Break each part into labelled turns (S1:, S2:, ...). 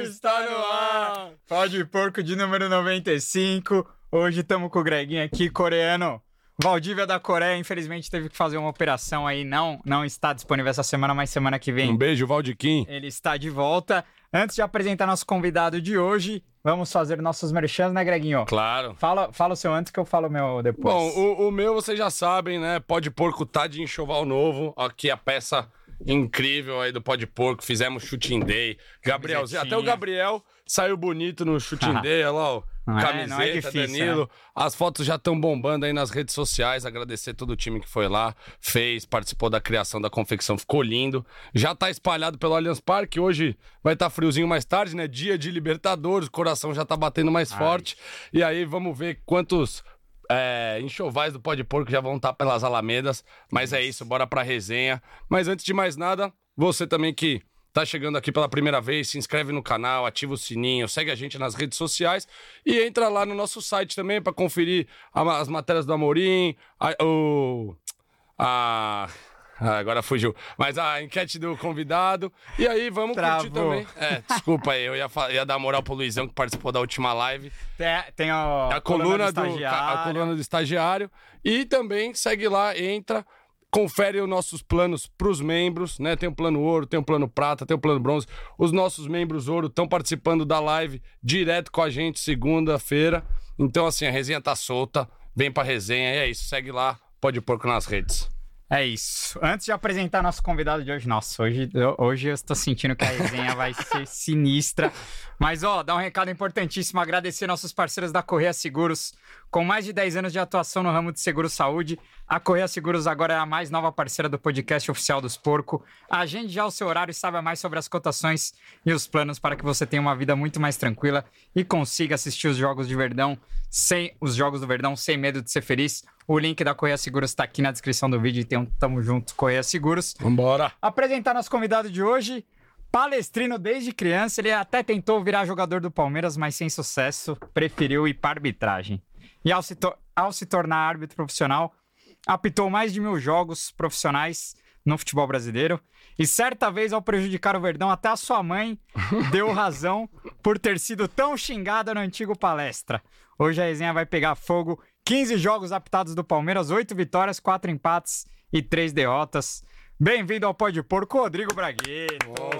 S1: Está no ar! Pode Porco de número 95. Hoje estamos com o Greguinho aqui, coreano. Valdívia da Coreia, infelizmente, teve que fazer uma operação aí. Não está disponível essa semana, mas semana que vem.
S2: Um beijo, Valdiquim.
S1: Ele está de volta. Antes de apresentar nosso convidado de hoje, vamos fazer nossos merchans, né, Greguinho?
S2: Claro.
S1: Fala o seu antes que eu falo o meu depois.
S2: Bom, o meu vocês já sabem, né? Pode Porco tá de enxoval novo. Aqui a peça incrível aí do Pode Porco. Fizemos Shooting Day. Gabrielzinho, até o Gabriel saiu bonito no Shooting Day. Olha lá, ó. Camiseta,
S1: não é difícil,
S2: Danilo. As fotos já estão bombando aí nas redes sociais. Agradecer todo o time que foi lá, participou da criação da confecção. Ficou lindo. Já tá espalhado pelo Allianz Parque. Hoje vai estar friozinho mais tarde, né? Dia de Libertadores. O coração já tá batendo mais forte. E aí vamos ver quantos enxovais do Pode Porco já vão estar pelas alamedas. Mas é isso, bora pra resenha. Mas antes de mais nada, você também que tá chegando aqui pela primeira vez, se inscreve no canal, ativa o sininho, segue a gente nas redes sociais e entra lá no nosso site também para conferir as matérias do Amorim, agora fugiu, mas a enquete do convidado. E aí, vamos curtir também. Desculpa aí, eu ia dar moral pro Luizão que participou da última live.
S1: Tem a coluna
S2: do estagiário. E também segue lá, entra. Confere os nossos planos para os membros, né? Tem o plano ouro, tem o plano prata, tem o plano bronze. Os nossos membros ouro estão participando da live direto com a gente segunda-feira. Então, assim, a resenha tá solta. Vem pra resenha e é isso. Segue lá, Pode Porco nas redes.
S1: É isso. Antes de apresentar nosso convidado de hoje, nossa, hoje eu estou sentindo que a resenha vai ser sinistra. Mas, dá um recado importantíssimo, agradecer nossos parceiros da Correia Seguros. Com mais de 10 anos de atuação no ramo de seguro-saúde, a Correia Seguros agora é a mais nova parceira do podcast oficial dos Porco. Agende já o seu horário e saiba mais sobre as cotações e os planos para que você tenha uma vida muito mais tranquila e consiga assistir os Jogos do Verdão sem medo de ser feliz. O link da Correia Seguros está aqui na descrição do vídeo, então tamo junto, Correia Seguros.
S2: Vambora!
S1: Apresentar nosso convidado de hoje, palestrino desde criança, ele até tentou virar jogador do Palmeiras, mas sem sucesso, preferiu ir para arbitragem. E ao se tornar árbitro profissional, apitou mais de 1000 jogos profissionais no futebol brasileiro. E certa vez, ao prejudicar o Verdão, até a sua mãe deu razão por ter sido tão xingada no antigo Palestra. Hoje a resenha vai pegar fogo. 15 jogos apitados do Palmeiras, 8 vitórias, 4 empates e 3 derrotas. Bem-vindo ao Pode Porco, Rodrigo Bragueiro.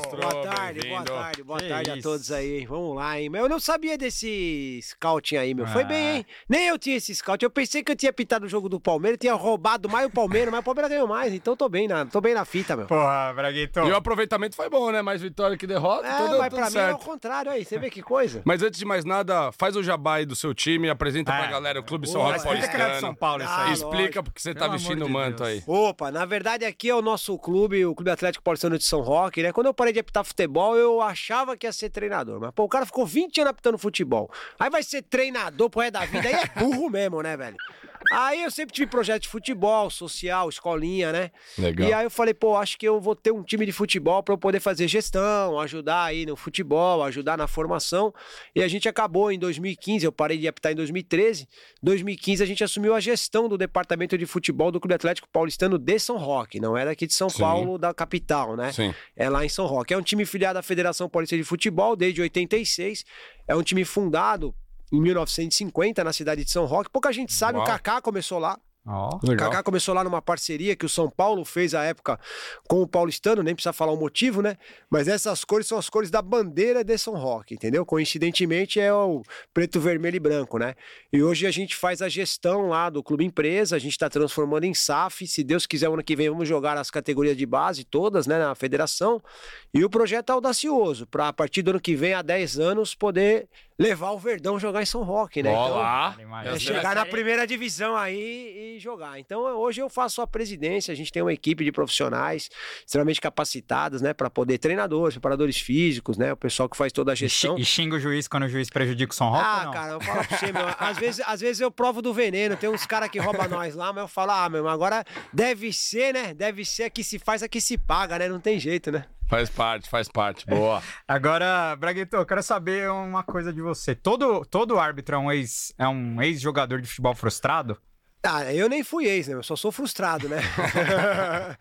S3: Boa tarde a todos aí. Vamos lá, hein? Eu não sabia desse scouting aí, meu. Foi bem, hein? Nem eu tinha esse scout. Eu pensei que eu tinha pitado o jogo do Palmeiras, tinha roubado mais o Palmeiras, mas o Palmeiras ganhou mais, então tô bem na fita, meu.
S1: Porra, Braguito.
S2: E o aproveitamento foi bom, né? Mais vitória que derrota.
S3: Mas pra mim é o contrário aí. Você vê que coisa.
S2: Mas antes de mais nada, faz o jabá aí do seu time, apresenta pra galera o Clube São Roque Paulistano.
S1: Explica que é de São Paulo isso aí.
S2: Explica porque você tá vestindo o manto aí.
S3: Opa, na verdade aqui é o nosso clube, o Clube Atlético Paulistano de São Roque, né? Quando eu parei de apitar futebol, eu achava que ia ser treinador. Mas, o cara ficou 20 anos apitando futebol. Aí vai ser treinador pro resto da vida. Aí é burro mesmo, né, velho? Aí eu sempre tive projeto de futebol, social, escolinha, né?
S2: Legal.
S3: E aí eu falei, acho que eu vou ter um time de futebol pra eu poder fazer gestão, ajudar aí no futebol, ajudar na formação. E a gente acabou em 2015, eu parei de apitar em 2013. 2015 a gente assumiu a gestão do departamento de futebol do Clube Atlético Paulistano de São Roque. Não é daqui de São Paulo, da capital, né?
S2: Sim.
S3: É lá em São Roque. É um time filiado à Federação Paulista de Futebol desde 86. É um time fundado em 1950, na cidade de São Roque. Pouca gente sabe, o Kaká começou lá. O Kaká começou lá numa parceria que o São Paulo fez à época com o paulistano, nem precisa falar o motivo, né? Mas essas cores são as cores da bandeira de São Roque, entendeu? Coincidentemente é o preto, vermelho e branco, né? E hoje a gente faz a gestão lá do clube empresa, a gente tá transformando em SAF, se Deus quiser o ano que vem vamos jogar as categorias de base todas, né, na federação. E o projeto é audacioso, para a partir do ano que vem, há 10 anos, poder levar o Verdão jogar em São Roque, né?
S2: Olá!
S3: Então, chegar na primeira divisão aí e jogar. Então, hoje eu faço a presidência, a gente tem uma equipe de profissionais extremamente capacitados, né? Para poder treinadores, preparadores físicos, né? O pessoal que faz toda a gestão.
S1: E xinga o juiz quando o juiz prejudica o São Roque, não?
S3: Cara, eu falo pra você, meu, às vezes eu provo do veneno, tem uns caras que roubam nós lá, mas eu falo, meu, agora deve ser, né? Deve ser a que se faz, a que se paga, né? Não tem jeito, né?
S2: Faz parte, boa.
S1: Agora, Braguito, eu quero saber uma coisa de você. Todo árbitro é um ex-jogador de futebol frustrado?
S3: Eu nem fui ex, né? Eu só sou frustrado, né?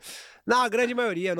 S3: Na grande maioria,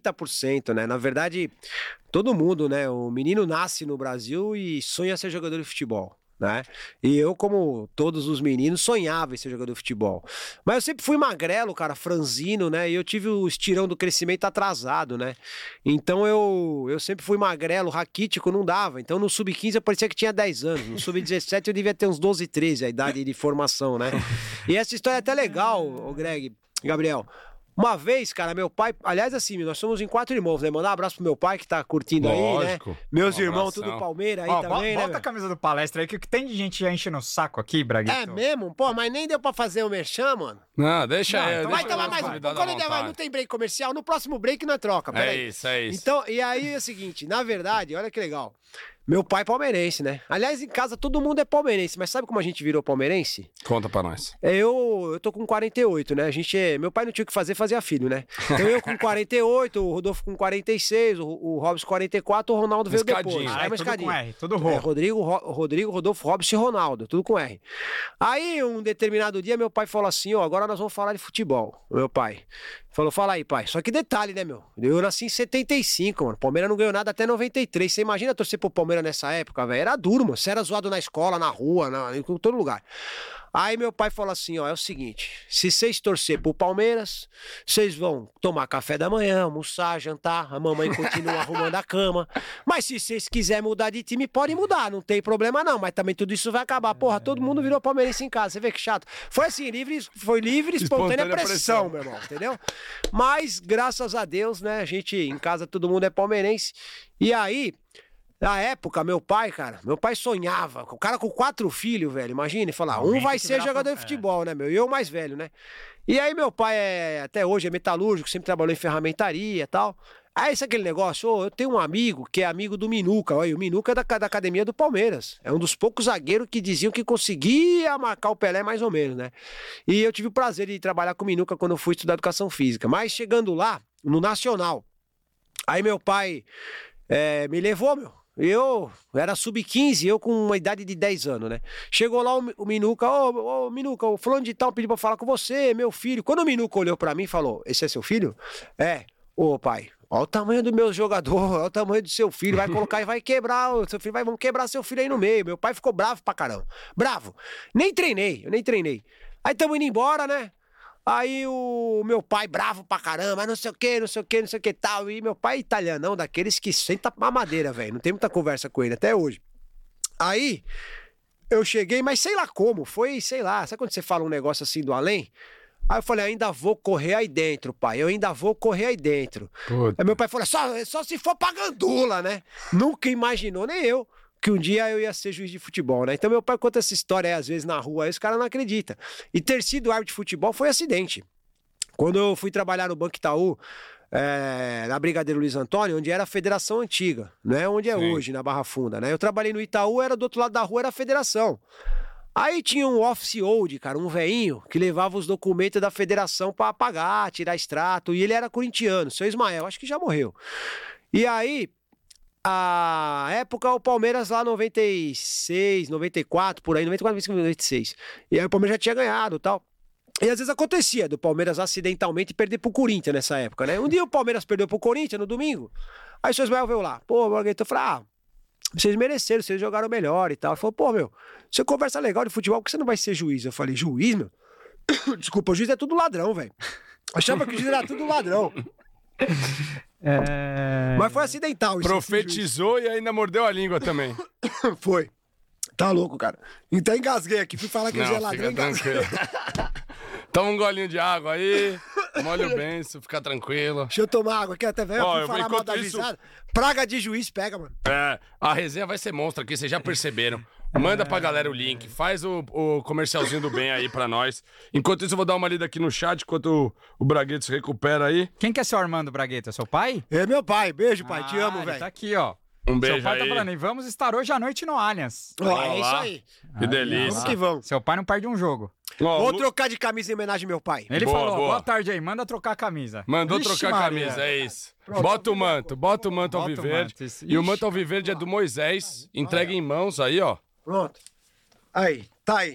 S3: 90%, né? Na verdade, todo mundo, né? O menino nasce no Brasil e sonha ser jogador de futebol. Né? E eu, como todos os meninos, sonhava em ser jogador de futebol. Mas eu sempre fui magrelo, cara, franzino, né? E eu tive o estirão do crescimento atrasado, né? Então eu sempre fui magrelo, raquítico, não dava. Então no sub-15 eu parecia que tinha 10 anos. No sub-17 eu devia ter uns 12, 13, a idade de formação, né? E essa história é até legal, o Greg, Gabriel. Uma vez, cara, meu pai... Aliás, assim, nós somos em 4 irmãos, né? Mandar um abraço pro meu pai, que tá curtindo
S2: Lógico.
S3: Aí, né? Meus irmãos, tudo Palmeiras aí também, né?
S1: Bota a camisa do Palestra aí, que tem de gente já enchendo o saco aqui, Braguito.
S3: É mesmo? Pô, mas nem deu pra fazer o merchan, mano.
S2: Não, deixa aí.
S3: Então vai tomar mais um. Quando der, não tem break comercial, no próximo break não é troca, peraí.
S2: É isso.
S3: Então, e aí é o seguinte, na verdade, olha que legal. Meu pai é palmeirense, né? Aliás, em casa todo mundo é palmeirense, mas sabe como a gente virou palmeirense?
S2: Conta pra nós.
S3: Eu tô com 48, né? Meu pai não tinha o que fazer, fazia filho, né? Então eu com 48, o Rodolfo com 46, o Robson 44, o Ronaldo veio depois.
S1: Ah, tudo com R, tudo Rô.
S3: Rodrigo, Rodolfo, Robson e Ronaldo, tudo com R. Aí, um determinado dia, meu pai falou assim, ó, agora nós vamos falar de futebol. Meu pai falou, fala aí, pai. Só que detalhe, né, meu? Eu nasci em 75, mano. Palmeiras não ganhou nada até 93. Você imagina torcer pro Palmeiras nessa época, velho? Era duro, mano. Você era zoado na escola, na rua, em todo lugar. Aí meu pai falou assim, ó, é o seguinte, se vocês torcer pro Palmeiras, vocês vão tomar café da manhã, almoçar, jantar, a mamãe continua arrumando a cama, mas se vocês quiserem mudar de time, pode mudar, não tem problema não, mas também tudo isso vai acabar. Porra, todo mundo virou palmeirense em casa, você vê que chato. Foi assim, foi livre, espontânea pressão, meu irmão, entendeu? Mas, graças a Deus, né, a gente, em casa, todo mundo é palmeirense, e aí... Na época, meu pai sonhava, o cara com 4 filhos, velho, imagina, falar, um vai ser jogador de futebol, né, meu, e eu mais velho, né? E aí meu pai até hoje é metalúrgico, sempre trabalhou em ferramentaria e tal. Aí esse aquele negócio, eu tenho um amigo que é amigo do Minuca, olha, o Minuca é da academia do Palmeiras, é um dos poucos zagueiros que diziam que conseguia marcar o Pelé mais ou menos, né? E eu tive o prazer de trabalhar com o Minuca quando eu fui estudar educação física, mas chegando lá, no Nacional, aí meu pai me levou, meu. Eu era sub-15, eu com uma idade de 10 anos, né? Chegou lá o Minuca, ô Minuca, o fulano de tal pediu pra falar com você, meu filho. Quando o Minuca olhou pra mim e falou, esse é seu filho? É. Ô pai, olha o tamanho do meu jogador, olha o tamanho do seu filho, vai colocar e vai quebrar, seu filho vamos quebrar seu filho aí no meio. Meu pai ficou bravo pra caramba, bravo. Eu nem treinei. Aí tamo indo embora, né? Aí o meu pai bravo pra caramba, não sei o que tal. E meu pai é italianão, daqueles que senta pra madeira, velho. Não tem muita conversa com ele até hoje. Aí eu cheguei, mas sei lá como, foi, sei lá. Sabe quando você fala um negócio assim do além? Aí eu falei, ainda vou correr aí dentro, pai. Eu ainda vou correr aí dentro. Puta. Aí meu pai falou, só se for pra gandula, né? Nunca imaginou, nem eu, que um dia eu ia ser juiz de futebol, né? Então meu pai conta essa história aí, às vezes na rua, aí os caras não acreditam. E ter sido árbitro de futebol foi acidente. Quando eu fui trabalhar no Banco Itaú, na Brigadeiro Luiz Antônio, onde era a federação antiga, não é onde é hoje, na Barra Funda, né? Eu trabalhei no Itaú, era do outro lado da rua, era a federação. Aí tinha um office hold, cara, um velhinho, que levava os documentos da federação pra pagar, tirar extrato, e ele era corintiano, seu Ismael, acho que já morreu. E aí... A época, o Palmeiras lá 96, 94, por aí, 94, 95, 96. E aí o Palmeiras já tinha ganhado e tal. E às vezes acontecia do Palmeiras acidentalmente perder pro Corinthians nessa época, né? Um dia o Palmeiras perdeu pro Corinthians no domingo. Aí o seu Ismael veio lá. Pô, Marguerite, eu falei, vocês mereceram, vocês jogaram melhor e tal. Ele falou, pô, meu, você conversa legal de futebol, por que você não vai ser juiz? Eu falei, juiz, meu? Desculpa, o juiz é tudo ladrão, velho. Achava que o juiz era tudo ladrão. Mas foi acidental isso.
S2: Profetizou e ainda mordeu a língua também.
S3: Foi. Tá louco, cara. Então engasguei aqui. Fui falar que eu já ladrão, engasguei.
S2: Toma um golinho de água aí. Molha o benço, fica tranquilo.
S3: Deixa eu tomar água aqui até, velho. Eu falar mal da risada. Praga de juiz pega, mano.
S2: A resenha vai ser monstro aqui, vocês já perceberam. Manda pra galera o link, faz o comercialzinho do bem aí pra nós. Enquanto isso, eu vou dar uma lida aqui no chat, enquanto o Bragueto se recupera aí.
S1: Quem que é seu Armando Bragueto? É seu pai?
S3: É meu pai. Beijo, pai. Te amo, velho.
S1: Tá aqui, ó.
S2: Um beijo aí.
S1: Seu pai tá falando, e vamos estar hoje à noite no Allianz.
S3: É isso aí.
S2: Que delícia.
S3: Vamos que vamos.
S1: Seu pai não perde um jogo.
S3: Vou trocar de camisa em homenagem ao meu pai.
S1: Ele falou, boa tarde aí, manda trocar a camisa.
S2: Mandou trocar a camisa, é isso. Pronto, bota o manto alviverde. E o manto alviverde é do Moisés, entrega em mãos aí, ó.
S3: Pronto. Aí, tá aí.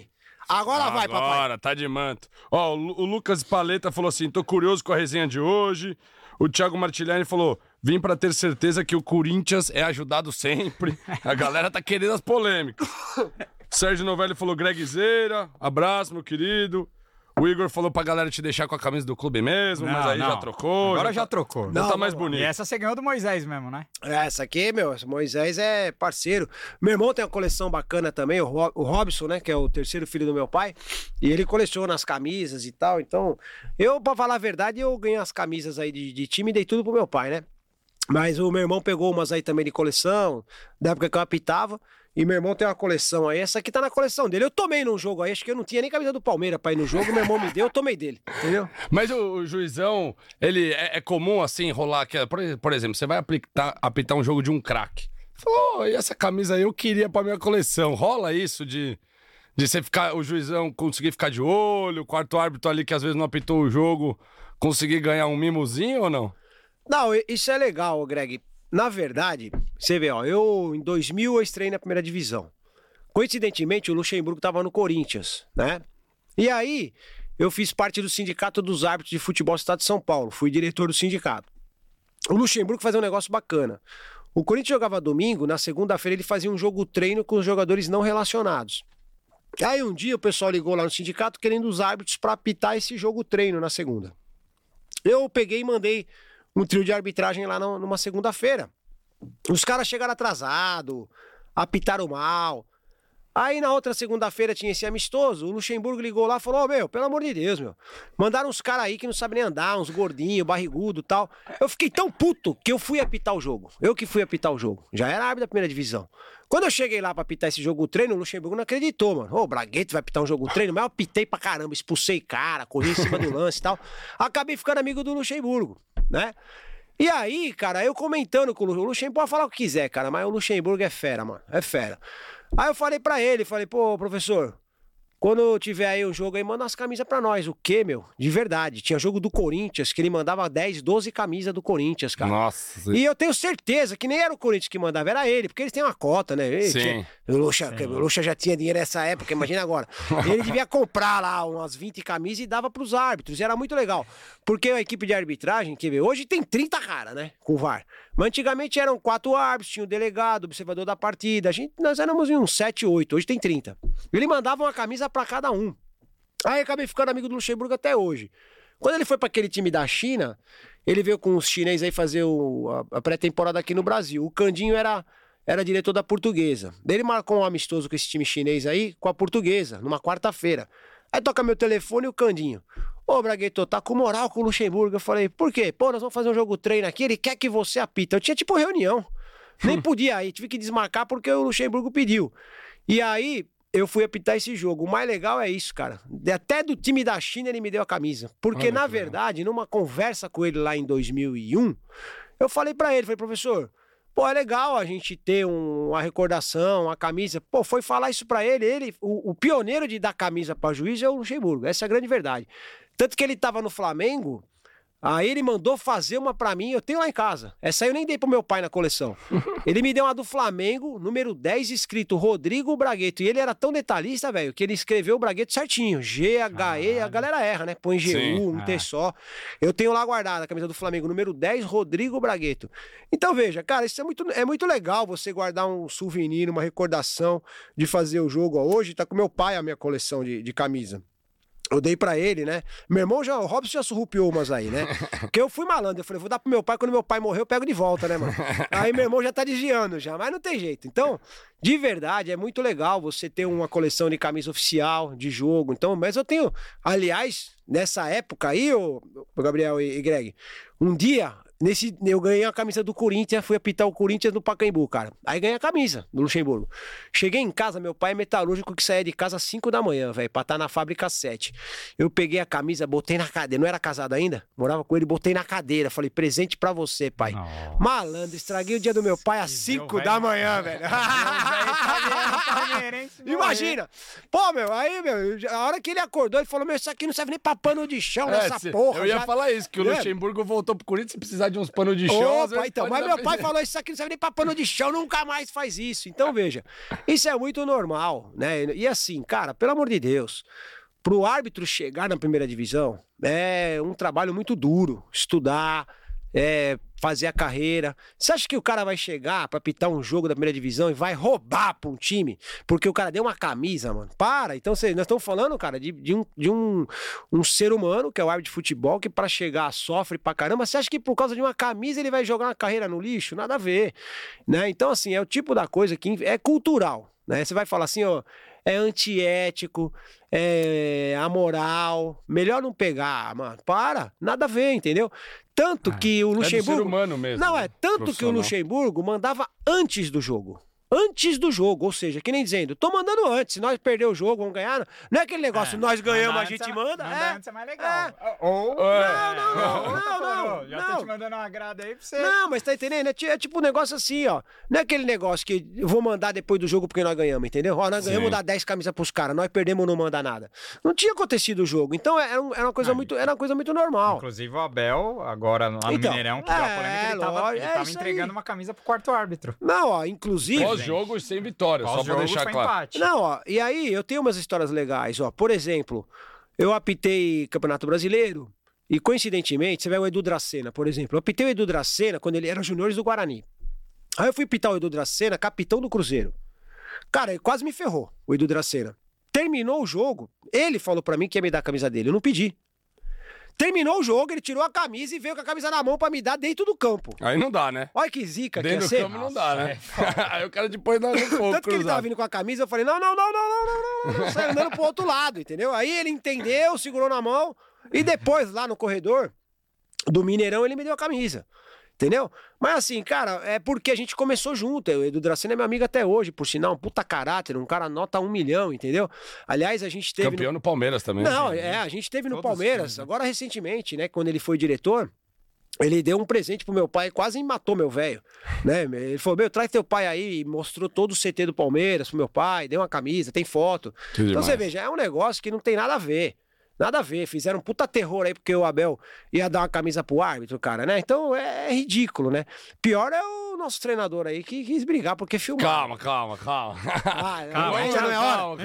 S3: Agora vai, papai.
S2: Agora, tá de manto. Ó, o Lucas Paleta falou assim, tô curioso com a resenha de hoje. O Thiago Martiliani falou, vim pra ter certeza que o Corinthians é ajudado sempre. A galera tá querendo as polêmicas. Sérgio Novelli falou, Gregzeira, abraço, meu querido. O Igor falou pra galera te deixar com a camisa do clube mesmo, mas aí já trocou.
S1: Agora já trocou.
S2: Já tá mais bonito.
S1: E essa você ganhou do Moisés mesmo, né?
S3: Essa aqui, meu, Moisés é parceiro. Meu irmão tem uma coleção bacana também, o Robson, né, que é o terceiro filho do meu pai, e ele coleciona as camisas e tal, então, pra falar a verdade, eu ganhei as camisas aí de time e dei tudo pro meu pai, né? Mas o meu irmão pegou umas aí também de coleção, da época que eu apitava. E meu irmão tem uma coleção aí, essa aqui tá na coleção dele. Eu tomei num jogo aí, acho que eu não tinha nem camisa do Palmeiras pra ir no jogo, meu irmão me deu, eu tomei dele, entendeu?
S2: Mas o juizão, ele é comum assim, rolar, por exemplo, você vai apitar um jogo de um craque. Falou, e essa camisa aí eu queria pra minha coleção. Rola isso de você ficar, o juizão conseguir ficar de olho, o quarto árbitro ali que às vezes não apitou o jogo, conseguir ganhar um mimozinho ou não?
S3: Não, isso é legal, Greg. Na verdade, você vê, ó, em 2000 eu estreiei na primeira divisão. Coincidentemente, o Luxemburgo tava no Corinthians, né? E aí, eu fiz parte do sindicato dos árbitros de futebol do estado de São Paulo. Fui diretor do sindicato. O Luxemburgo fazia um negócio bacana. O Corinthians jogava domingo, na segunda-feira ele fazia um jogo treino com os jogadores não relacionados. Aí um dia o pessoal ligou lá no sindicato querendo os árbitros para apitar esse jogo treino na segunda. Eu peguei e mandei um trio de arbitragem lá numa segunda-feira. Os caras chegaram atrasados, apitaram mal. Aí na outra segunda-feira tinha esse amistoso, o Luxemburgo ligou lá e falou, meu, pelo amor de Deus, meu, mandaram uns caras aí que não sabem nem andar, uns gordinhos, barrigudo e tal. Eu fiquei tão puto que eu fui apitar o jogo. Eu que fui apitar o jogo. Já era árbitro da primeira divisão. Quando eu cheguei lá pra apitar esse jogo treino, o Luxemburgo não acreditou, mano. Ô, o Bragueto vai apitar um jogo treino, mas eu apitei pra caramba, expulsei cara, corri em cima do lance e tal. Acabei ficando amigo do Luxemburgo, né? E aí, cara, eu comentando com o Luxemburgo, pode falar o que quiser, cara, mas o Luxemburgo é fera, mano, é fera. Aí eu falei pra ele, pô, professor, quando tiver aí um jogo aí, manda umas camisas pra nós. O quê, meu? De verdade. Tinha jogo do Corinthians, que ele mandava 10, 12 camisas do Corinthians, cara.
S2: Nossa.
S3: E eu tenho certeza que nem era o Corinthians que mandava, era ele, porque eles têm uma cota, né?
S2: Sim.
S3: O Luxa já tinha dinheiro nessa época, imagina agora. Ele devia comprar lá umas 20 camisas e dava pros árbitros. E era muito legal. Porque a equipe de arbitragem, quer ver, hoje tem 30 caras, né? Com o VAR. Mas antigamente eram 4 árbitros, tinha o delegado, o observador da partida. Nós éramos em uns 7, 8, hoje tem 30. Ele mandava uma camisa pra cada um. Aí acabei ficando amigo do Luxemburgo até hoje. Quando ele foi pra aquele time da China, ele veio com os chineses aí fazer a pré-temporada aqui no Brasil. O Candinho era diretor da Portuguesa. Daí ele marcou um amistoso com esse time chinês aí, com a Portuguesa, numa quarta-feira. Aí toca meu telefone e o Candinho. Ô, Bragueto, tá com moral com o Luxemburgo. Eu falei, por quê? Pô, nós vamos fazer um jogo treino aqui, ele quer que você apita. Eu tinha tipo reunião. Nem podia ir, tive que desmarcar porque o Luxemburgo pediu. E aí, eu fui apitar esse jogo. O mais legal é isso, cara. Até do time da China ele me deu a camisa. Porque, na verdade, numa conversa com ele lá em 2001, eu falei pra ele, professor, pô, é legal a gente ter uma recordação, uma camisa. Pô, foi falar isso pra ele. O pioneiro de dar camisa pra juiz é o Luxemburgo. Essa é a grande verdade. Tanto que ele tava no Flamengo, aí ele mandou fazer uma pra mim, eu tenho lá em casa. Essa aí eu nem dei pro meu pai na coleção. Ele me deu uma do Flamengo, número 10, escrito Rodrigo Bragueto. E ele era tão detalhista, velho, que ele escreveu o Bragueto certinho. G-H-E, a galera erra, né? Põe G-U, um T só. Eu tenho lá guardado a camisa do Flamengo, número 10, Rodrigo Bragueto. Então veja, cara, isso é muito legal você guardar um souvenir, uma recordação de fazer o jogo. Hoje tá com meu pai a minha coleção de camisa. Eu dei pra ele, né? Meu irmão o Robson já surrupiou umas aí, né? Porque eu fui malandro, eu falei, vou dar pro meu pai, quando meu pai morrer eu pego de volta, né, mano? Aí meu irmão já tá desviando já, mas não tem jeito. Então, de verdade, é muito legal você ter uma coleção de camisa oficial, de jogo. Então, mas eu tenho, aliás, nessa época aí, ô Gabriel e Greg, um dia... eu ganhei a camisa do Corinthians, fui apitar o Corinthians no Pacaembu, cara. Aí ganhei a camisa do Luxemburgo. Cheguei em casa, meu pai é metalúrgico que saía de casa às 5 da manhã, velho, pra estar na fábrica às 7. Eu peguei a camisa, botei na cadeira, não era casado ainda? Morava com ele, botei na cadeira. Falei, presente pra você, pai. Nossa. Malandro, estraguei o dia do meu pai às 5 da manhã, velho. Imagina. Pô, meu, aí, meu, a hora que ele acordou, ele falou, meu, isso aqui não serve nem pra pano de chão nessa porra.
S2: Eu ia falar isso, que o Luxemburgo voltou pro Corinthians, se precisar de uns panos de chão.
S3: Opa, então, mas meu pai falou, isso aqui não serve nem pra pano de chão, nunca mais faz isso. Então, veja, isso é muito normal, né? E assim, cara, pelo amor de Deus, pro árbitro chegar na primeira divisão, é um trabalho muito duro, estudar, fazer a carreira. Você acha que o cara vai chegar pra apitar um jogo da primeira divisão e vai roubar pra um time porque o cara deu uma camisa, mano? Para! Então, nós estamos falando, cara, de um ser humano, que é o árbitro de futebol, que pra chegar sofre pra caramba. Você acha que por causa de uma camisa ele vai jogar uma carreira no lixo? Nada a ver, né? Então, assim, é o tipo da coisa que é cultural, né? Você vai falar assim, ó, é antiético, é amoral, melhor não pegar, mano. Para! Nada a ver, entendeu? Tanto que o Luxemburgo...
S2: É do ser humano mesmo.
S3: Não, tanto que o Luxemburgo mandava antes do jogo. Antes do jogo, ou seja, que nem dizendo, tô mandando antes, se nós perder o jogo, vamos ganhar. Não é aquele negócio, nós ganhamos, a gente manda.
S1: Antes é mais legal. Ou...
S3: Não.
S1: Já tô te mandando uma grada aí pra você.
S3: Não, mas tá entendendo? É tipo um negócio assim, ó. Não é aquele negócio que eu vou mandar depois do jogo porque nós ganhamos, entendeu? Ó, nós ganhamos, dar 10 camisas pros caras, nós perdemos, não manda nada. Não tinha acontecido o jogo, então era uma coisa muito normal.
S1: Inclusive o Abel, agora lá no Mineirão, que deu a polêmica, ele tava entregando uma camisa pro quarto árbitro.
S3: Não, ó, inclusive...
S2: Jogo sem vitória, só pra deixar claro.
S1: Empate.
S3: Não, ó, e aí eu tenho umas histórias legais, ó. Por exemplo, eu apitei Campeonato Brasileiro e, coincidentemente, você vê o Edu Dracena, por exemplo. Eu apitei o Edu Dracena quando ele era juniores do Guarani. Aí eu fui apitar o Edu Dracena, capitão do Cruzeiro. Cara, ele quase me ferrou, o Edu Dracena. Terminou o jogo, ele falou pra mim que ia me dar a camisa dele, eu não pedi. Terminou o jogo, ele tirou a camisa e veio com a camisa na mão pra me dar dentro do campo.
S2: Aí não dá, né?
S3: Olha que zica que
S2: ia ser. Dentro do campo não dá, né? Aí o cara depois dá no fogo.
S3: Tanto que ele tava vindo com a camisa, eu falei, não. Saiu andando pro outro lado, entendeu? Aí ele entendeu, segurou na mão e depois, lá no corredor do Mineirão, ele me deu a camisa. Entendeu? Mas assim, cara, é porque a gente começou junto. O Edu Dracena é meu amigo até hoje, por sinal, um puta caráter, um cara nota 1 milhão, entendeu? Aliás, a gente teve...
S2: Campeão no Palmeiras também.
S3: Não, a gente teve no Palmeiras, agora recentemente, né, quando ele foi diretor, ele deu um presente pro meu pai, quase matou meu velho, né? Ele falou, meu, traz teu pai aí, e mostrou todo o CT do Palmeiras pro meu pai, deu uma camisa, tem foto. Então você veja, é um negócio que não tem nada a ver. Nada a ver, fizeram um puta terror aí porque o Abel ia dar uma camisa pro árbitro, cara, né? Então é ridículo, né? Pior é o nosso treinador aí que quis brigar porque filmou.
S2: Calma.
S3: Ainda não é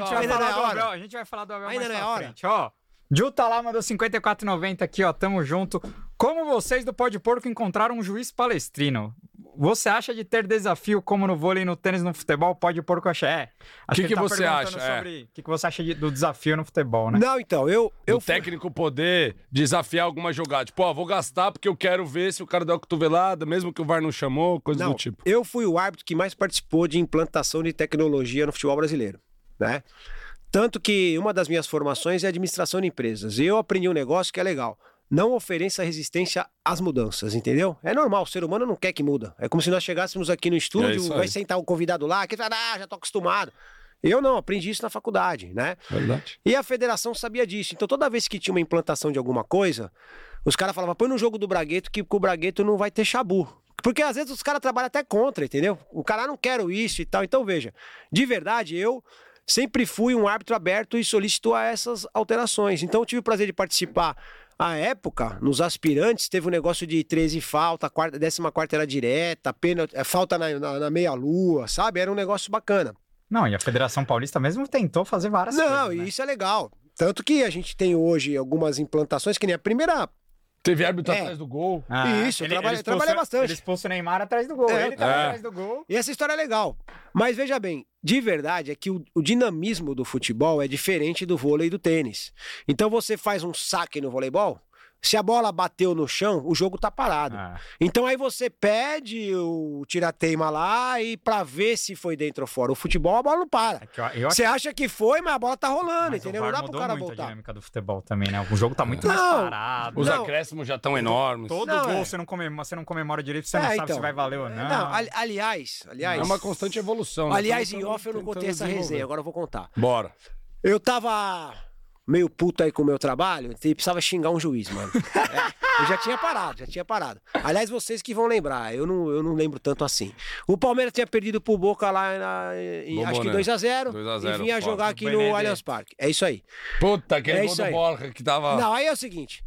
S3: hora.
S1: A gente vai falar do Abel
S3: ainda
S1: mais
S3: não é
S1: pra
S3: hora.
S1: frente, ó. Juta lá mandou 54,90 aqui, ó, tamo junto. Como vocês do Pó de Porco encontraram um juiz palestrino? Você acha de ter desafio como no vôlei, no tênis, no futebol? O Pó de Porco acha.
S2: O que você acha?
S1: Sobre o que você acha do desafio no futebol, né?
S3: Não, então,
S2: o técnico poder desafiar alguma jogada. Tipo, ó, vou gastar porque eu quero ver se o cara dá uma cotovelada, mesmo que o VAR não chamou, coisa do tipo.
S3: Eu fui o árbitro que mais participou de implantação de tecnologia no futebol brasileiro, né? Tanto que uma das minhas formações é administração de empresas. E eu aprendi um negócio que é legal. Não ofereça resistência às mudanças, entendeu? É normal, o ser humano não quer que muda. É como se nós chegássemos aqui no estúdio, vai sentar o convidado lá, que fala, já tô acostumado. Eu não, aprendi isso na faculdade, né?
S2: Verdade.
S3: E a federação sabia disso. Então toda vez que tinha uma implantação de alguma coisa, os caras falavam, põe no jogo do Bragueto que com o Bragueto não vai ter chabu. Porque às vezes os caras trabalham até contra, entendeu? O cara não quer isso e tal. Então veja, de verdade eu... sempre fui um árbitro aberto e solicitou a essas alterações. Então eu tive o prazer de participar. À época, nos aspirantes, teve um negócio de 13 falta, 14ª era direta, falta na meia-lua, sabe? Era um negócio bacana.
S1: Não, e a Federação Paulista mesmo tentou fazer várias coisas.
S3: Não, e isso é legal. Tanto que a gente tem hoje algumas implantações, que nem a primeira...
S2: Teve árbitro atrás do gol.
S3: Isso, eu trabalhei bastante.
S1: Ele expulsou o Neymar atrás do gol. Ele tava atrás do gol.
S3: E essa história é legal. Mas veja bem, de verdade é que o dinamismo do futebol é diferente do vôlei e do tênis. Então você faz um saque no voleibol, se a bola bateu no chão, o jogo tá parado. Então aí você pede o tira-teima lá e pra ver se foi dentro ou fora. O futebol, a bola não para. Você acha que foi, mas a bola tá rolando, entendeu? Não dá pro cara voltar.
S1: A dinâmica do futebol também, né? O jogo tá muito mais parado.
S2: Os acréscimos já estão enormes.
S1: Todo gol você não comemora direito, você não sabe se vai valer ou não.
S3: Não, aliás...
S2: É uma constante evolução. Né?
S3: Aliás, em off eu não contei essa resenha, agora eu vou contar.
S2: Bora.
S3: Eu tava... meio puto aí com o meu trabalho, e precisava xingar um juiz, mano. Eu já tinha parado. Aliás, vocês que vão lembrar, eu não lembro tanto assim. O Palmeiras tinha perdido pro Boca lá acho que 2x0 e vinha jogar aqui no Allianz Parque. É isso aí.
S2: Puta, aquele gol do Borja que tava...
S3: Não, aí é o seguinte,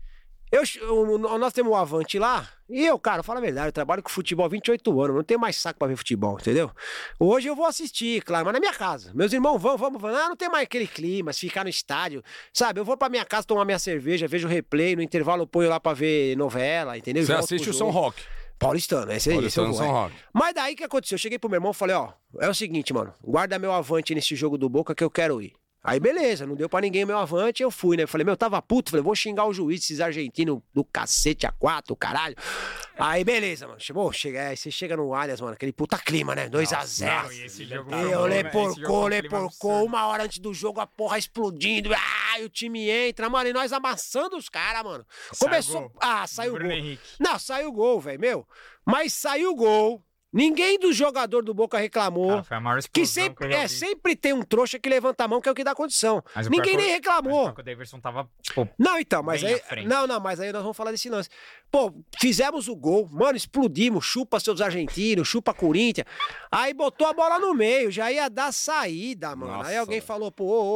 S3: nós temos o Avante lá, e eu, cara, falo a verdade, eu trabalho com futebol há 28 anos, não tenho mais saco pra ver futebol, entendeu? Hoje eu vou assistir, claro, mas na minha casa. Meus irmãos vamos, não tem mais aquele clima, se ficar no estádio, sabe? Eu vou pra minha casa tomar minha cerveja, vejo o replay, no intervalo eu ponho lá pra ver novela, entendeu?
S2: Você assiste o São Roque?
S3: Paulistano, esse aí.
S2: Paulistano São Roque.
S3: Mas daí o que aconteceu? Eu cheguei pro meu irmão e falei, ó, é o seguinte, mano, guarda meu Avante nesse jogo do Boca que eu quero ir. Aí beleza, não deu pra ninguém o meu Avante, eu fui, né? Falei, tava puto, falei, vou xingar o juiz, esses argentinos do cacete A4, caralho. Aí beleza, mano, aí você chega no Allianz, mano, aquele puta clima, né? 2x0. Eu lê porcou, 1 hora antes do jogo, a porra explodindo, e o time entra, mano, e nós amassando os caras, mano. Começou, saiu o gol. Não, saiu o gol, velho, mas saiu o gol. Ninguém do jogador do Boca reclamou.
S1: Foi a maior explosão
S3: que sempre tem um trouxa que levanta a mão, que é o que dá condição. Ninguém nem reclamou.
S1: O Daverson tava,
S3: não, então, mas aí. Mas aí nós vamos falar desse lance. Pô, fizemos o gol, mano, explodimos, chupa seus argentinos, chupa Corinthians. Aí botou a bola no meio, já ia dar saída, mano. Nossa. Aí alguém falou,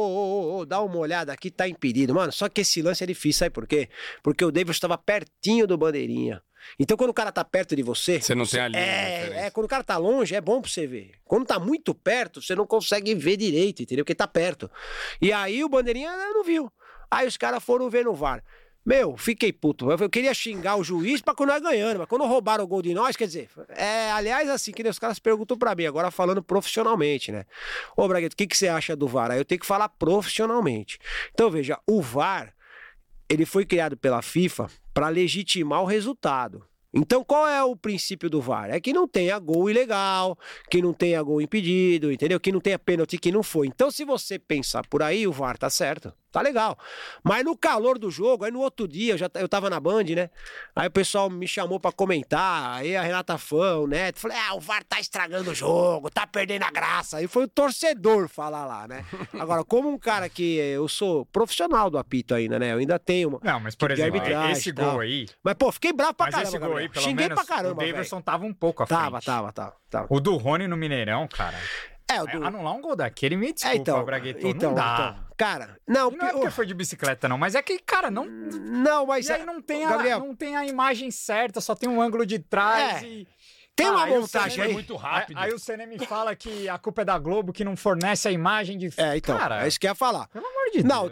S3: pô, dá uma olhada aqui, tá impedido. Mano, só que esse lance é difícil, sabe por quê? Porque o Daverson estava pertinho do bandeirinha. Então, quando o cara tá perto de você...
S2: Você não tem a linha.
S3: Quando o cara tá longe, é bom pra você ver. Quando tá muito perto, você não consegue ver direito, entendeu? Porque tá perto. E aí o bandeirinha não viu. Aí os caras foram ver no VAR. Fiquei puto. Eu queria xingar o juiz pra quando nós ganhamos, mas quando roubaram o gol de nós, quer dizer... aliás, assim, que os caras perguntam pra mim, agora falando profissionalmente, né? Ô, Bragueto, o que você acha do VAR? Aí eu tenho que falar profissionalmente. Então, veja, o VAR, ele foi criado pela FIFA para legitimar o resultado. Então, qual é o princípio do VAR? É que não tenha gol ilegal, que não tenha gol impedido, entendeu? Que não tenha pênalti que não foi. Então, se você pensar por aí, o VAR tá certo. Tá legal. Mas no calor do jogo, aí no outro dia, eu tava na Band, né? Aí o pessoal me chamou pra comentar, aí a Renata Fã, o Neto, falei, o VAR tá estragando o jogo, tá perdendo a graça. Aí foi o torcedor falar lá, né? Agora, como um cara que eu sou profissional do apito ainda, né? Eu ainda tenho
S1: Não, mas por exemplo, esse gol aí...
S3: Mas, pô, fiquei bravo pra caramba,
S1: esse gol aí, pelo
S3: xinguei
S1: menos,
S3: pra caramba,
S1: o Daverson tava um pouco à frente.
S3: Tava.
S1: O do Rony no Mineirão, cara... Anular um gol daquele, me desculpa, Bragueto, não dá.
S3: Cara, não...
S1: E não é porque foi de bicicleta, não, mas é que, cara, não...
S3: Não, mas...
S1: E aí não tem a imagem certa, só tem um ângulo de trás e...
S3: Tem uma montagem aí.
S2: Muito rápido.
S1: Aí o Senna me fala que a culpa é da Globo, que não fornece a imagem de...
S3: Então,
S1: cara,
S3: é isso que eu ia falar.
S1: Pelo amor de Deus.
S3: Não,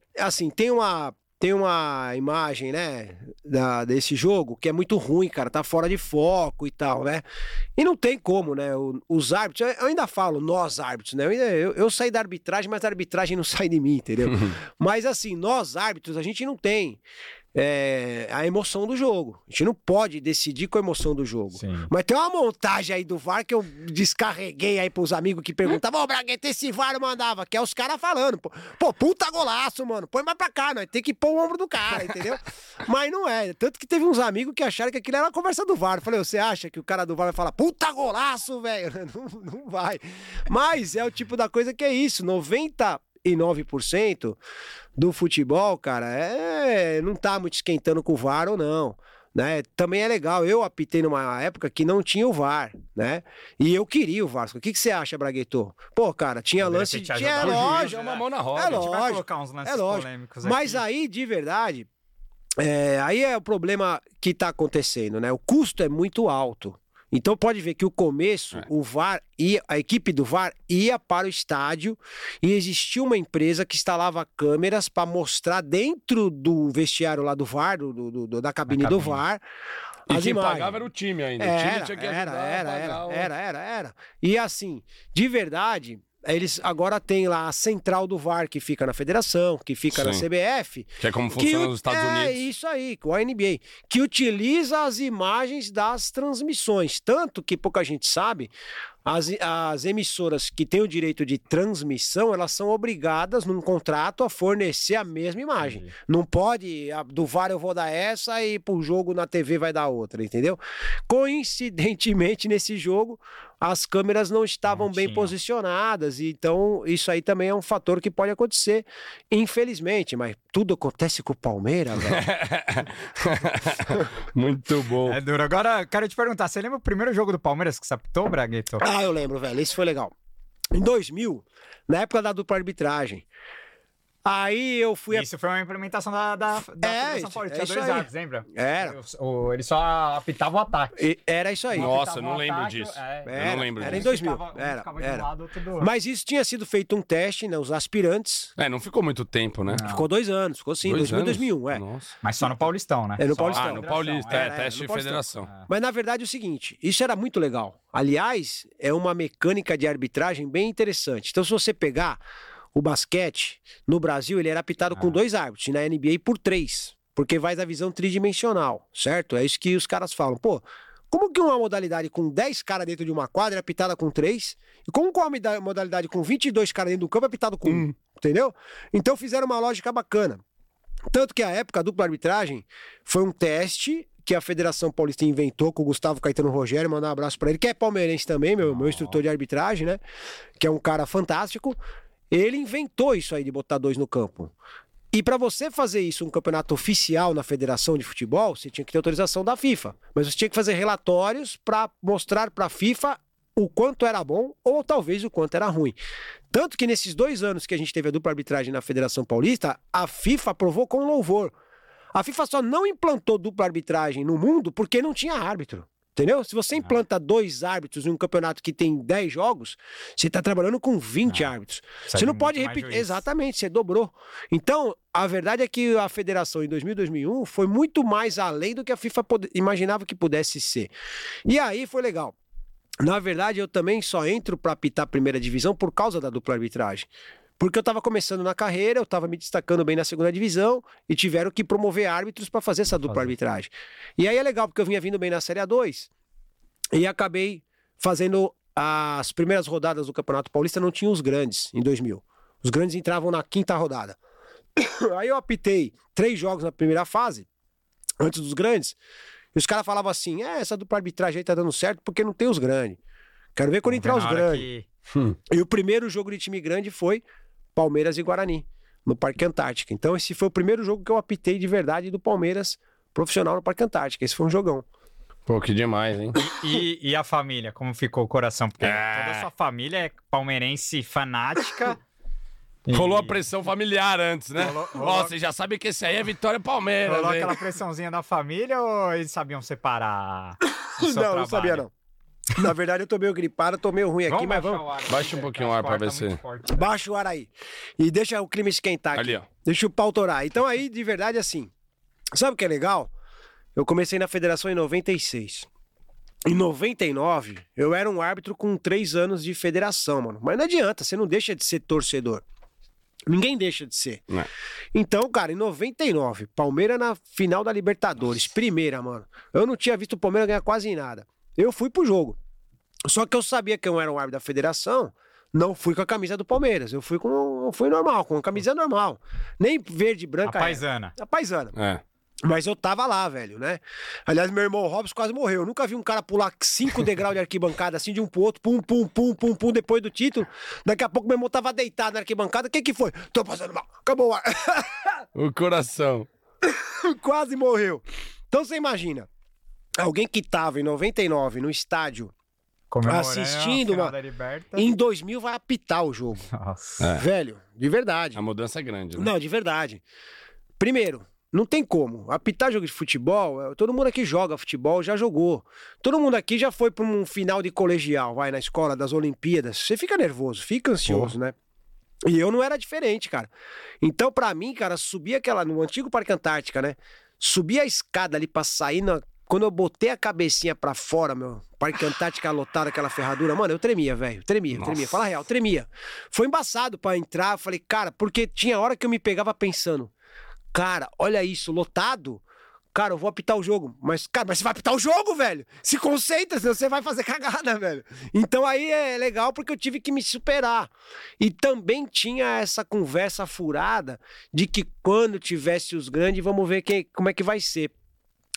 S3: tem uma imagem, né, desse jogo que é muito ruim, cara, tá fora de foco e tal, né? E não tem como, né? Os árbitros, eu ainda falo nós árbitros, né? Eu saí da arbitragem, mas a arbitragem não sai de mim, entendeu? Mas assim, nós árbitros, a gente não tem a emoção do jogo. A gente não pode decidir com a emoção do jogo.
S1: Sim.
S3: Mas tem uma montagem aí do VAR que eu descarreguei aí pros amigos que perguntavam, Bragueta, esse VAR eu mandava, que é os caras falando, pô, puta golaço, mano, põe mais pra cá, nós tem que pôr o ombro do cara, entendeu? Mas não é, tanto que teve uns amigos que acharam que aquilo era uma conversa do VAR. Eu falei, você acha que o cara do VAR vai falar, puta golaço, velho? Não vai. Mas é o tipo da coisa que é isso, 99% do futebol, cara, não tá muito esquentando com o VAR ou não, né? Também é legal, eu apitei numa época que não tinha o VAR, né? E eu queria o VAR. O que você acha, Bragueto? Pô, cara, tinha lance... É lógico,
S2: uma mão na roda.
S3: É lógico,
S1: a gente vai colocar uns lances polêmicos aqui.
S3: Mas aí, de verdade, aí é o problema que tá acontecendo, né? O custo é muito alto. Então pode ver que o começo, o VAR a equipe do VAR ia para o estádio e existia uma empresa que instalava câmeras para mostrar dentro do vestiário lá do VAR, da cabine do VAR.
S2: E quem pagava era o time ainda. O time tinha que ajudar
S3: Era. E assim, de verdade... Eles agora têm lá a central do VAR, que fica na federação, que fica na CBF.
S2: Que é como funciona nos Estados Unidos.
S3: É isso aí, com a NBA. Que utiliza as imagens das transmissões. Tanto que pouca gente sabe, as emissoras que têm o direito de transmissão, elas são obrigadas, num contrato, a fornecer a mesma imagem. Uhum. Não pode, do VAR eu vou dar essa e pro jogo na TV vai dar outra, entendeu? Coincidentemente, nesse jogo, as câmeras não estavam bem posicionadas, então isso aí também é um fator que pode acontecer, infelizmente, mas tudo acontece com o Palmeiras, velho.
S2: Muito bom.
S1: É duro. Agora, quero te perguntar, você lembra o primeiro jogo do Palmeiras que você apitou, Bragueto?
S3: Ah, eu lembro, velho, isso foi legal. Em 2000, na época da dupla arbitragem, aí eu fui...
S1: Isso foi uma implementação da Federação Paulista. Tinha 2 árbitros, lembra?
S3: Era.
S1: Ele só apitava o ataque.
S3: Era isso aí.
S2: Nossa, eu não lembro disso. Eu não lembro
S3: Era em
S2: disso.
S3: 2000. Era. Mas isso tinha sido feito um teste, né? Os aspirantes.
S2: Não ficou muito tempo, né?
S3: Ficou 2 anos. Ficou sim, 2000 e 2001.
S1: Nossa. Mas só no Paulistão, né?
S3: No Paulistão.
S2: No Paulista, teste de federação.
S3: Mas na verdade é o seguinte, isso era muito legal. Aliás, é uma mecânica de arbitragem bem interessante. Então se você pegar... O basquete, no Brasil, ele era apitado com 2 árbitros, e na NBA por 3, porque vai da visão tridimensional, certo? É isso que os caras falam. Pô, como que uma modalidade com 10 caras dentro de uma quadra é apitada com 3? E como que uma modalidade com 22 caras dentro do campo é apitada com 1? Entendeu? Então fizeram uma lógica bacana. Tanto que a época, a dupla arbitragem foi um teste que a Federação Paulista inventou com o Gustavo Caetano Rogério, mandar um abraço pra ele, que é palmeirense também, meu instrutor de arbitragem, né? Que é um cara fantástico. Ele inventou isso aí de botar 2 no campo. E para você fazer isso, um campeonato oficial na Federação de Futebol, você tinha que ter autorização da FIFA. Mas você tinha que fazer relatórios para mostrar para a FIFA o quanto era bom ou talvez o quanto era ruim. Tanto que nesses 2 anos que a gente teve a dupla arbitragem na Federação Paulista, a FIFA aprovou com louvor. A FIFA só não implantou dupla arbitragem no mundo porque não tinha árbitro. Entendeu? Se você implanta 2 árbitros em um campeonato que tem 10 jogos, você está trabalhando com 20 árbitros. Você não pode repetir. Exatamente, você dobrou. Então, a verdade é que a federação em 2000 e 2001 foi muito mais além do que a FIFA imaginava que pudesse ser. E aí foi legal. Na verdade, eu também só entro para apitar a primeira divisão por causa da dupla arbitragem. Porque eu estava começando na carreira, eu estava me destacando bem na segunda divisão e tiveram que promover árbitros para fazer essa dupla arbitragem. E aí é legal, porque eu vinha vindo bem na Série A2 e acabei fazendo as primeiras rodadas do Campeonato Paulista, não tinha os grandes em 2000. Os grandes entravam na 5ª rodada. Aí eu apitei 3 jogos na primeira fase, antes dos grandes, e os caras falavam assim, essa dupla arbitragem aí tá dando certo porque não tem os grandes. Quero ver quando entrar os grandes. E o primeiro jogo de time grande foi Palmeiras e Guarani, no Parque Antártica. Então esse foi o primeiro jogo que eu apitei de verdade do Palmeiras profissional no Parque Antártica. Esse foi um jogão.
S2: Pô, que demais, hein?
S1: E a família, como ficou o coração? Porque toda a sua família é palmeirense fanática.
S2: Rolou a pressão familiar antes, né? Ó, você já sabe que esse aí é Vitória Palmeiras.
S1: Rolou aquela pressãozinha da família ou eles sabiam separar o seu trabalho?
S3: Não sabia não. Na verdade, eu tô meio gripado, tô meio ruim aqui, mas vamos.
S2: Baixa um pouquinho o ar pra ver se...
S3: Baixa o ar aí. E deixa o clima esquentar aqui.
S2: Ali, ó.
S3: Deixa o pau torar. Então aí, de verdade, assim, sabe o que é legal? Eu comecei na federação em 96. Em 99, eu era um árbitro com 3 anos de federação, mano. Mas não adianta, você não deixa de ser torcedor. Ninguém deixa de ser.
S2: Não.
S3: Então, cara, em 99, Palmeiras na final da Libertadores, primeira, mano. Eu não tinha visto o Palmeiras ganhar quase nada. Eu fui pro jogo. Só que eu sabia que eu era um árbitro da federação, não fui com a camisa do Palmeiras. Eu fui normal, com a camisa normal. Nem verde e branca.
S1: A paisana.
S3: A paisana.
S2: É.
S3: Mas eu tava lá, velho, né? Aliás, meu irmão Robson quase morreu. Eu nunca vi um cara pular 5 degraus de arquibancada assim de um pro outro, pum, pum, pum, pum, pum, depois do título. Daqui a pouco meu irmão tava deitado na arquibancada. O que foi? Tô passando mal. Acabou o ar.
S2: O coração.
S3: Quase morreu. Então você imagina, alguém que tava em 99 no estádio assistindo, em 2000 vai apitar o jogo.
S1: Nossa.
S3: Velho, de verdade.
S2: A mudança é grande, né?
S3: Não, de verdade. Primeiro, não tem como. Apitar jogo de futebol, todo mundo aqui joga futebol, já jogou. Todo mundo aqui já foi para um final de colegial, vai na escola das Olimpíadas. Você fica nervoso, fica ansioso, né? E eu não era diferente, cara. Então, pra mim, cara, subir no antigo Parque Antártica, né? Subir a escada ali pra sair Quando eu botei a cabecinha pra fora, meu, Parque Antártica lotado, aquela ferradura, mano, eu tremia, velho. Tremia. Fala a real, tremia. Foi embaçado pra entrar, eu falei, cara, porque tinha hora que eu me pegava pensando, cara, olha isso, lotado. Cara, eu vou apitar o jogo. Mas, cara, você vai apitar o jogo, velho. Se concentra, senão você vai fazer cagada, velho. Então aí é legal porque eu tive que me superar. E também tinha essa conversa furada de que quando tivesse os grandes, vamos ver como é que vai ser.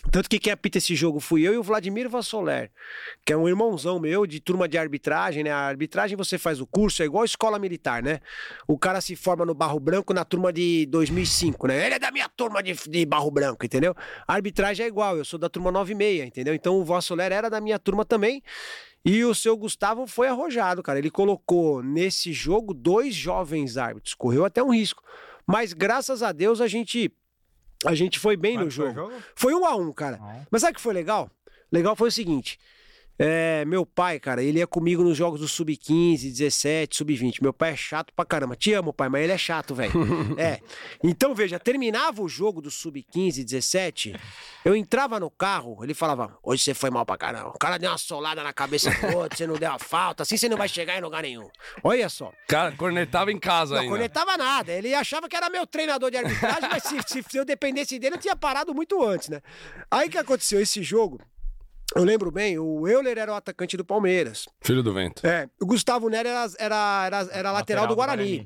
S3: Tanto que quem apita esse jogo fui eu e o Vladimir Vassoler, que é um irmãozão meu de turma de arbitragem, né? A arbitragem você faz o curso, é igual escola militar, né? O cara se forma no Barro Branco na turma de 2005, né? Ele é da minha turma de Barro Branco, entendeu? A arbitragem é igual, eu sou da turma 96, entendeu? Então o Vassoler era da minha turma também. E o seu Gustavo foi arrojado, cara. Ele colocou nesse jogo 2 jovens árbitros, correu até um risco. Mas graças a Deus a gente foi bem no jogo. Foi 1-1, cara. Mas sabe o que foi legal? Legal foi o seguinte. Meu pai, cara, ele ia comigo nos jogos do Sub-15, 17, Sub-20. Meu pai é chato pra caramba. Te amo, pai, mas ele é chato, velho. Então, veja, terminava o jogo do Sub-15, 17, eu entrava no carro, ele falava, hoje você foi mal pra caramba. O cara deu uma solada na cabeça do outro, você não deu a falta, assim você não vai chegar em lugar nenhum. Olha só.
S2: Cara, cornetava em casa ainda.
S3: Não cornetava nada. Ele achava que era meu treinador de arbitragem, mas se eu dependesse dele, eu tinha parado muito antes, né? Aí o que aconteceu? Esse jogo... Eu lembro bem, o Euler era o atacante do Palmeiras.
S2: Filho do vento.
S3: O Gustavo Nery era lateral do Guarani.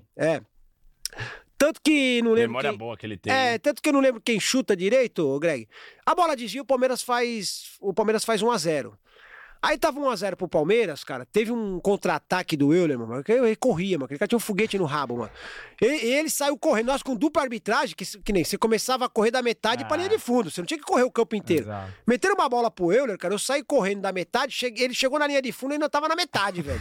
S3: Tanto que não lembro.
S2: Memória boa que ele tem.
S3: Tanto que eu não lembro quem chuta direito, Greg. A bola desvia, o Palmeiras faz 1-0. Aí tava 1-0 pro Palmeiras, cara. Teve um contra-ataque do Euler, mano. Ele corria, mano. Aquele cara tinha um foguete no rabo, mano. E ele saiu correndo. Nós com dupla arbitragem, que nem você começava a correr da metade pra linha de fundo. Você não tinha que correr o campo inteiro. Exato. Meteram uma bola pro Euler, cara. Eu saí correndo da metade. Ele chegou na linha de fundo e ainda tava na metade, velho.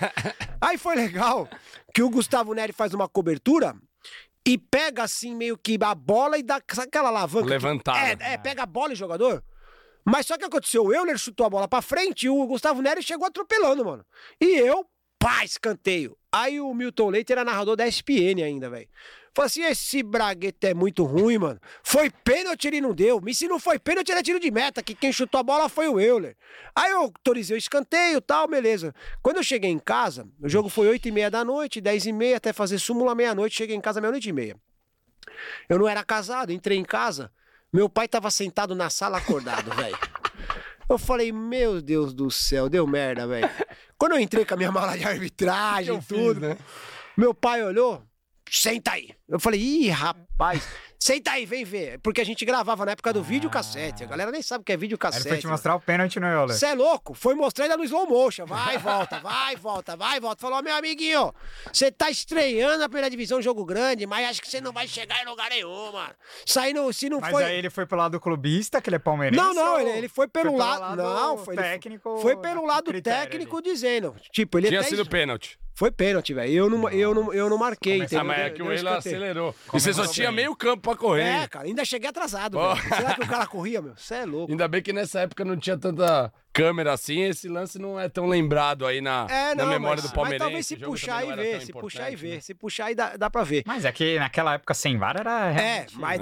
S3: Aí foi legal que o Gustavo Nery faz uma cobertura. E pega assim meio que a bola e dá. Sabe aquela alavanca?
S2: Levantada.
S3: Pega a bola e o jogador. Mas só que aconteceu, o Euler chutou a bola pra frente e o Gustavo Nery chegou atropelando, mano. E eu, escanteio. Aí o Milton Leite era narrador da ESPN ainda, velho. Falei assim, esse bragueta é muito ruim, mano. Foi pênalti, ele não deu. E se não foi pênalti, era tiro de meta, que quem chutou a bola foi o Euler. Aí eu autorizei o escanteio e tal, beleza. Quando eu cheguei em casa, o jogo foi 8h30 da noite, 10h30, até fazer súmula meia-noite, cheguei em casa meia-noite e meia. Eu não era casado, entrei em casa... Meu pai tava sentado na sala acordado, velho. Eu falei, meu Deus do céu, deu merda, velho. Quando eu entrei com a minha mala de arbitragem e tudo, né? Meu pai olhou, senta aí. Eu falei, ih, rapaz, senta aí, vem ver. Porque a gente gravava na época do videocassete. A galera nem sabe o que é videocassete.
S1: Ele foi te mostrar o pênalti no Euler.
S3: Você é louco? Foi mostrar ainda no slow motion. Vai, volta, vai, volta, vai, volta. Falou, meu amiguinho, você tá estreando a primeira divisão, jogo grande, mas acho que você não vai chegar em lugar nenhum, mano. Se não
S1: mas
S3: foi...
S1: aí ele foi pelo lado clubista, que ele é palmeirense?
S3: Não, ele foi pelo lado... Não,
S1: foi técnico.
S3: Foi pelo lado técnico ali. Dizendo. Tipo, ele
S2: tinha sido pênalti.
S3: Foi pênalti, velho. Eu não marquei, entendeu?
S2: Mas é que o Euler acelerou. E você só tinha meio campo pra correr.
S3: Cara, ainda cheguei atrasado, velho. Será que o cara corria, meu? Você é louco.
S2: Ainda bem que nessa época não tinha tanta câmera assim, esse lance não é tão lembrado aí na memória do palmeirense.
S3: Mas talvez se puxar e ver, se puxar e dá pra ver.
S1: Mas é que naquela época sem VAR era...
S3: mas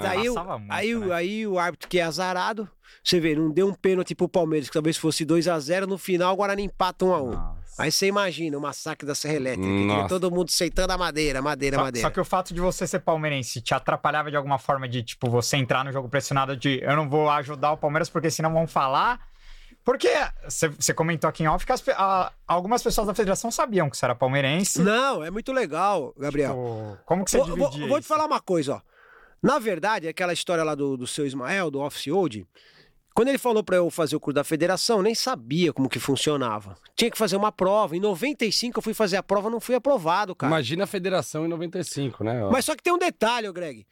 S3: aí o árbitro que é azarado, você vê, não deu um pênalti pro Palmeiras, que talvez fosse 2-0, no final o Guarani empata 1-1. Aí você imagina o massacre da Serra Elétrica, todo mundo sentando a madeira.
S1: Só que o fato de você ser palmeirense te atrapalhava de alguma forma de, tipo, você entrar no jogo pressionado de eu não vou ajudar o Palmeiras porque senão vão falar... Porque você comentou aqui em off que algumas pessoas da federação sabiam que você era palmeirense.
S3: Não, é muito legal, Gabriel.
S1: Tipo, como que você dividia
S3: vou te falar uma coisa, ó. Na verdade, aquela história lá do seu Ismael, do Office Old, quando ele falou pra eu fazer o curso da federação, eu nem sabia como que funcionava. Tinha que fazer uma prova. Em 95 eu fui fazer a prova, não fui aprovado, cara.
S2: Imagina a federação em 95, né?
S3: Mas só que tem um detalhe, Greg.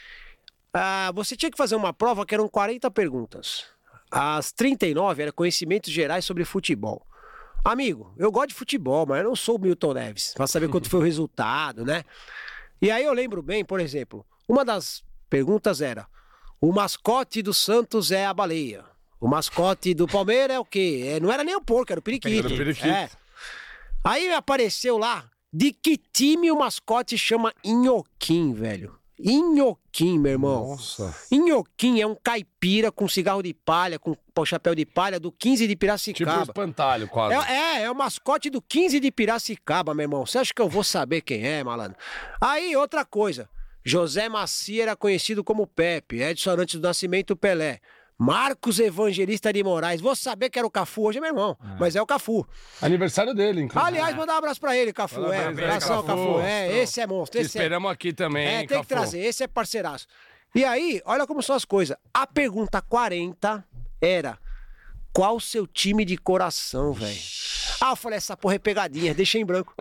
S3: Você tinha que fazer uma prova que eram 40 perguntas. As 39 eram conhecimentos gerais sobre futebol. Amigo, eu gosto de futebol, mas eu não sou o Milton Neves, pra saber quanto foi o resultado, né? E aí eu lembro bem, por exemplo, uma das perguntas era: o mascote do Santos é a baleia. O mascote do Palmeiras é o quê? Não era nem o porco, era o periquito. Aí apareceu lá, de que time o mascote chama Inhoquim, velho? Inhoquim, meu irmão.
S2: Nossa.
S3: Inhoquim é um caipira com cigarro de palha, com chapéu de palha do 15 de Piracicaba.
S2: Tipo espantalho, quase.
S3: É o mascote do 15 de Piracicaba, meu irmão. Você acha que eu vou saber quem é, malandro? Aí, outra coisa. José Macia era conhecido como Pepe, Edson antes do Nascimento, Pelé. Marcos Evangelista de Moraes. Vou saber que era o Cafu hoje, meu irmão. Mas é o Cafu.
S2: Aniversário dele, inclusive.
S3: Aliás, mandar um abraço pra ele, Cafu. Abração ao Cafu. Esse é monstro.
S2: Esperamos aqui também,
S3: tem Cafu. Que trazer. Esse é parceiraço. E aí, olha como são as coisas. A pergunta 40 era: qual o seu time de coração, velho? Eu falei, essa porra é pegadinha, deixei em branco.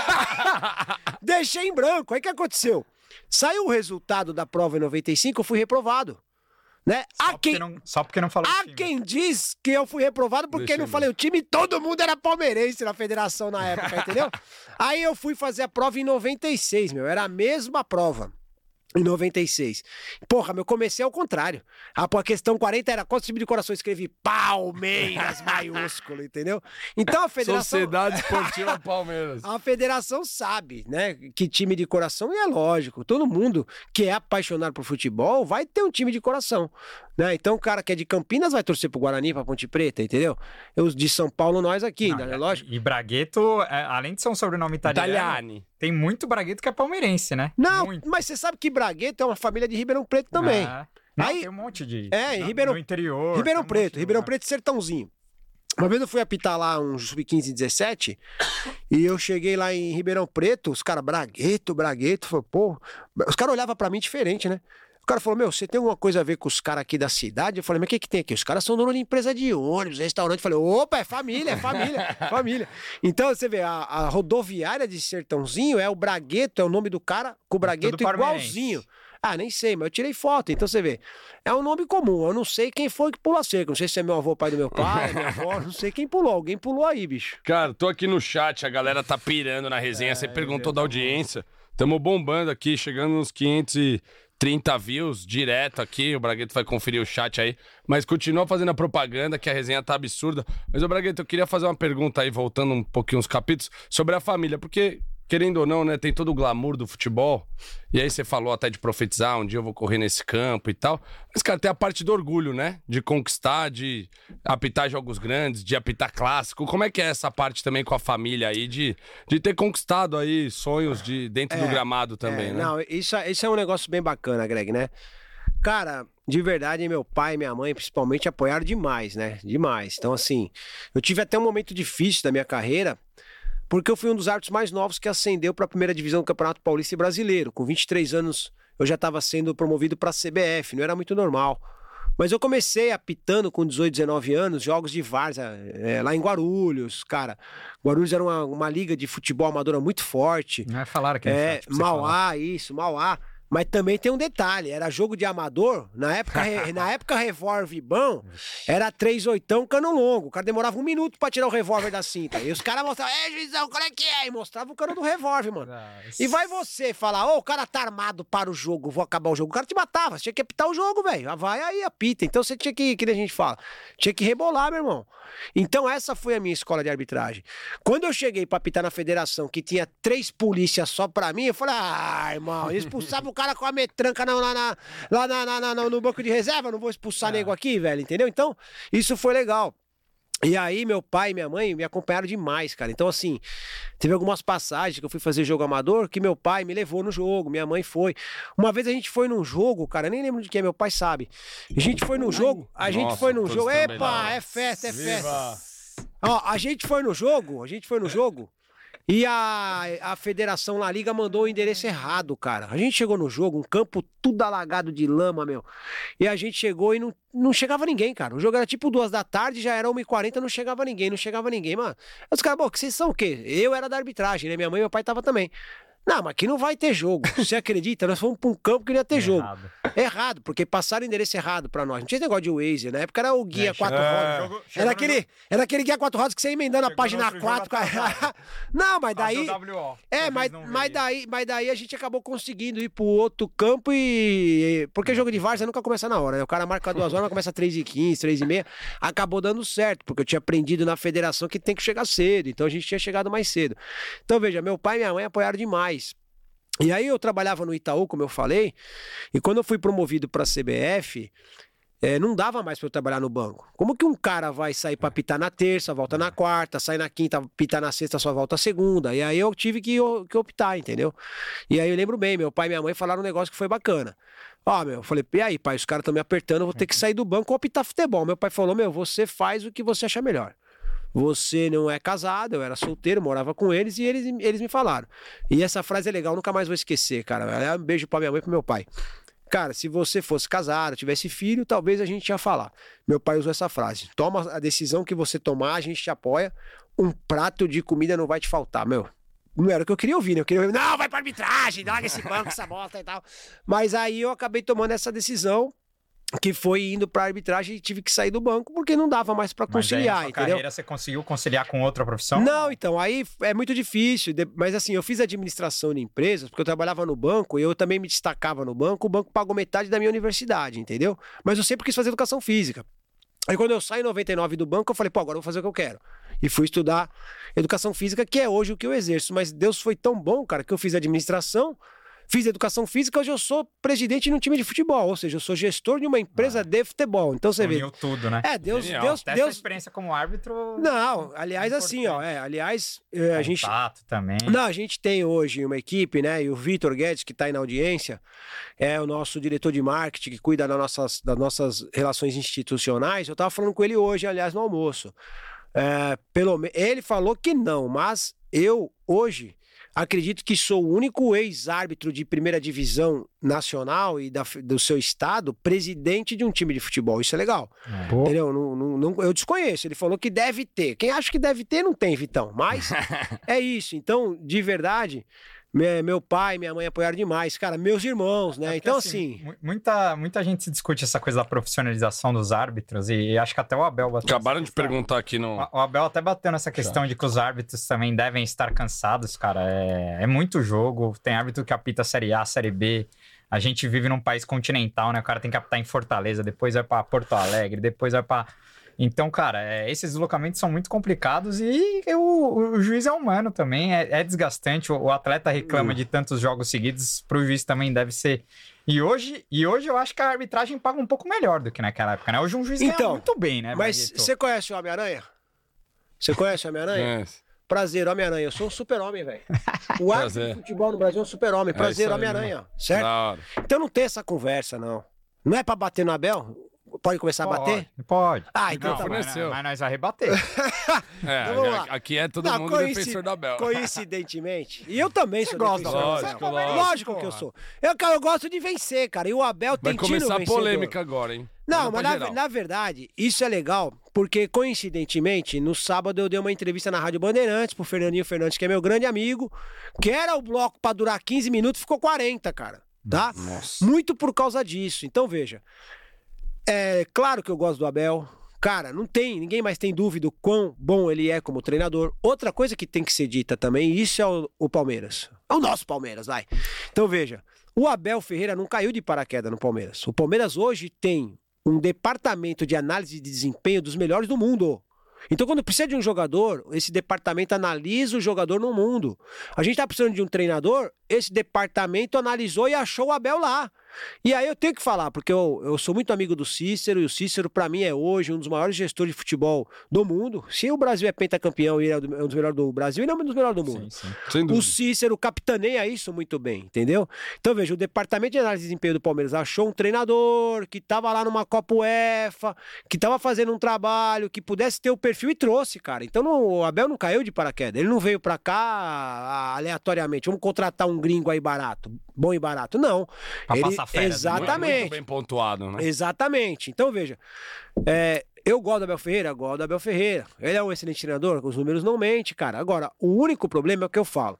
S3: Deixei em branco. Aí o que aconteceu? Saiu o resultado da prova em 95, eu fui reprovado. Né?
S1: Só porque não falou o time.
S3: Há quem diz que eu fui reprovado porque não falei o time, todo mundo era palmeirense na federação na época, entendeu? Aí eu fui fazer a prova em 96, era a mesma prova. Em 96. Porra, comecei ao contrário. A questão 40 era qual time de coração? Eu escrevi Palmeiras, maiúsculo, entendeu? Então a federação...
S2: Sociedade Esportiva Palmeiras.
S3: A federação sabe, né, que time de coração, e é lógico, todo mundo que é apaixonado por futebol vai ter um time de coração, né? Então o cara que é de Campinas vai torcer pro Guarani, pra Ponte Preta, entendeu? Os de São Paulo, nós aqui,
S1: não,
S3: né? Lógico.
S1: E Bragueto, além de ser um sobrenome italiano, tem muito Bragueto que é palmeirense, né?
S3: Não,
S1: muito.
S3: Mas você sabe que Bragueto é uma família de Ribeirão Preto também.
S1: Não, tem um monte de...
S3: em Ribeirão,
S1: no interior.
S3: Ribeirão Preto, Ribeirão Preto e Sertãozinho. Uma vez eu fui apitar lá um Sub-15 e 17 e eu cheguei lá em Ribeirão Preto, os caras, Bragueto, falei, pô... Os caras olhavam pra mim diferente, né? O cara falou, você tem alguma coisa a ver com os caras aqui da cidade? Eu falei, mas o que tem aqui? Os caras são donos de empresa de ônibus, restaurante. Eu falei, opa, é família, família. Então, você vê, a rodoviária de Sertãozinho é o Bragueto, é o nome do cara, com o Bragueto igualzinho. Nem sei, mas eu tirei foto. Então, você vê, é um nome comum. Eu não sei quem foi que pulou a cerca. Não sei se é meu avô, pai do meu pai, minha avó. Não sei quem pulou. Alguém pulou aí, bicho.
S2: Cara, tô aqui no chat, a galera tá pirando na resenha. Você perguntou da audiência. Tamo bombando aqui, chegando nos 530 views direto aqui. O Bragueto vai conferir o chat aí. Mas continua fazendo a propaganda, que a resenha tá absurda. Mas, Bragueto, eu queria fazer uma pergunta aí, voltando um pouquinho uns capítulos, sobre a família. Porque, querendo ou não, né, tem todo o glamour do futebol. E aí você falou até de profetizar, um dia eu vou correr nesse campo e tal. Mas, cara, tem a parte do orgulho, né? De conquistar, de apitar jogos grandes, de apitar clássico. Como é que é essa parte também com a família aí, de ter conquistado aí sonhos dentro do gramado também, né?
S3: Não, isso é um negócio bem bacana, Greg, né? Cara, de verdade, meu pai e minha mãe, principalmente, apoiaram demais, né? Demais. Então, assim, eu tive até um momento difícil da minha carreira, porque eu fui um dos árbitros mais novos que ascendeu para a primeira divisão do Campeonato Paulista e Brasileiro. Com 23 anos, eu já estava sendo promovido para a CBF, não era muito normal. Mas eu comecei apitando com 18, 19 anos, jogos de várzea, lá em Guarulhos, cara. Guarulhos era uma liga de futebol amadora muito forte.
S1: Não é falaram que
S3: Mauá, Mauá. Mas também tem um detalhe, era jogo de amador, na época revólver bom, era 3/8 cano longo, o cara demorava 1 minuto pra tirar o revólver da cinta, e os caras mostravam, juizão, qual é que é? E mostrava o cano do revólver, mano. E vai você falar, o cara tá armado para o jogo, vou acabar o jogo, o cara te matava, você tinha que apitar o jogo, velho, vai aí, apita, então você tinha que a gente fala, tinha que rebolar, meu irmão. Então essa foi a minha escola de arbitragem. Quando eu cheguei pra apitar na federação, que tinha 3 polícias só pra mim, eu falei, irmão, eles expulsavam o cara com a metranca lá no banco de reserva, não vou expulsar nego aqui, velho, entendeu? Então, isso foi legal. E aí, meu pai e minha mãe me acompanharam demais, cara. Então, assim, teve algumas passagens que eu fui fazer jogo amador que meu pai me levou no jogo, minha mãe foi. Uma vez a gente foi num jogo, cara, nem lembro de que é, meu pai sabe. A gente foi num jogo, epa, é festa. Ó, a gente foi no jogo e a Federação La Liga mandou o endereço errado, cara. A gente chegou no jogo, um campo tudo alagado de lama, meu. E a gente chegou e não chegava ninguém, cara. O jogo era tipo 2 da tarde, já era 1h40, não chegava ninguém, mano. Os caras, que vocês são o quê? Eu era da arbitragem, né? Minha mãe e meu pai tava também. Não, mas aqui não vai ter jogo. Você acredita? Nós fomos pra um campo que não ia ter jogo. Errado, porque passaram o endereço errado pra nós. Não tinha esse negócio de Waze, na época era o guia 4 rodas. Era aquele guia 4 rodas que você ia emendando a página 4. Não, mas daí... Mas daí a gente acabou conseguindo ir pro outro campo porque jogo de várzea nunca começa na hora, né? O cara marca 2 horas, mas começa 3h15, 3h30. Acabou dando certo, porque eu tinha aprendido na federação que tem que chegar cedo. Então a gente tinha chegado mais cedo. Então veja, meu pai e minha mãe apoiaram demais. E aí eu trabalhava no Itaú, como eu falei, e quando eu fui promovido para a CBF, não dava mais para eu trabalhar no banco. Como que um cara vai sair para apitar na terça, volta na quarta, sai na quinta, apitar na sexta, só volta a segunda? E aí eu tive que optar, entendeu? E aí eu lembro bem, meu pai e minha mãe falaram um negócio que foi bacana. Eu falei, e aí, pai, os caras estão me apertando, eu vou ter que sair do banco ou apitar futebol. Meu pai falou, você faz o que você achar melhor. Você não é casado, eu era solteiro, morava com eles e eles me falaram. E essa frase é legal, nunca mais vou esquecer, cara. Um beijo pra minha mãe e pro meu pai. cara, se você fosse casado, tivesse filho, talvez a gente ia falar. Meu pai usou essa frase: toma a decisão que você tomar, a gente te apoia, um prato de comida não vai te faltar, meu. Não era o que eu queria ouvir, né? Eu queria ouvir, não, vai pra arbitragem, larga esse banco, essa bosta e tal. Mas aí eu acabei tomando essa decisão, que foi indo pra arbitragem e tive que sair do banco, porque não dava mais pra conciliar,
S1: mas aí,
S3: entendeu?
S1: Carreira você conseguiu conciliar com outra profissão?
S3: Não, então, aí é muito difícil, mas assim, eu fiz administração de empresas, porque eu trabalhava no banco e eu também me destacava no banco, o banco pagou metade da minha universidade, entendeu? Mas eu sempre quis fazer educação física. Aí quando eu saí em 99 do banco, eu falei, pô, agora eu vou fazer o que eu quero. E fui estudar educação física, que é hoje o que eu exerço. Mas Deus foi tão bom, cara, que eu fiz administração, fiz educação física, hoje eu sou presidente de um time de futebol. Ou seja, eu sou gestor de uma empresa de futebol. Então você vê.
S1: Uniu tudo, né?
S3: Deus.
S1: Até essa experiência como árbitro.
S3: Não, aliás, assim, ó. A gente.
S1: Também.
S3: Não, a gente tem hoje uma equipe, né? E o Vitor Guedes, que tá aí na audiência, é o nosso diretor de marketing, que cuida das nossas relações institucionais. Eu tava falando com ele hoje, aliás, no almoço. Ele falou que não, mas eu, hoje, acredito que sou o único ex-árbitro de primeira divisão nacional e do seu estado, presidente de um time de futebol. Isso é legal. Entendeu? Não, eu desconheço. Ele falou que deve ter. Quem acha que deve ter, não tem, Vitão. Mas é isso. Então, de verdade, meu pai e minha mãe apoiaram demais. Cara, meus irmãos, né? Então, assim...
S1: Muita gente se discute essa coisa da profissionalização dos árbitros e acho que até o Abel bateu.
S2: Acabaram de perguntar aqui no...
S1: O Abel até bateu nessa questão de que os árbitros também devem estar cansados, cara. É muito jogo. Tem árbitro que apita Série A, Série B. A gente vive num país continental, né? O cara tem que apitar em Fortaleza, depois vai pra Porto Alegre, depois vai pra... Então, cara, esses deslocamentos são muito complicados e o juiz é humano também, é desgastante. O atleta reclama de tantos jogos seguidos, pro juiz também deve ser. E hoje eu acho que a arbitragem paga um pouco melhor do que naquela época, né? Hoje um juiz ganha muito bem, né?
S3: Mas você conhece o Homem-Aranha? Você conhece o Homem-Aranha? Prazer, Homem-Aranha. Eu sou um super-homem, velho. O árbitro de futebol no Brasil é um super-homem. Prazer, Homem-Aranha. Certo? Claro. Então não tem essa conversa, não. Não é pra bater no Abel? Pode começar a bater?
S1: Pode.
S3: Então tá bom.
S1: Mas nós vai rebater.
S3: Então,
S2: aqui é todo mundo defensor da Abel.
S3: Coincidentemente. E eu também sou defensor da Abel. Lógico que eu sou. Eu gosto de vencer, cara. E o Abel tem tiro vencedor. Vai começar a
S2: polêmica agora, hein?
S3: Não, mas na verdade, isso é legal, porque coincidentemente, no sábado eu dei uma entrevista na Rádio Bandeirantes pro Fernandinho Fernandes, que é meu grande amigo, que era o bloco pra durar 15 minutos, ficou 40, cara. Tá?
S2: Nossa.
S3: Muito por causa disso. Então, veja. É claro que eu gosto do Abel. Cara, ninguém mais tem dúvida o quão bom ele é como treinador. Outra coisa que tem que ser dita também, isso é o Palmeiras. É o nosso Palmeiras, vai. Então veja, o Abel Ferreira não caiu de paraquedas no Palmeiras. O Palmeiras hoje tem um departamento de análise de desempenho dos melhores do mundo. Então, quando precisa de um jogador, esse departamento analisa o jogador no mundo. A gente tá precisando de um treinador, esse departamento analisou e achou o Abel lá. E aí eu tenho que falar, porque eu sou muito amigo do Cícero, e o Cícero, pra mim, é hoje um dos maiores gestores de futebol do mundo. Se o Brasil é pentacampeão e ele é um dos melhores do Brasil, ele é um dos melhores do mundo.
S2: Sim.
S3: O Cícero capitaneia isso muito bem, entendeu? Então, veja, o departamento de análise de desempenho do Palmeiras achou um treinador que tava lá numa Copa UEFA, que tava fazendo um trabalho, que pudesse ter o perfil e trouxe, cara. Então, o Abel não caiu de paraquedas. Ele não veio pra cá aleatoriamente. Vamos contratar um gringo aí barato, bom e barato. Não.
S1: Férias,
S3: exatamente.
S2: Muito bem pontuado, né?
S3: Exatamente. Então, veja, eu gosto do Abel Ferreira, Ele é um excelente treinador, os números não mentem, cara. Agora, o único problema é o que eu falo.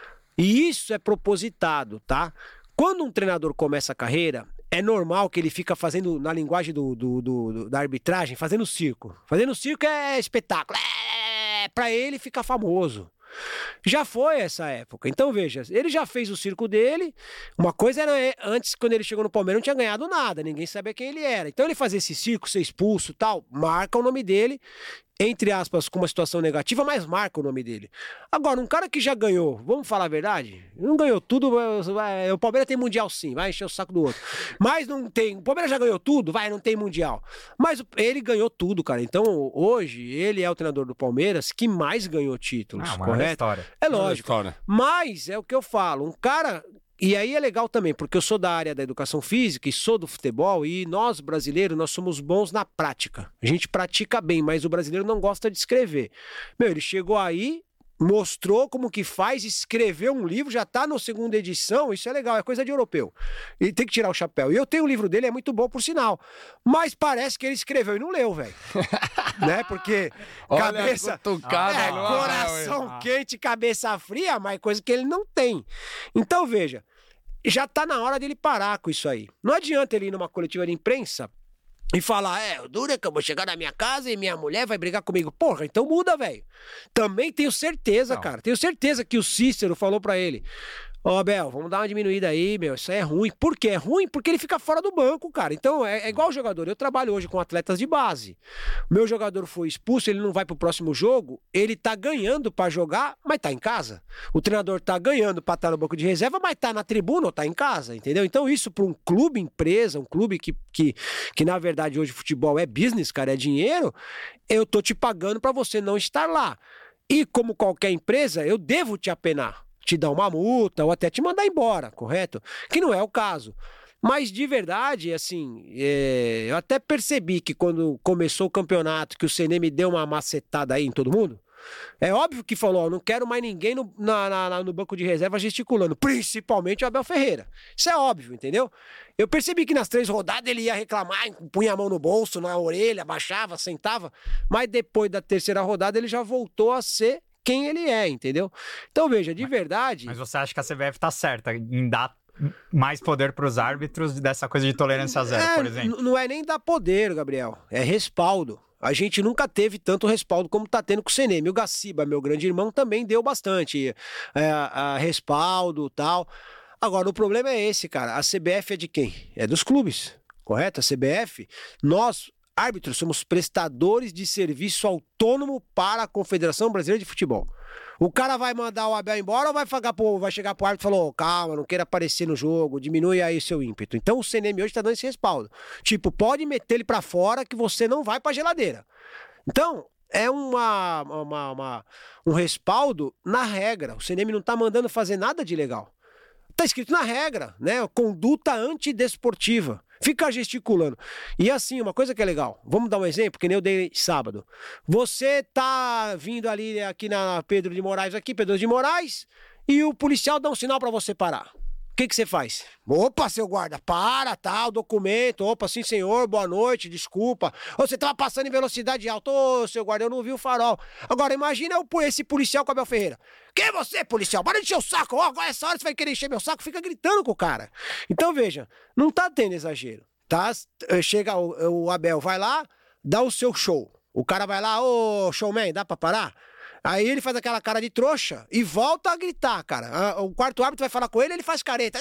S3: E isso é propositado, tá? Quando um treinador começa a carreira, é normal que ele fica fazendo, na linguagem da arbitragem, fazendo circo. Fazendo circo é espetáculo. Pra ele ficar famoso. Já foi essa época. Então, veja, ele já fez o circo dele. Uma coisa era antes, quando ele chegou no Palmeiras, não tinha ganhado nada, ninguém sabia quem ele era. Então, ele fazia esse circo, ser expulso, tal, marca o nome dele, entre aspas, com uma situação negativa, mas marca o nome dele. Agora, um cara que já ganhou, vamos falar a verdade, não ganhou tudo, o Palmeiras tem Mundial sim, vai encher o saco do outro. Mas não tem, o Palmeiras já ganhou tudo, não tem Mundial. Mas ele ganhou tudo, cara. Então, hoje, ele é o treinador do Palmeiras que mais ganhou títulos, correto?
S1: História.
S3: É lógico. Mas, é o que eu falo, um cara... E aí é legal também, porque eu sou da área da educação física e sou do futebol, e nós, brasileiros, nós somos bons na prática. A gente pratica bem, mas o brasileiro não gosta de escrever. Ele chegou aí, mostrou como que faz, escreveu um livro, já tá na segunda edição, isso é legal, é coisa de europeu. Ele tem que tirar o chapéu. E eu tenho o livro dele, é muito bom por sinal. Mas parece que ele escreveu e não leu, velho. Né? Porque cabeça... coração quente, cabeça fria, mas coisa que ele não tem. Então, veja, já tá na hora dele parar com isso aí. Não adianta ele ir numa coletiva de imprensa e falar, o duro é que eu vou chegar na minha casa e minha mulher vai brigar comigo. Porra, então muda, velho. Também tenho certeza, cara. Tenho certeza que o Cícero falou pra ele, Abel, vamos dar uma diminuída aí, meu, isso aí é ruim. Por quê? É ruim porque ele fica fora do banco, cara. Então, é igual o jogador. Eu trabalho hoje com atletas de base. O meu jogador foi expulso, ele não vai pro próximo jogo, ele tá ganhando pra jogar, mas tá em casa. O treinador tá ganhando pra estar no banco de reserva, mas tá na tribuna ou tá em casa, entendeu? Então, isso pra um clube empresa, um clube que na verdade hoje futebol é business, cara, é dinheiro, eu tô te pagando pra você não estar lá. E como qualquer empresa, eu devo te apenar. Te dar uma multa ou até te mandar embora, correto? Que não é o caso. Mas de verdade, assim, eu até percebi que quando começou o campeonato, que o CNM deu uma macetada aí em todo mundo, é óbvio que falou, não quero mais ninguém no banco de reserva gesticulando, principalmente o Abel Ferreira. Isso é óbvio, entendeu? Eu percebi que nas 3 rodadas ele ia reclamar, punha a mão no bolso, na orelha, baixava, sentava, mas depois da 3ª rodada ele já voltou a ser quem ele é, entendeu? Então, veja, de verdade...
S1: Mas você acha que a CBF tá certa em dar mais poder para os árbitros dessa coisa de tolerância zero, por exemplo?
S3: Não é nem dar poder, Gabriel, é respaldo. A gente nunca teve tanto respaldo como tá tendo com o CNM. O Gaciba, meu grande irmão, também deu bastante respaldo e tal. Agora, o problema é esse, cara. A CBF é de quem? É dos clubes, correto? A CBF, nós... árbitros, somos prestadores de serviço autônomo para a Confederação Brasileira de Futebol. O cara vai mandar o Abel embora ou vai chegar pro árbitro e falar, calma, não queira aparecer no jogo, diminui aí o seu ímpeto. Então o CNM hoje tá dando esse respaldo. Tipo, pode meter ele pra fora que você não vai pra geladeira. Então, é um respaldo na regra. O CNM não tá mandando fazer nada de ilegal. Tá escrito na regra, né? Conduta antidesportiva. Fica gesticulando. E assim, uma coisa que é legal. Vamos dar um exemplo, que nem eu dei sábado. Você tá vindo ali aqui na Pedro de Moraes, e o policial dá um sinal pra você parar. O que você faz? Opa, seu guarda, para, tal, documento. Opa, sim, senhor, boa noite, desculpa. Você tava passando em velocidade alta. Ô, seu guarda, eu não vi o farol. Agora, imagina esse policial com o Abel Ferreira. Quem é você, policial? Para de encher o saco. Ó, agora essa hora você vai querer encher meu saco, fica gritando com o cara. Então, veja, não tá tendo exagero, tá? Chega o Abel, vai lá, dá o seu show. O cara vai lá, ô, showman, dá pra parar? Aí ele faz aquela cara de trouxa e volta a gritar, cara. O quarto árbitro vai falar com ele, ele faz careta.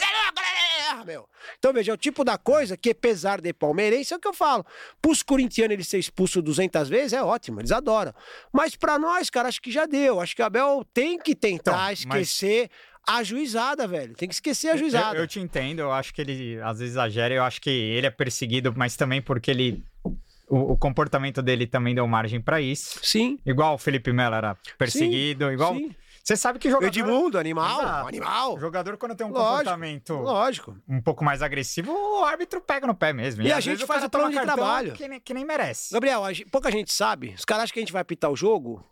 S3: Meu. Então, veja, é o tipo da coisa que, apesar de palmeirense, é o que eu falo. Pros corintianos ele ser expulso 200 vezes é ótimo, eles adoram. Mas pra nós, cara, acho que já deu. Acho que o Abel tem que tentar esquecer a juizada, velho. Tem que esquecer a juizada.
S1: Eu te entendo, eu acho que ele às vezes exagera, eu acho que ele é perseguido, mas também porque ele... O comportamento dele também deu margem pra isso.
S3: Sim.
S1: Igual o Felipe Melo era perseguido, sim, igual... Sim. Você sabe que jogador...
S3: Edmundo, animal.
S1: O jogador, quando tem um comportamento um pouco mais agressivo, o árbitro pega no pé mesmo.
S3: E a gente faz o plano de trabalho.
S1: Que nem merece.
S3: Gabriel, pouca gente sabe. Os caras acham que a gente vai apitar o jogo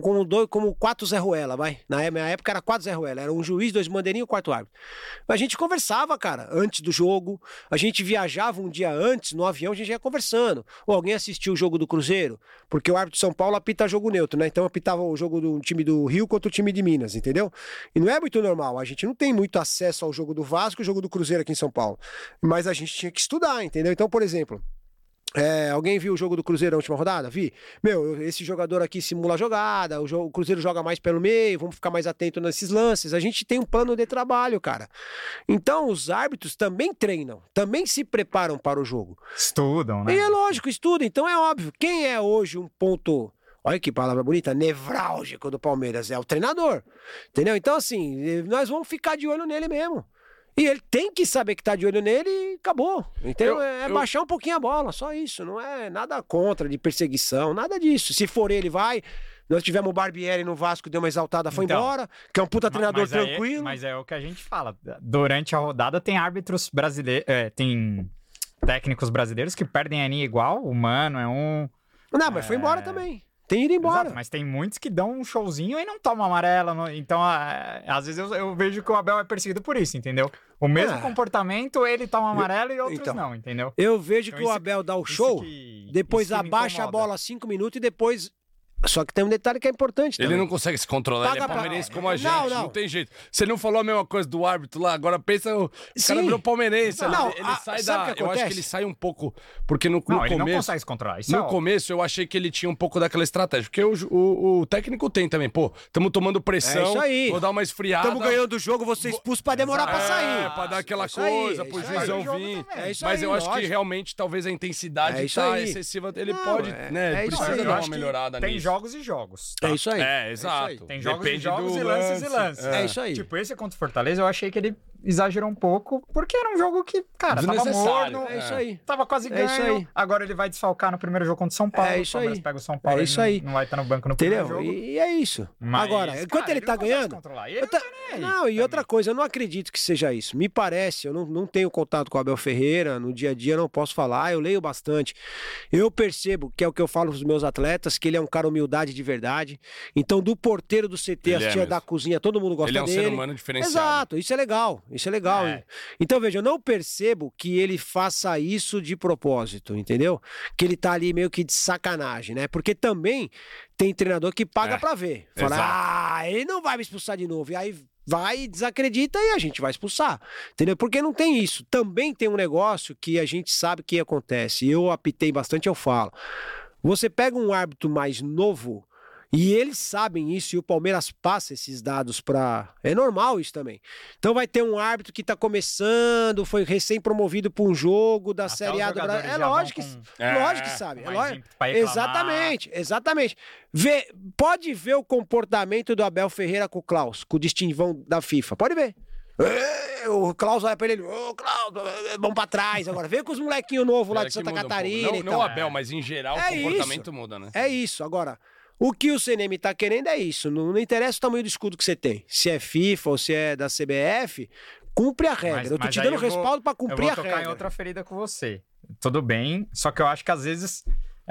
S3: como 4 Zé Ruela, vai. Na minha época era 4 Zé Ruela. Era um juiz, 2 bandeirinhos e 4 árbitros. A gente conversava, cara, antes do jogo. A gente viajava um dia antes, no avião, a gente ia conversando. Ou alguém assistiu o jogo do Cruzeiro, porque o árbitro de São Paulo apita jogo neutro, né? Então apitava o jogo do time do Rio contra o time de Minas, entendeu? E não é muito normal. A gente não tem muito acesso ao jogo do Vasco e o jogo do Cruzeiro aqui em São Paulo. Mas a gente tinha que estudar, entendeu? Então, por exemplo... alguém viu o jogo do Cruzeiro na última rodada? Vi. Meu, esse jogador aqui simula a jogada, o Cruzeiro joga mais pelo meio, vamos ficar mais atento nesses lances. A gente tem um plano de trabalho, cara. Então, os árbitros também treinam, também se preparam para o jogo.
S1: Estudam, né?
S3: E é lógico, estudam. Então, é óbvio. Quem é hoje um ponto... Olha que palavra bonita, nevrálgico do Palmeiras, é o treinador. Entendeu? Então, assim, nós vamos ficar de olho nele mesmo. E ele tem que saber que tá de olho nele e acabou. Então baixar um pouquinho a bola, só isso. Não é nada contra de perseguição, nada disso. Se for ele, vai. Nós tivemos o Barbieri no Vasco, deu uma exaltada, foi embora. Que é um puta treinador tranquilo.
S1: Mas é o que a gente fala. Durante a rodada tem árbitros brasileiros, tem técnicos brasileiros que perdem a linha igual. O Mano é um...
S3: Não, mas foi embora também. Tem ido embora.
S1: Exato, mas tem muitos que dão um showzinho e não tomam amarela. Então, às vezes eu vejo que o Abel é perseguido por isso, entendeu? O mesmo comportamento, ele toma amarelo e outros não, entendeu?
S3: Eu vejo então, que o Abel dá o show, depois abaixa a bola 5 minutos e depois... Só que tem um detalhe que é importante também.
S2: Ele não consegue se controlar, ele é palmeirense como a gente, não tem jeito. Você não falou a mesma coisa do árbitro lá, agora pensa, o cara virou palmeirense. Ele sai da... Eu acho que ele sai um pouco, porque no começo...
S1: ele não consegue se controlar.
S2: No começo eu achei que ele tinha um pouco daquela estratégia, porque o técnico tem também, estamos tomando pressão,
S3: isso aí.
S2: Vou dar uma esfriada.
S3: Estamos ganhando o jogo, vou ser expulso pra demorar pra sair.
S2: Pra dar aquela coisa, pro juizão vir. Mas eu acho que realmente talvez a intensidade tá excessiva, ele pode, né, precisa dar uma melhorada nisso.
S1: Jogos e jogos.
S3: Tá? É isso aí.
S2: Exato.
S1: Tem jogos e jogos e lances e lances.
S3: É isso aí.
S1: Tipo, esse contra o Fortaleza, eu achei que ele exagerou um pouco, porque era um jogo que, cara, tava morno.
S3: É isso aí.
S1: Tava quase ganho. Agora ele vai desfalcar no primeiro jogo contra o São Paulo.
S3: É isso aí.
S1: Pega o São Paulo,
S3: é isso aí.
S1: Não vai estar no banco no primeiro jogo.
S3: E é isso.
S1: Mas,
S3: agora, enquanto ele tá ganhando... E outra coisa, eu não acredito que seja isso. Me parece, eu não tenho contato com o Abel Ferreira, no dia a dia eu não posso falar, eu leio bastante. Eu percebo, que é o que eu falo pros meus atletas, que ele é um cara humildade de verdade. Então, do porteiro do CT, as tias da cozinha, todo mundo gosta dele.
S2: Ele é um ser humano diferenciado.
S3: Exato, isso é legal. Então, veja, eu não percebo que ele faça isso de propósito, entendeu? Que ele tá ali meio que de sacanagem, né? Porque também tem treinador que paga pra ver. Fala, ele não vai me expulsar de novo. E aí vai, desacredita e a gente vai expulsar, entendeu? Porque não tem isso. Também tem um negócio que a gente sabe que acontece. Eu apitei bastante, eu falo. Você pega um árbitro mais novo... E eles sabem isso, e o Palmeiras passa esses dados para... É normal isso também. Então vai ter um árbitro que tá começando, foi recém-promovido para um jogo da Série A do Brasil. É lógico que sabe. Exatamente. Pode ver o comportamento do Abel Ferreira com o Klaus, com o distintivão da FIFA. Pode ver. O Klaus olha pra ele, Klaus, vamos pra trás agora. Vem com os molequinhos novos lá de Santa Catarina.
S2: Não o Abel, mas em geral o comportamento muda, né?
S3: É isso. Agora... O que o CNM tá querendo é isso. Não interessa o tamanho do escudo que você tem. Se é FIFA ou se é da CBF, cumpre a regra. Eu tô te dando respaldo pra cumprir a regra.
S1: Eu vou tocar em outra ferida com você. Tudo bem, só que eu acho que às vezes...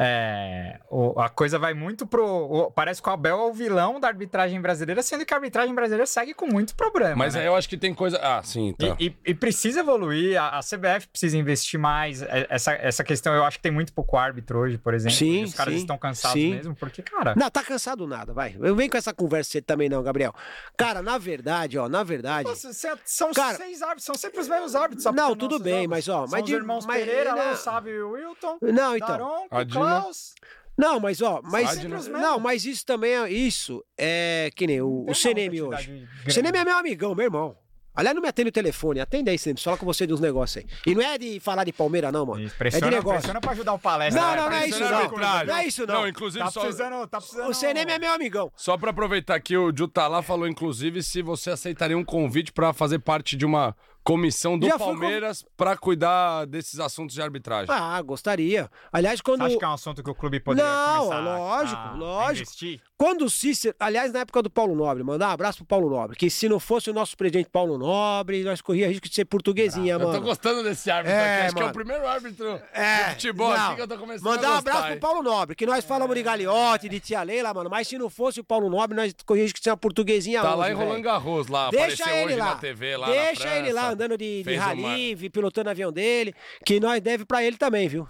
S1: a coisa vai muito parece que o Abel é o vilão da arbitragem brasileira, sendo que a arbitragem brasileira segue com muito problema.
S2: Mas aí eu acho que tem coisa... sim, tá.
S1: E precisa evoluir, a CBF precisa investir mais. Essa questão, eu acho que tem muito pouco árbitro hoje, por exemplo.
S3: Sim,
S1: os caras estão cansados mesmo, porque, cara...
S3: Não, tá cansado nada, vai. Eu venho com essa conversa você também não, Gabriel. Cara, na verdade...
S1: Nossa, são 6 árbitros, são sempre os mesmos árbitros.
S3: Não, tudo bem, mas
S1: são os irmãos Pereira, lá, o Sábio e o Wilton.
S3: Não, então...
S1: Daronco, Klaus...
S3: Não, mas mas isso também é que nem o CNM hoje. O CNM é meu amigão, meu irmão. Aliás, não me atende o telefone, atende aí sempre, fala com você de uns negócios aí. E não é de falar de Palmeiras, não, mano. É de negócio.
S1: Pressiona pra ajudar o palestra.
S3: Não é isso não. Não é isso não.
S2: Não, inclusive
S1: tá precisando...
S3: O CNM é meu amigão.
S2: Só pra aproveitar que o Ju tá lá, falou inclusive se você aceitaria um convite pra fazer parte de uma comissão do Palmeiras pra cuidar desses assuntos de arbitragem.
S3: Gostaria. Aliás, quando...
S1: Você acha que é um assunto que o clube poderia começar
S3: lógico.
S1: investir?
S3: Quando o Cícero... Aliás, na época do Paulo Nobre, mandar um abraço pro Paulo Nobre, que se não fosse o nosso presidente Paulo Nobre, nós corríamos risco de ser portuguesinha, mano.
S2: Eu tô gostando desse árbitro aqui, acho que é o primeiro árbitro de futebol aqui que eu tô começando a gostar.
S3: Mandar um abraço pro Paulo Nobre, que nós falamos de Gagliotti, de Tia Leila, mano, mas se não fosse o Paulo Nobre, nós corríamos risco de ser uma portuguesinha
S2: hoje, lá em Roland Garros, lá,
S3: deixa
S2: apareceu
S3: ele
S2: hoje
S3: lá.
S2: Na TV, lá
S3: Deixa ele lá, andando de rally, pilotando o avião dele, que nós deve pra ele também, viu?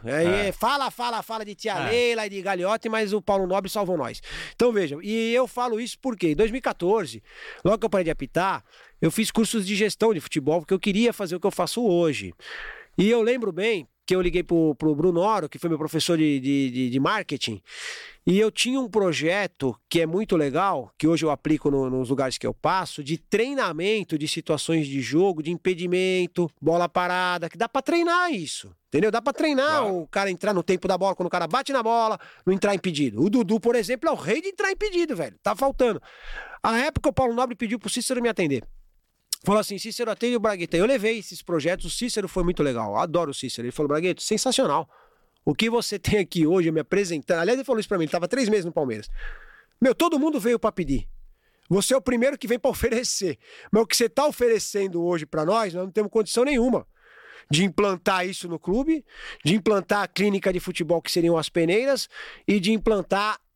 S3: Fala de Tia Leila e de Gagliotti, mas o Paulo Nobre salvou nós. Então, veja, e eu falo isso porque em 2014, logo que eu parei de apitar, eu fiz cursos de gestão de futebol, porque eu queria fazer o que eu faço hoje. E eu lembro bem que eu liguei pro Bruno Oro, que foi meu professor de marketing, e eu tinha um projeto que é muito legal, que hoje eu aplico nos lugares que eu passo, de treinamento de situações de jogo, de impedimento, bola parada, que dá pra treinar isso, entendeu? Dá pra treinar o cara entrar no tempo da bola, quando o cara bate na bola, não entrar impedido. O Dudu, por exemplo, é o rei de entrar impedido, velho. Tá faltando. A época o Paulo Nobre pediu pro Cícero me atender. Falou assim, Cícero, atende o Bragueta. Eu levei esses projetos, o Cícero foi muito legal, eu adoro o Cícero. Ele falou, Bragueta, sensacional. O que você tem aqui hoje me apresentando... Aliás, ele falou isso pra mim, ele tava 3 meses no Palmeiras. Todo mundo veio pra pedir. Você é o primeiro que vem pra oferecer. Mas o que você tá oferecendo hoje pra nós não temos condição nenhuma de implantar isso no clube, de implantar a clínica de futebol que seriam as peneiras e de implantar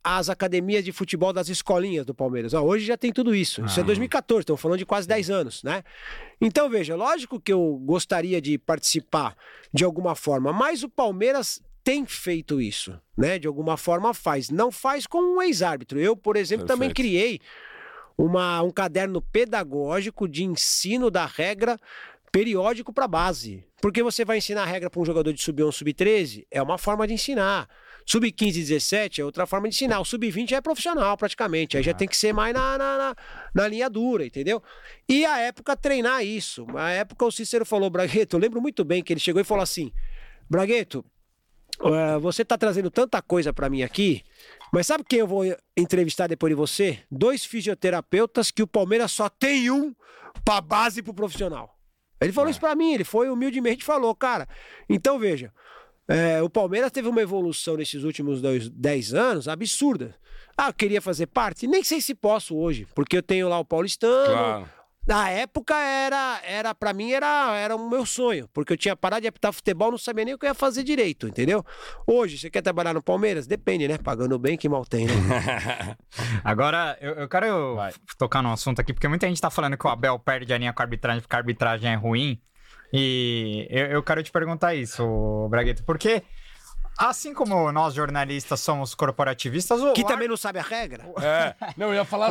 S3: as academias de futebol das escolinhas do Palmeiras. Hoje já tem tudo isso. Isso é 2014, estamos falando de quase 10 anos, né? Então, veja, lógico que eu gostaria de participar de alguma forma, mas o Palmeiras tem feito isso, né? De alguma forma faz. Não faz com um ex-árbitro. Eu, por exemplo, também criei um caderno pedagógico de ensino da regra periódico para base. Porque você vai ensinar a regra para um jogador de sub-11, sub-13, é uma forma de ensinar. Sub-15 e 17 é outra forma de ensinar. O sub-20 já é profissional, praticamente. Aí já tem que ser mais na linha dura, entendeu? E a época treinar isso. Na época o Cícero falou, Bragueto, eu lembro muito bem que ele chegou e falou assim, Bragueto, você tá trazendo tanta coisa para mim aqui, mas sabe quem eu vou entrevistar depois de você? 2 fisioterapeutas que o Palmeiras só tem um pra base e pro profissional. Ele falou isso pra mim, ele foi humildemente falou, cara. Então veja, o Palmeiras teve uma evolução nesses últimos 10 anos absurda. Eu queria fazer parte? Nem sei se posso hoje, porque eu tenho lá o Paulistano.
S2: Claro.
S3: Na época para mim era o meu sonho, porque eu tinha parado de apitar futebol, não sabia nem o que eu ia fazer direito, entendeu? Hoje, você quer trabalhar no Palmeiras? Depende, né? Pagando bem, que mal tem, né?
S1: Agora, eu quero tocar num assunto aqui, porque muita gente tá falando que o Abel perde a linha com a arbitragem porque a arbitragem é ruim. E eu quero te perguntar isso, Bragueto, porque assim como nós jornalistas somos corporativistas...
S3: também não sabe a regra?
S2: Não, eu ia falar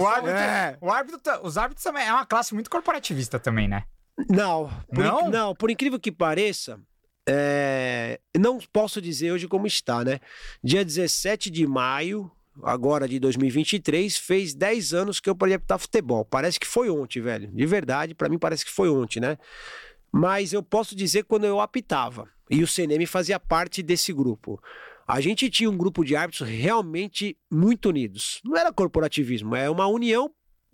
S1: os árbitros também é uma classe muito corporativista também, né?
S3: Não, por incrível que pareça, não posso dizer hoje como está, né? Dia 17 de maio, agora de 2023, fez 10 anos que eu parei de apitar futebol. Parece que foi ontem, velho. De verdade, pra mim parece que foi ontem, né? Mas eu posso dizer quando eu apitava. E o CNM fazia parte desse grupo. A gente tinha um grupo de árbitros realmente muito unidos. Não era corporativismo, é uma união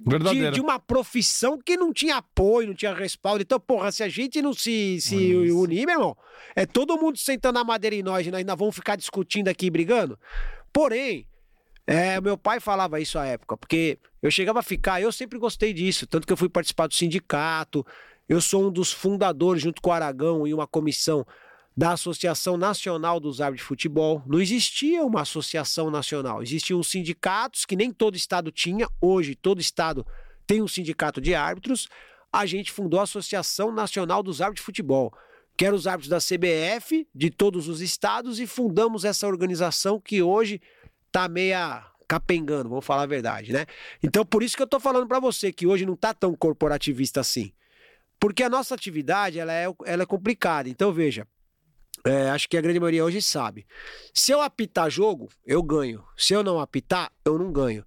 S3: de uma profissão que não tinha apoio, não tinha respaldo. Então, porra, se a gente não se unir, meu irmão, é todo mundo sentando a madeira em nós e nós ainda vamos ficar discutindo aqui e brigando. Porém, meu pai falava isso à época, porque eu chegava a ficar, eu sempre gostei disso, tanto que eu fui participar do sindicato, eu sou um dos fundadores, junto com o Aragão, em uma comissão da Associação Nacional dos Árbitros de Futebol. Não existia uma associação nacional, existiam sindicatos que nem todo estado tinha. Hoje todo estado tem um sindicato de árbitros. A gente fundou a Associação Nacional dos Árbitros de Futebol, que eram os árbitros da CBF, de todos os estados, e fundamos essa organização que hoje tá meia capengando, vamos falar a verdade, né? Então por isso que eu tô falando para você que hoje não tá tão corporativista assim. Porque a nossa atividade ela é complicada. Então veja, acho que a grande maioria hoje sabe. Se eu apitar jogo, eu ganho. Se eu não apitar, eu não ganho.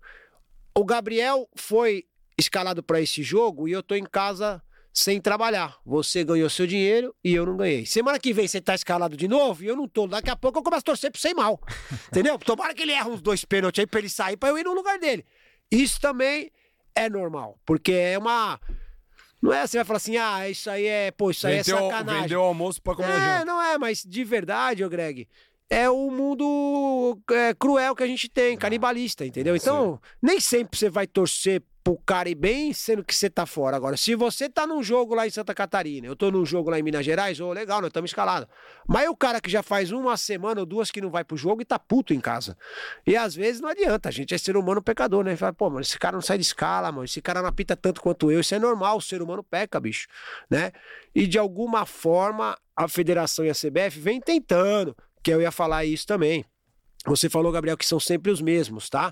S3: O Gabriel foi escalado para esse jogo e eu tô em casa sem trabalhar. Você ganhou seu dinheiro e eu não ganhei. Semana que vem você tá escalado de novo e eu não tô. Daqui a pouco eu começo a torcer pro sem mal. Entendeu? Tomara que ele erre uns 2 pênaltis aí pra ele sair, pra eu ir no lugar dele. Isso também é normal, porque é uma... Não é, você vai falar assim, isso aí é sacanagem.
S2: Vendeu o almoço pra comer junto.
S3: Não é, mas de verdade, ô Greg, é o mundo cruel que a gente tem, canibalista, entendeu? Então, nem sempre você vai torcer pro cara ir bem, sendo que você tá fora. Agora, se você tá num jogo lá em Santa Catarina, eu tô num jogo lá em Minas Gerais, legal, nós estamos escalados. Mas o cara que já faz 1 semana ou 2 que não vai pro jogo e tá puto em casa. E às vezes não adianta, a gente é ser humano pecador, né? Fala, pô, mano, esse cara não sai de escala, mano, esse cara não apita tanto quanto eu, isso é normal, o ser humano peca, bicho, né? E de alguma forma, a federação e a CBF vem tentando, que eu ia falar isso também. Você falou, Gabriel, que são sempre os mesmos, tá?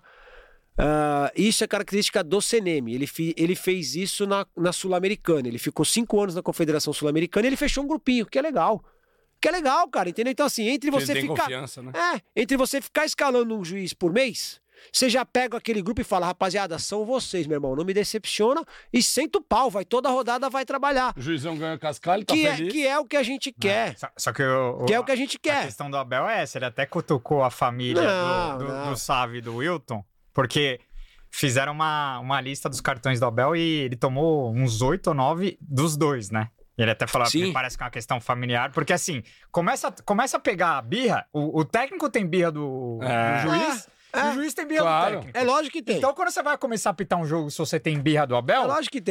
S3: Isso é característica do CNM. Ele fez isso na Sul-Americana. Ele ficou 5 anos na Confederação Sul-Americana e ele fechou um grupinho, que é legal. Que é legal, cara, entendeu? Então, assim, entre você ficar.
S2: Né?
S3: Entre você ficar escalando um juiz por mês, você já pega aquele grupo e fala, rapaziada, são vocês, meu irmão, não me decepciona, e senta o pau, toda rodada vai trabalhar.
S2: O juizão ganha cascalho, tá feliz.
S3: Que é o que a gente quer.
S1: Só que
S3: que é o que a gente quer.
S1: A questão do Abel é essa, ele até cutucou a família do Sávio e do Wilton, porque fizeram uma lista dos cartões do Abel e ele tomou uns 8 ou 9 dos dois, né? Ele até falou que parece que é uma questão familiar, porque assim, começa a pegar a birra, o técnico tem birra do juiz, e o juiz tem birra do técnico.
S3: É lógico que tem.
S1: Então quando você vai começar a apitar um jogo, se você tem birra do Abel...
S3: É lógico que tem.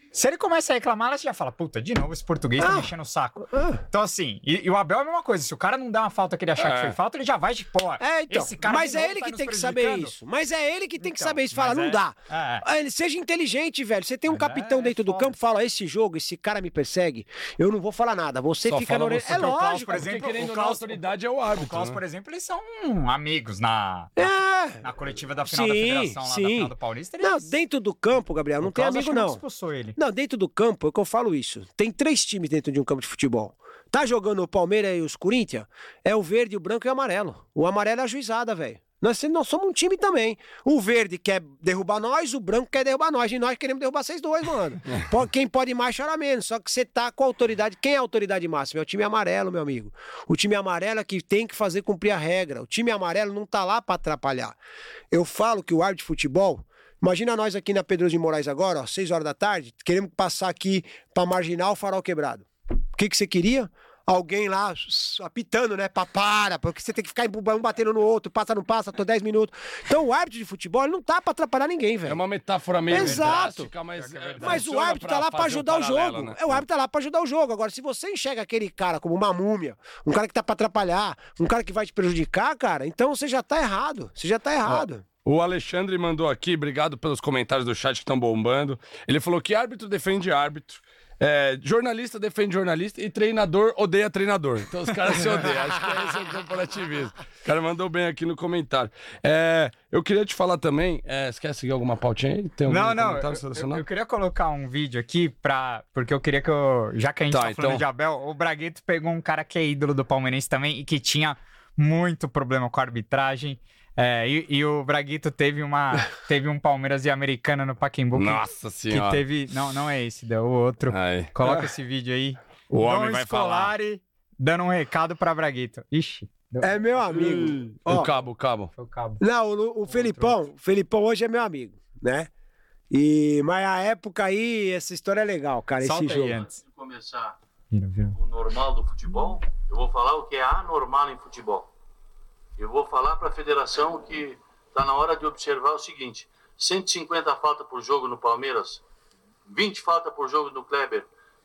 S1: Se ele começa a reclamar, ela já fala, puta, de novo esse português tá mexendo o saco. Então, assim, e o Abel é a mesma coisa. Se o cara não dá uma falta que ele achar que foi falta, ele já vai de pô.
S3: Então,
S1: esse cara
S3: mas é ele que tem que saber isso. Mas é ele que tem que saber isso. Fala, não dá. Ele seja inteligente, velho. Você tem um capitão dentro do campo, fala, esse jogo, esse cara me persegue, eu não vou falar nada. Você fica na orelha. É lógico,
S1: por exemplo,
S2: querendo a autoridade é o árbitro.
S1: O Klaus, por exemplo, eles são amigos na coletiva da final da Federação, lá da final do Paulista.
S3: Não, dentro do campo, Gabriel, não tem amigo, não. Não, dentro do campo, é o que eu falo isso. Tem 3 times dentro de um campo de futebol. Tá jogando o Palmeiras e os Corinthians? É o verde, o branco e o amarelo. O amarelo é a juizada, velho. Nós somos um time também. O verde quer derrubar nós, o branco quer derrubar nós. E nós queremos derrubar vocês dois, mano. Quem pode mais chora menos. Só que você tá com a autoridade. Quem é a autoridade máxima? É o time amarelo, meu amigo. O time amarelo é que tem que fazer cumprir a regra. O time amarelo não tá lá pra atrapalhar. Eu falo que o árbitro de futebol... Imagina nós aqui na Pedro de Moraes agora, ó, 6 horas da tarde, queremos passar aqui pra Marginal, Farol Quebrado. O que você queria? Alguém lá apitando, né? Porque você tem que ficar um batendo no outro, passa, não passa, tô 10 minutos. Então o árbitro de futebol ele não tá pra atrapalhar ninguém, velho.
S2: É uma metáfora meio
S3: drástica, mas o árbitro tá lá pra ajudar o jogo. Né? O árbitro tá lá pra ajudar o jogo. Agora, se você enxerga aquele cara como uma múmia, um cara que tá pra atrapalhar, um cara que vai te prejudicar, cara, então você já tá errado. Você já tá errado.
S2: O Alexandre mandou aqui, obrigado pelos comentários do chat que estão bombando. Ele falou que árbitro defende árbitro, jornalista defende jornalista e treinador odeia treinador. Então os caras se odeiam. Acho que esse é o corporativismo. O cara mandou bem aqui no comentário. Eu queria te falar também, você quer seguir alguma pautinha aí? Tem algum comentário selecionado?
S1: Eu queria colocar um vídeo aqui, porque eu queria que já que a gente tá falando de Abel, o Bragueto pegou um cara que é ídolo do Palmeirense também e que tinha muito problema com a arbitragem. E o Braguito teve um Palmeiras e Americana no Pacaembu.
S2: Nossa senhora.
S1: Que teve... Não é esse, deu o outro.
S2: Aí.
S1: Coloca esse vídeo aí.
S2: O homem vai falar.
S1: Dando um recado pra Braguito. Ixi.
S3: É meu amigo.
S2: O cabo.
S1: Foi o cabo.
S3: Não, o Felipão hoje é meu amigo, né? Mas a época aí, essa história é legal, cara,
S1: Solta
S3: esse jogo.
S4: Antes de começar o normal do futebol, eu vou falar o que é anormal em futebol. Eu vou falar para a federação que está na hora de observar o seguinte: 150 faltas por jogo no Palmeiras, 20 faltas por jogo do Kleber,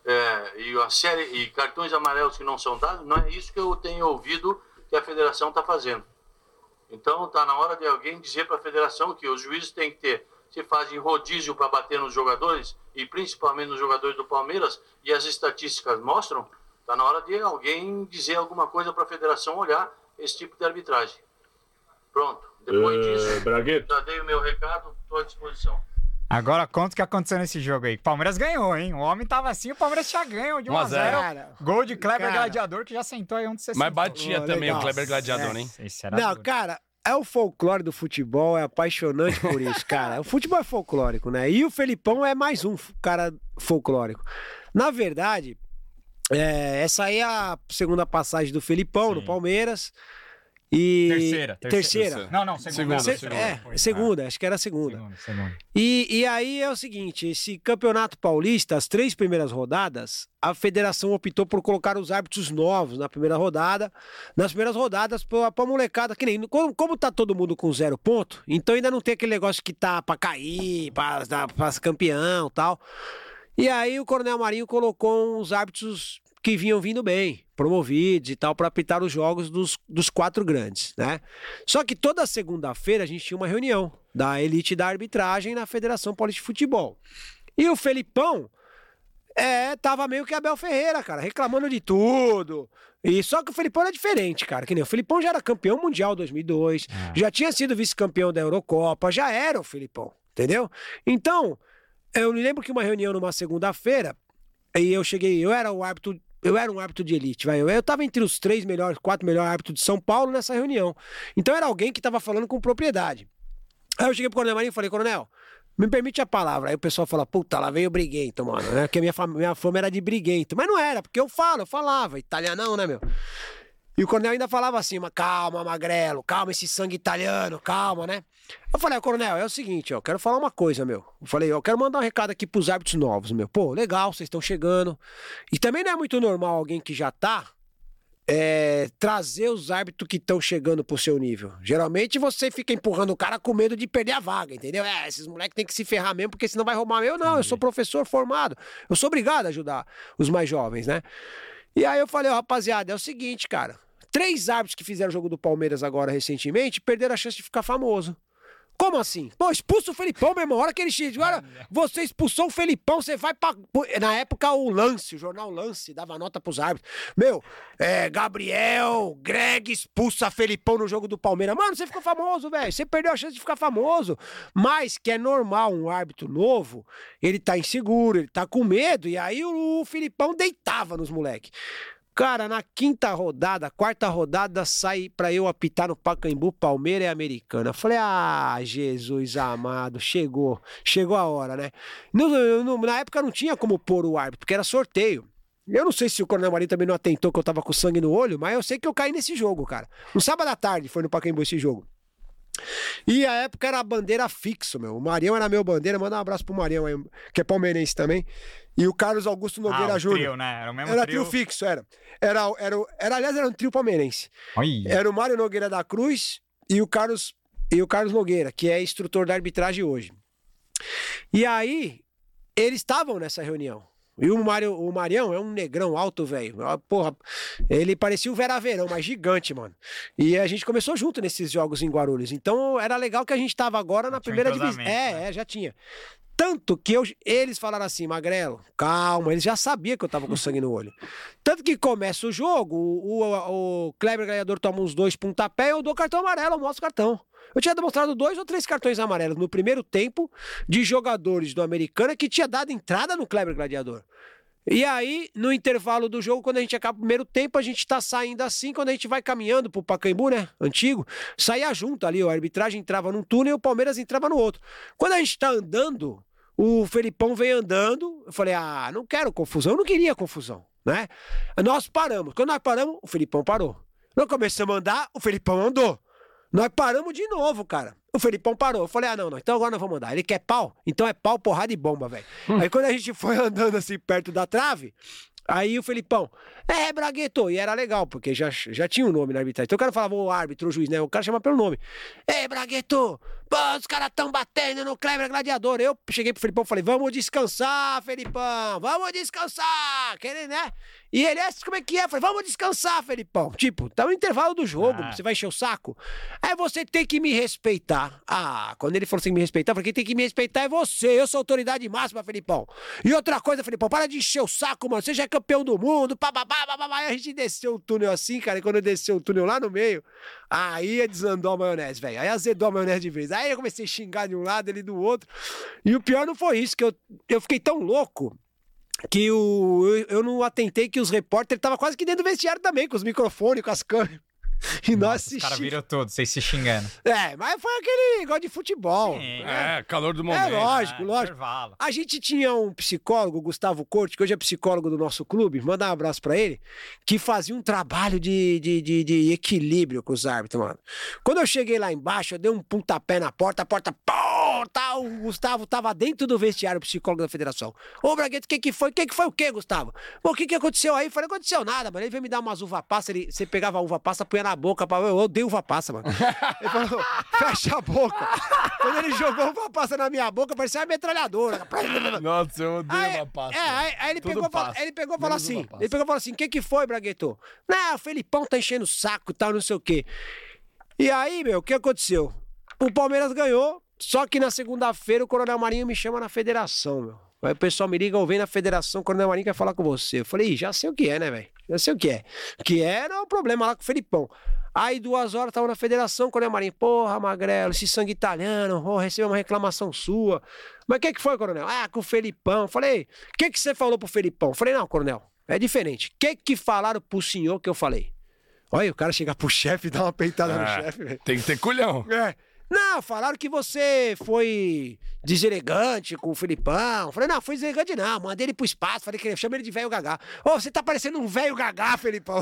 S4: e a série e cartões amarelos que não são dados, não é isso que eu tenho ouvido que a federação está fazendo. Então está na hora de alguém dizer para a federação que os juízes têm que ter, se fazem rodízio para bater nos jogadores, e principalmente nos jogadores do Palmeiras, e as estatísticas mostram, está na hora de alguém dizer alguma coisa para a federação olhar esse tipo de arbitragem. Pronto. Depois disso,
S2: Bragueto,
S4: já dei o meu recado, estou à disposição.
S1: Agora conta o que aconteceu nesse jogo aí. O Palmeiras ganhou, hein? O homem tava assim, o Palmeiras já ganhou de 1-0. Gol de Kleber Gladiador, que já sentou aí onde você sentou.
S2: Mas batia também o Kleber Gladiador, hein?
S1: Esse era
S3: não,
S1: duro.
S3: cara, é o folclore do futebol, é apaixonante por isso, cara. O futebol é folclórico, né? E o Felipão é mais um cara folclórico. Na verdade... essa aí é a segunda passagem do Felipão no Palmeiras. Terceira.
S1: Não, segunda.
S3: Segunda, acho que era a segunda.
S1: Segunda.
S3: E aí é o seguinte, esse Campeonato Paulista, as 3 primeiras rodadas, a federação optou por colocar os árbitros novos na primeira rodada. Nas primeiras rodadas, pra molecada, que nem... Como tá todo mundo com 0 ponto, então ainda não tem aquele negócio que tá pra cair, pra ser campeão e tal. E aí o Coronel Marinho colocou uns árbitros que vinham vindo bem, promovidos e tal, para apitar os jogos dos 4 grandes, né? Só que toda segunda-feira a gente tinha uma reunião da elite da arbitragem na Federação Paulista de Futebol. E o Felipão tava meio que Abel Ferreira, cara, reclamando de tudo. E só que o Felipão era diferente, cara, que nem o Felipão já era campeão mundial 2002, já tinha sido vice-campeão da Eurocopa, já era o Felipão, entendeu? Então... Eu me lembro que uma reunião numa segunda-feira, e eu era um árbitro de elite, vai. Eu tava entre os 4 melhores árbitros de São Paulo nessa reunião. Então era alguém que tava falando com propriedade. Aí eu cheguei pro Coronel Marinho e falei, Coronel, me permite a palavra. Aí o pessoal fala, puta, lá veio o briguento, mano, né? Porque minha fama era de briguento. Mas não era, porque eu falava, italianão, né, meu? E o coronel ainda falava assim, calma, magrelo, calma esse sangue italiano, calma, né? Eu falei, coronel, é o seguinte, ó, quero falar uma coisa, meu. Eu falei, eu quero mandar um recado aqui pros árbitros novos, meu. Pô, legal, vocês estão chegando. E também não é muito normal alguém que já tá trazer os árbitros que estão chegando pro seu nível. Geralmente você fica empurrando o cara com medo de perder a vaga, entendeu? Esses moleques têm que se ferrar mesmo, porque senão vai roubar eu. Não, eu sou professor formado. Eu sou obrigado a ajudar os mais jovens, né? E aí eu falei, rapaziada, é o seguinte, cara. 3 árbitros que fizeram o jogo do Palmeiras agora recentemente perderam a chance de ficar famoso. Como assim? Pô, expulsa o Felipão, meu irmão. A hora que ele chega, agora você expulsou o Felipão, você vai pra... Na época, o jornal Lance, dava nota pros árbitros. Gabriel, Greg expulsa Felipão no jogo do Palmeiras. Mano, você ficou famoso, velho. Você perdeu a chance de ficar famoso. Mas que é normal, um árbitro novo, ele tá inseguro, ele tá com medo. E aí o Felipão deitava nos moleques. Cara, na quarta rodada, sai pra eu apitar no Pacaembu, Palmeiras e Americana. Eu falei, Jesus amado, chegou a hora, né? Na época não tinha como pôr o árbitro, porque era sorteio. Eu não sei se o Coronel Marinho também não atentou que eu tava com sangue no olho, mas eu sei que eu caí nesse jogo, cara. No sábado à tarde foi no Pacaembu esse jogo. E a época era a bandeira fixo, meu. O Marião era meu bandeira, manda um abraço pro Marião aí, que é palmeirense também. E o Carlos Augusto Nogueira Júnior.
S1: Trio, né? Era o mesmo
S3: trio. Era trio fixo, era. Aliás, era um trio palmeirense.
S1: Oi.
S3: Era o Mário Nogueira da Cruz e o Carlos Nogueira, que é instrutor da arbitragem hoje. E aí, eles estavam nessa reunião. E o Marião é um negrão alto, velho. Porra, ele parecia o Vera Verão, mas gigante, mano. E a gente começou junto nesses jogos em Guarulhos. Então era legal que a gente tava agora na primeira divisão. Já tinha. Tanto que eles falaram assim, Magrelo, calma, eles já sabiam que eu tava com sangue no olho. Tanto que começa o jogo, o Kleber Gladiador toma uns 2 pontapés, eu dou cartão amarelo, eu mostro o cartão. Eu tinha demonstrado 2 ou 3 cartões amarelos no primeiro tempo de jogadores do Americana que tinha dado entrada no Kleber Gladiador. E aí, no intervalo do jogo, quando a gente acaba o primeiro tempo, a gente tá saindo assim, quando a gente vai caminhando pro Pacaembu, né, antigo, saía junto ali, a arbitragem entrava num túnel e o Palmeiras entrava no outro. Quando a gente tá andando, o Felipão veio andando, eu falei, não quero confusão, eu não queria confusão, né? Nós paramos, quando nós paramos, o Felipão parou. Nós começamos a andar, o Felipão andou. Nós paramos de novo, cara. O Felipão parou. Eu falei, não, então agora nós vamos andar. Ele quer pau? Então é pau, porrada e bomba, velho. Aí quando a gente foi andando assim perto da trave, aí o Felipão, Bragueto, e era legal, porque já tinha um nome na arbitragem. Então o cara falava, o árbitro, o juiz, né? O cara chamava pelo nome. Bragueto, pô, os caras tão batendo no Kleber Gladiador. Eu cheguei pro Felipão e falei, vamos descansar, Felipão, vamos descansar. Querendo, né? E ele, como é que é? Eu falei, vamos descansar, Felipão. Tipo, tá no intervalo do jogo, você vai encher o saco? Aí você tem que me respeitar. Quando ele falou assim, me respeitar, eu falei, quem tem que me respeitar é você. Eu sou autoridade máxima, Felipão. E outra coisa, Felipão, para de encher o saco, mano. Você já é campeão do mundo, Aí a gente desceu o túnel assim, cara, e quando eu desceu o túnel lá no meio, aí desandou a maionese, velho. Aí azedou a maionese de vez. Aí eu comecei a xingar de um lado, ele do outro. E o pior não foi isso, que eu fiquei tão louco que eu não atentei que os repórteres estavam quase que dentro do vestiário também, com os microfones, com as câmeras. E nós assistimos.
S1: Os caras viram todos, vocês se xingando.
S3: Mas foi aquele negócio de futebol.
S1: Sim,
S2: calor do momento.
S3: Lógico.
S1: Intervalo.
S3: A gente tinha um psicólogo, Gustavo Corte, que hoje é psicólogo do nosso clube, mandar um abraço pra ele, que fazia um trabalho de equilíbrio com os árbitros, mano. Quando eu cheguei lá embaixo, eu dei um pontapé na porta, a porta, o Gustavo tava dentro do vestiário, o psicólogo da federação. Ô, Bragueto, o que foi? O que foi o quê, Gustavo? Pô, o que aconteceu aí? Eu falei, não aconteceu nada, mano. Ele veio me dar umas uva passa, você pegava a uva passa, punha na boca, eu odeio uva passa, mano. Ele falou, fecha a boca. Quando ele jogou uva passa na minha boca, parecia uma metralhadora.
S2: Nossa, eu odeio uva passa.
S3: Aí ele pegou e falou assim, o que foi, Bragueto? Não, o Felipão tá enchendo o saco e tal, não sei o quê. E aí, o que aconteceu? O Palmeiras ganhou, só que na segunda-feira o Coronel Marinho me chama na federação, meu. Aí o pessoal me liga, eu venho na federação, o Coronel Marinho quer falar com você. Eu falei, já sei o que é, né, velho? Já sei o que é. Que era o problema lá com o Felipão. Aí 2 horas tava na federação, Coronel Marinho, porra, Magrelo, esse sangue italiano, recebeu uma reclamação sua. Mas o que foi, Coronel? Com o Felipão. Eu falei, o que você falou pro Felipão? Eu falei, não, Coronel, é diferente. O que falaram pro senhor que eu falei? Olha, o cara chegar pro chefe e dar uma peitada no chefe, velho.
S2: Tem que ter culhão.
S3: Não, falaram que você foi deselegante com o Felipão. Falei, não, foi deselegante não, mandei ele pro espaço, falei que chama ele de velho gagá. Você tá parecendo um velho gagá, Felipão.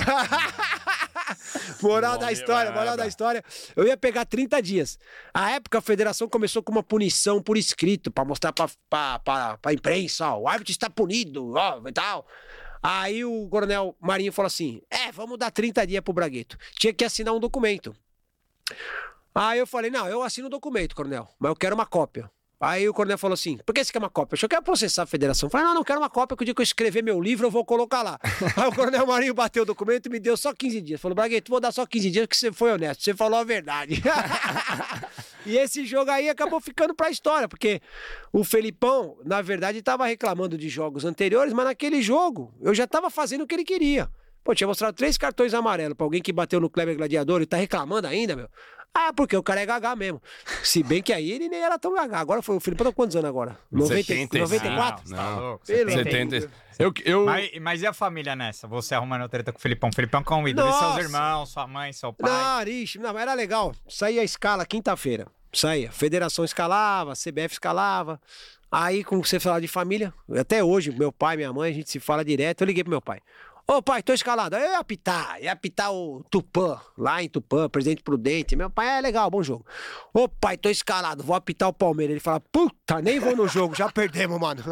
S3: Moral da história, eu ia pegar 30 dias. A época a federação começou com uma punição por escrito, pra mostrar pra imprensa, o árbitro está punido, e tal. Aí o Coronel Marinho falou assim, vamos dar 30 dias pro Bragueto. Tinha que assinar um documento. Aí eu falei, não, eu assino o documento, Coronel, mas eu quero uma cópia. Aí o Coronel falou assim, por que você quer uma cópia? Eu quero processar a federação. Eu falei, não quero uma cópia, que o dia que eu escrever meu livro eu vou colocar lá. Aí o Coronel Marinho bateu o documento e me deu só 15 dias. Falou, Bragueto, vou dar só 15 dias porque você foi honesto, você falou a verdade. E esse jogo aí acabou ficando pra história, porque o Felipão, na verdade, estava reclamando de jogos anteriores, mas naquele jogo eu já estava fazendo o que ele queria. Pô, tinha mostrado 3 cartões amarelos pra alguém que bateu no Kleber Gladiador e tá reclamando ainda, meu. Porque o cara é gagá mesmo. Se bem que aí ele nem era tão gagá. Agora foi o Felipão, tá quantos anos agora? 94?
S2: Não,
S3: 70.
S1: Mas e a família nessa? Você arrumando treta com o Felipão? O Felipão com o ídolo. E seus irmãos, sua mãe, seu pai?
S3: Não, era legal. Saía a escala quinta-feira. Saía. Federação escalava, CBF escalava. Aí, como você fala de família, até hoje, meu pai, minha mãe, a gente se fala direto. Eu liguei pro meu pai. Ô pai, tô escalado. Eu ia apitar o Tupã, lá em Tupã, Presidente Prudente. Meu pai, legal, bom jogo. Ô pai, tô escalado, vou apitar o Palmeiras. Ele fala, puta, nem vou no jogo, já perdemos, mano.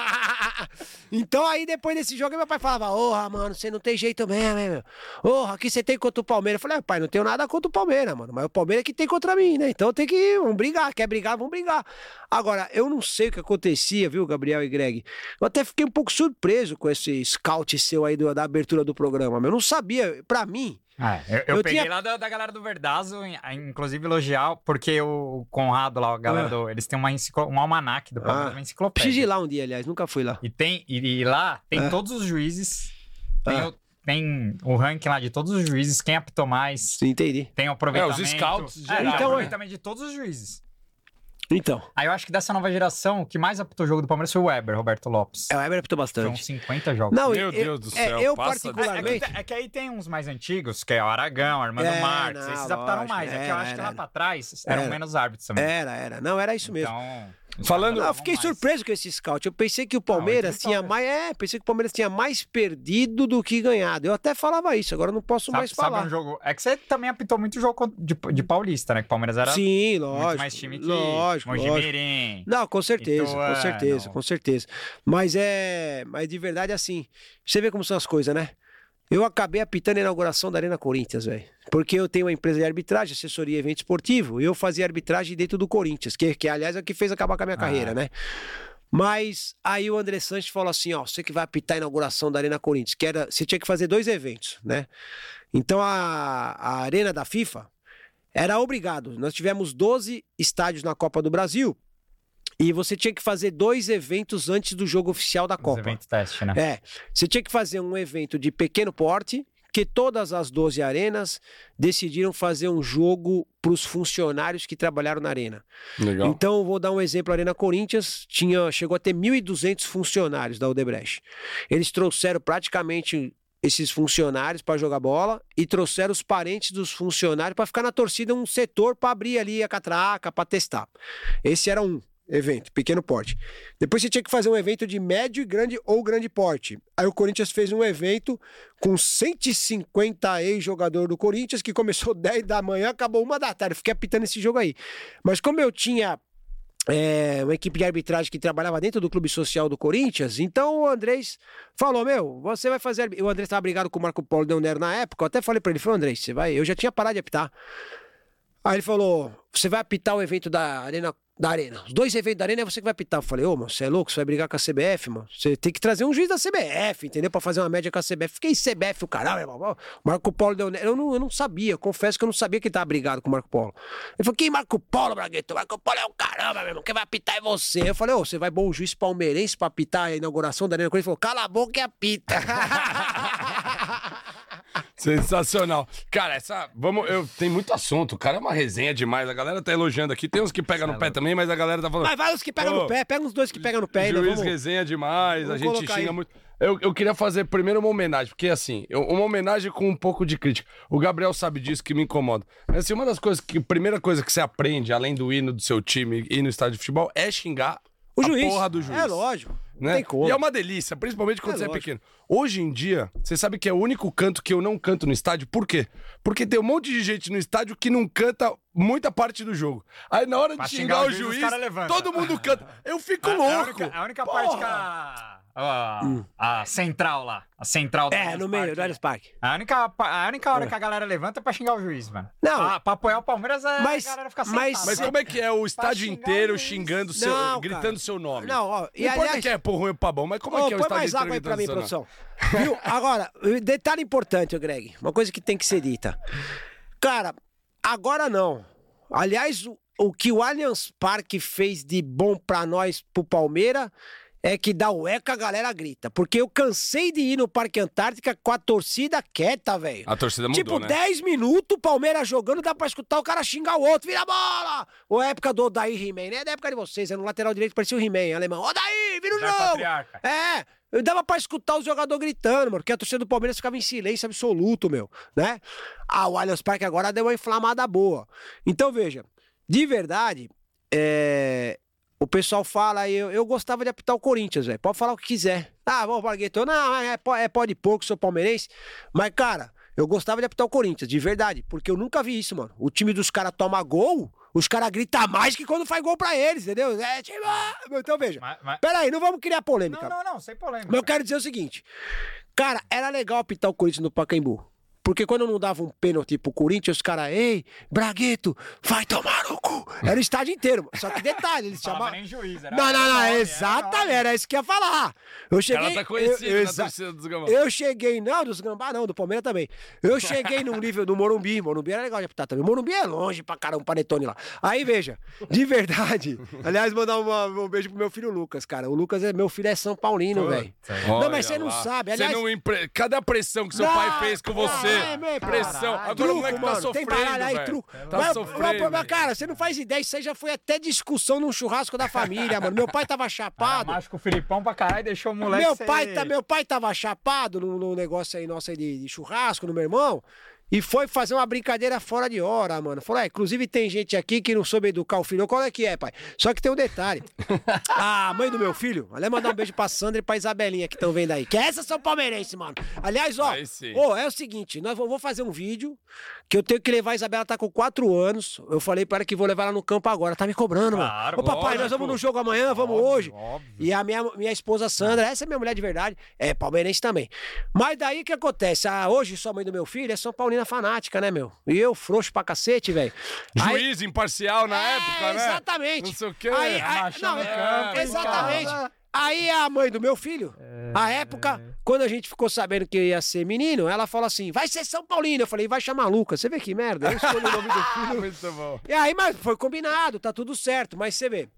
S3: Então aí depois desse jogo, meu pai falava, mano, você não tem jeito mesmo, hein, meu? Aqui você tem contra o Palmeiras. Eu falei, pai, não tenho nada contra o Palmeiras, mano. Mas o Palmeiras que tem contra mim, né? Então tem que, vamos brigar, quer brigar, vamos brigar. Agora, eu não sei o que acontecia, viu, Gabriel e Greg? Eu até fiquei um pouco surpreso com esse scout seu aí da abertura do programa, mas eu não sabia, pra mim...
S1: Eu peguei lá da galera do Verdazo, inclusive elogiar, porque o Conrado lá, a galera eles têm um almanaque do Palmeiras, uma enciclopédia.
S3: Preciso ir lá um dia, aliás, nunca fui lá.
S1: E lá tem todos os juízes, tem o ranking lá de todos os juízes, quem apitou mais.
S3: Entendi.
S1: Tem o aproveitamento.
S2: Os scouts,
S1: o aproveitamento de todos os juízes.
S3: Então.
S1: Aí eu acho que dessa nova geração, o que mais apitou o jogo do Palmeiras foi o Weber, Roberto Lopes.
S3: O Weber apitou bastante.
S1: São 50 jogos.
S2: Não, meu Deus do céu.
S3: Eu particularmente...
S1: É que aí tem uns mais antigos, que é o Aragão, Armando Marques, esses apitaram mais. É que eu acho que lá pra trás eram menos árbitros também.
S3: Era. Não, era isso mesmo.
S1: Então...
S3: eu fiquei surpreso com esse scout. Eu pensei que o Palmeiras tinha mais. Pensei que o Palmeiras tinha mais perdido do que ganhado. Eu até falava isso, agora eu não posso mais falar.
S1: Sabe um jogo. É que você também apitou muito jogo de Paulista, né? Que o Palmeiras era muito mais time que Mojimirim.
S3: Não, com certeza. Mas de verdade, assim, você vê como são as coisas, né? Eu acabei apitando a inauguração da Arena Corinthians, velho. Porque eu tenho uma empresa de arbitragem, assessoria e evento esportivo, e eu fazia arbitragem dentro do Corinthians, que aliás é o que fez acabar com a minha carreira, né? Mas aí o André Sanches falou assim, você que vai apitar a inauguração da Arena Corinthians, você tinha que fazer 2 eventos, né? Então a Arena da FIFA era obrigado. Nós tivemos 12 estádios na Copa do Brasil, e você tinha que fazer 2 eventos antes do jogo oficial da Copa.
S1: Evento teste, né?
S3: Você tinha que fazer um evento de pequeno porte, que todas as 12 arenas decidiram fazer um jogo para os funcionários que trabalharam na arena.
S2: Legal.
S3: Então, vou dar um exemplo. A Arena Corinthians chegou a ter 1.200 funcionários da Odebrecht. Eles trouxeram praticamente esses funcionários para jogar bola e trouxeram os parentes dos funcionários para ficar na torcida, um setor para abrir ali a catraca, para testar. Esse era um evento, pequeno porte. Depois você tinha que fazer um evento de médio e grande ou grande porte. Aí o Corinthians fez um evento com 150 ex-jogadores do Corinthians, que começou 10 da manhã, acabou 1 da tarde. Eu fiquei apitando esse jogo aí. Mas como eu tinha uma equipe de arbitragem que trabalhava dentro do clube social do Corinthians, então o Andrés falou, você vai fazer... O Andrés estava brigado com o Marco Polo Del Nero na época, eu até falei pra ele, Andrés, você vai... Eu já tinha parado de apitar. Aí ele falou, você vai apitar o evento da Arena. Os 2 eventos da Arena é você que vai apitar. Eu falei, mano, você é louco? Você vai brigar com a CBF, mano? Você tem que trazer um juiz da CBF, entendeu? Pra fazer uma média com a CBF. Fiquei CBF, o caralho, irmão. Marco Polo deu... Eu não sabia, confesso que eu não sabia que ele tava brigado com o Marco Polo. Ele falou, quem Marco Polo, Bragueto? Marco Polo é o caramba, meu irmão. Quem vai apitar é você. Eu falei, você vai bom juiz palmeirense pra apitar a inauguração da Arena? Ele falou, cala a boca e apita.
S2: Sensacional. Cara, tem muito assunto. O cara é uma resenha demais. A galera tá elogiando aqui. Tem uns que pegam no pé também, mas a galera tá falando...
S3: Mas vai os que pegam no pé. Pega uns 2 que pegam no pé.
S2: Juiz resenha demais. A gente xinga muito. Eu queria fazer primeiro uma homenagem, porque assim, uma homenagem com um pouco de crítica. O Gabriel sabe disso, que me incomoda. Mas assim, uma das coisas primeira coisa que você aprende, além do hino do seu time e no estádio de futebol, é xingar
S3: o juiz.
S2: Porra do juiz.
S3: É lógico.
S2: Né? Tem como. E é uma delícia, principalmente quando você é pequeno. Hoje em dia, você sabe que é o único canto que eu não canto no estádio. Por quê? Porque tem um monte de gente no estádio que não canta muita parte do jogo. Aí na hora de xingar o juiz todo mundo canta. Eu fico louco.
S1: A única parte que a central lá. A central do
S3: no meio do Allianz Parque.
S1: A única hora que a galera levanta é pra xingar o juiz, mano.
S3: Não.
S1: Pra apoiar o Palmeiras, a galera fica sentada.
S2: Mas como é que é o estádio inteiro xingando gritando seu nome?
S3: Não, ó.
S2: Não importa que é por ruim ou pra bom, mas como é que é o estádio inteiro?
S3: Põe mais água aí pra mim, produção. Viu? Agora, detalhe importante, Greg. Uma coisa que tem que ser dita. Cara, agora não. Aliás, o que o Allianz Parque fez de bom pra nós, pro Palmeiras, é que dá o eco, a galera grita. Porque eu cansei de ir no Parque Antártica com a torcida quieta, velho.
S2: A torcida mudou,
S3: tipo,
S2: né?
S3: 10 minutos, o Palmeiras jogando, dá pra escutar o cara xingar o outro. Vira a bola! Ou a época do Odair He-Man, né? É da época de vocês, no lateral direito parecia o He-Man, alemão. Odair, vira o jogo!
S1: Patriarca.
S3: Eu dava pra escutar os jogadores gritando, mano, porque a torcida do Palmeiras ficava em silêncio absoluto, meu, né? O Allianz Parque agora deu uma inflamada boa. Então, veja, de verdade, o pessoal fala, eu gostava de apitar o Corinthians, velho. Pode falar o que quiser. Bom, Bragueto, não, pode pouco, sou palmeirense. Mas, cara, eu gostava de apitar o Corinthians, de verdade. Porque eu nunca vi isso, mano. O time dos caras toma gol, os caras gritam mais que quando faz gol pra eles, entendeu? Então, veja. Peraí, não vamos criar polêmica.
S1: Não, sem polêmica.
S3: Mas eu quero dizer o seguinte. Cara, era legal apitar o Corinthians no Pacaembu. Porque quando não dava um pênalti pro Corinthians, os caras, ei, Bragueto, vai tomar no cu. Era o estádio inteiro. Só que detalhe, eles chamavam...
S1: nem juiz, era
S3: Não, exatamente, era isso que ia falar. Eu cheguei...
S2: O cara tá conhecido na torcida dos Gambá.
S3: Eu cheguei, não, dos Gambá não, do Palmeiras também. Eu cheguei num nível do Morumbi. Morumbi era legal de apitar também. Morumbi é longe pra caramba, um panetone lá. Aí, veja, de verdade, aliás, mandar um beijo pro meu filho Lucas, cara. O Lucas, meu filho é São Paulino, velho. Não, mas você não sabe. Aliás,
S2: cadê a pressão que seu pai fez com você? Pressão. Agora
S3: truco,
S2: o moleque tá sofrendo,
S3: tem parada aí, truco.
S2: Tá sofrendo.
S3: Mas, cara, você não faz ideia, isso aí já foi até discussão num churrasco da família, mano. Meu pai tava chapado.
S1: Acho que o Filipão pra caralho deixou o moleque
S3: Meu pai tava chapado no negócio aí nosso aí de churrasco, no meu irmão. E foi fazer uma brincadeira fora de hora, mano. Falou, inclusive tem gente aqui que não soube educar o filho. Qual é que é, pai? Só que tem um detalhe. A mãe do meu filho, aliás, mandar um beijo pra Sandra e pra Isabelinha que estão vendo aí. Que essas são palmeirenses, mano. Aliás, é o seguinte, nós vamos fazer um vídeo que eu tenho que levar a Isabela, tá com 4 anos. Eu falei pra ela que vou levar ela no campo agora. Tá me cobrando, mano. Ô, papai, nós vamos no jogo amanhã, vamos hoje.
S1: Óbvio.
S3: E a minha esposa Sandra, essa é minha mulher de verdade, é palmeirense também. Mas daí o que acontece? Hoje sua mãe do meu filho é São Paulina fanática, né, meu? E eu frouxo pra cacete, velho.
S2: Juiz imparcial na época, né?
S3: Exatamente.
S2: Não sei o quê.
S3: Exatamente. Aí a mãe do meu filho, à época, quando a gente ficou sabendo que ia ser menino, ela falou assim, vai ser São Paulino. Eu falei, vai chamar Lucas. Você vê que merda? Eu escolhi o nome do filho.
S2: Muito bom.
S3: E aí, mas foi combinado, tá tudo certo. Mas você vê,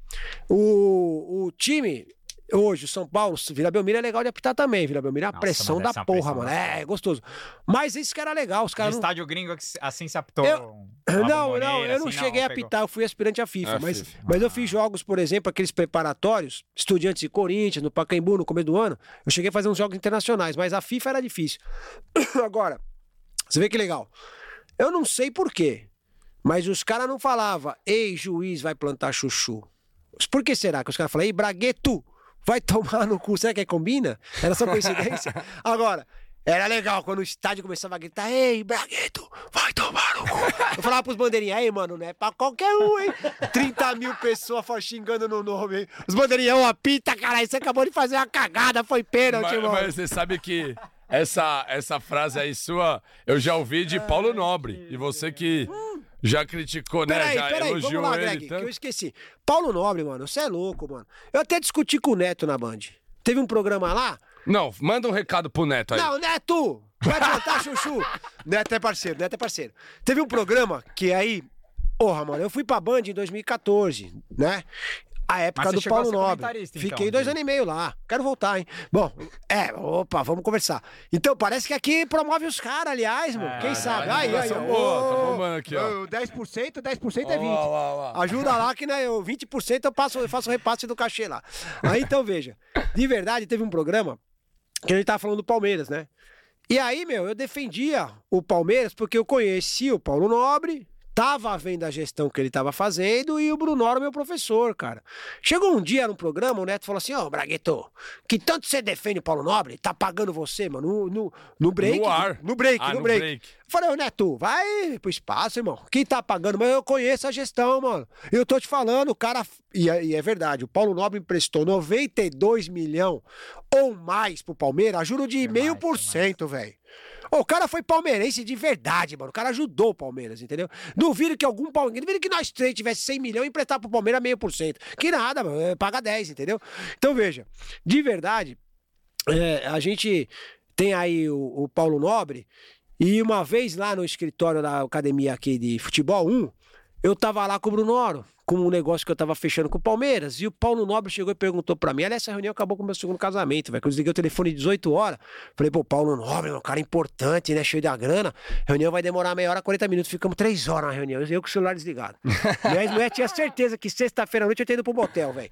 S3: o time... Hoje, o São Paulo, Vila Belmiro é legal de apitar também. Vila Belmiro é uma pressão da porra, mano. É gostoso. Mas isso que era legal. Os caras.
S1: Estádio gringo assim se apitou.
S3: Eu não cheguei a apitar, eu fui aspirante à FIFA. Mas eu fiz jogos, por exemplo, aqueles preparatórios, Estudiantes de Corinthians, no Pacaembu, no começo do ano. Eu cheguei a fazer uns jogos internacionais, mas a FIFA era difícil. Agora, você vê que legal. Eu não sei por quê, mas os caras não falavam, ei, juiz vai plantar chuchu. Por que será que os caras falavam, ei, Bragueto, vai tomar no cu, será que combina? Era só coincidência? Agora, era legal quando o estádio começava a gritar, ei, Bragueto, vai tomar no cu. Eu falava pros bandeirinhas, aí, mano, não é pra qualquer um, hein? 30 mil pessoas xingando no nome, hein? Os bandeirinhas, apita, caralho, você acabou de fazer uma cagada, foi pênalti, mano.
S2: Mas você sabe que essa frase aí sua, eu já ouvi de Paulo Nobre, e você que... Já criticou, né?
S3: Peraí,
S2: elogiou
S3: vamos lá,
S2: ele
S3: Greg, que eu esqueci. Paulo Nobre, mano, você é louco, mano. Eu até discuti com o Neto na Band. Teve um programa lá...
S2: Não, manda um recado pro Neto aí.
S3: Não, Neto! Vai plantar chuchu! Neto é parceiro. Teve um programa que aí... Porra, mano, eu fui pra Band em 2014, né? A época do Paulo Nobre. Fiquei 2 anos e meio lá. Quero voltar, hein? Bom, vamos conversar. Então, parece que aqui promove os caras, aliás, mano. Quem sabe? Aí.
S2: Tá bombando aqui, ó.
S3: 10% é 20%. Ajuda lá que, né, 20% eu faço o repasse do cachê lá. Aí, então, veja. De verdade, teve um programa que a gente tava falando do Palmeiras, né? E aí, meu, eu defendia o Palmeiras porque eu conheci o Paulo Nobre, tava vendo a gestão que ele tava fazendo e o Brunoro, meu professor, cara. Chegou um dia no programa, o Neto falou assim, ó, Bragueto, que tanto você defende o Paulo Nobre, tá pagando você, mano, no break.
S2: No ar.
S3: No break. Eu falei, ô Neto, vai pro espaço, irmão. Quem tá pagando? Mas eu conheço a gestão, mano. Eu tô te falando, o cara... E é verdade, o Paulo Nobre emprestou 92 milhões ou mais pro Palmeiras, juro de 0,5%, velho. O cara foi palmeirense de verdade, mano. O cara ajudou o Palmeiras, entendeu? Duvido que algum palmeirense... Duvido que nós três tivesse 100 milhões e emprestar pro Palmeiras 0,5%. Que nada, mano. Paga 10, entendeu? Então, veja. De verdade, a gente tem aí o Paulo Nobre e uma vez lá no escritório da academia aqui de futebol 1, eu tava lá com o Brunoro, com um negócio que eu tava fechando com o Palmeiras, e o Paulo Nobre chegou e perguntou pra mim, aliás, essa reunião acabou com o meu segundo casamento, velho, que eu desliguei o telefone 18 horas, falei, pô, Paulo Nobre, um cara importante, né, cheio da grana, a reunião vai demorar meia hora, 40 minutos, ficamos 3 horas na reunião, eu com o celular desligado. Minha mulher tinha certeza que sexta-feira à noite eu tinha ido pro motel, velho.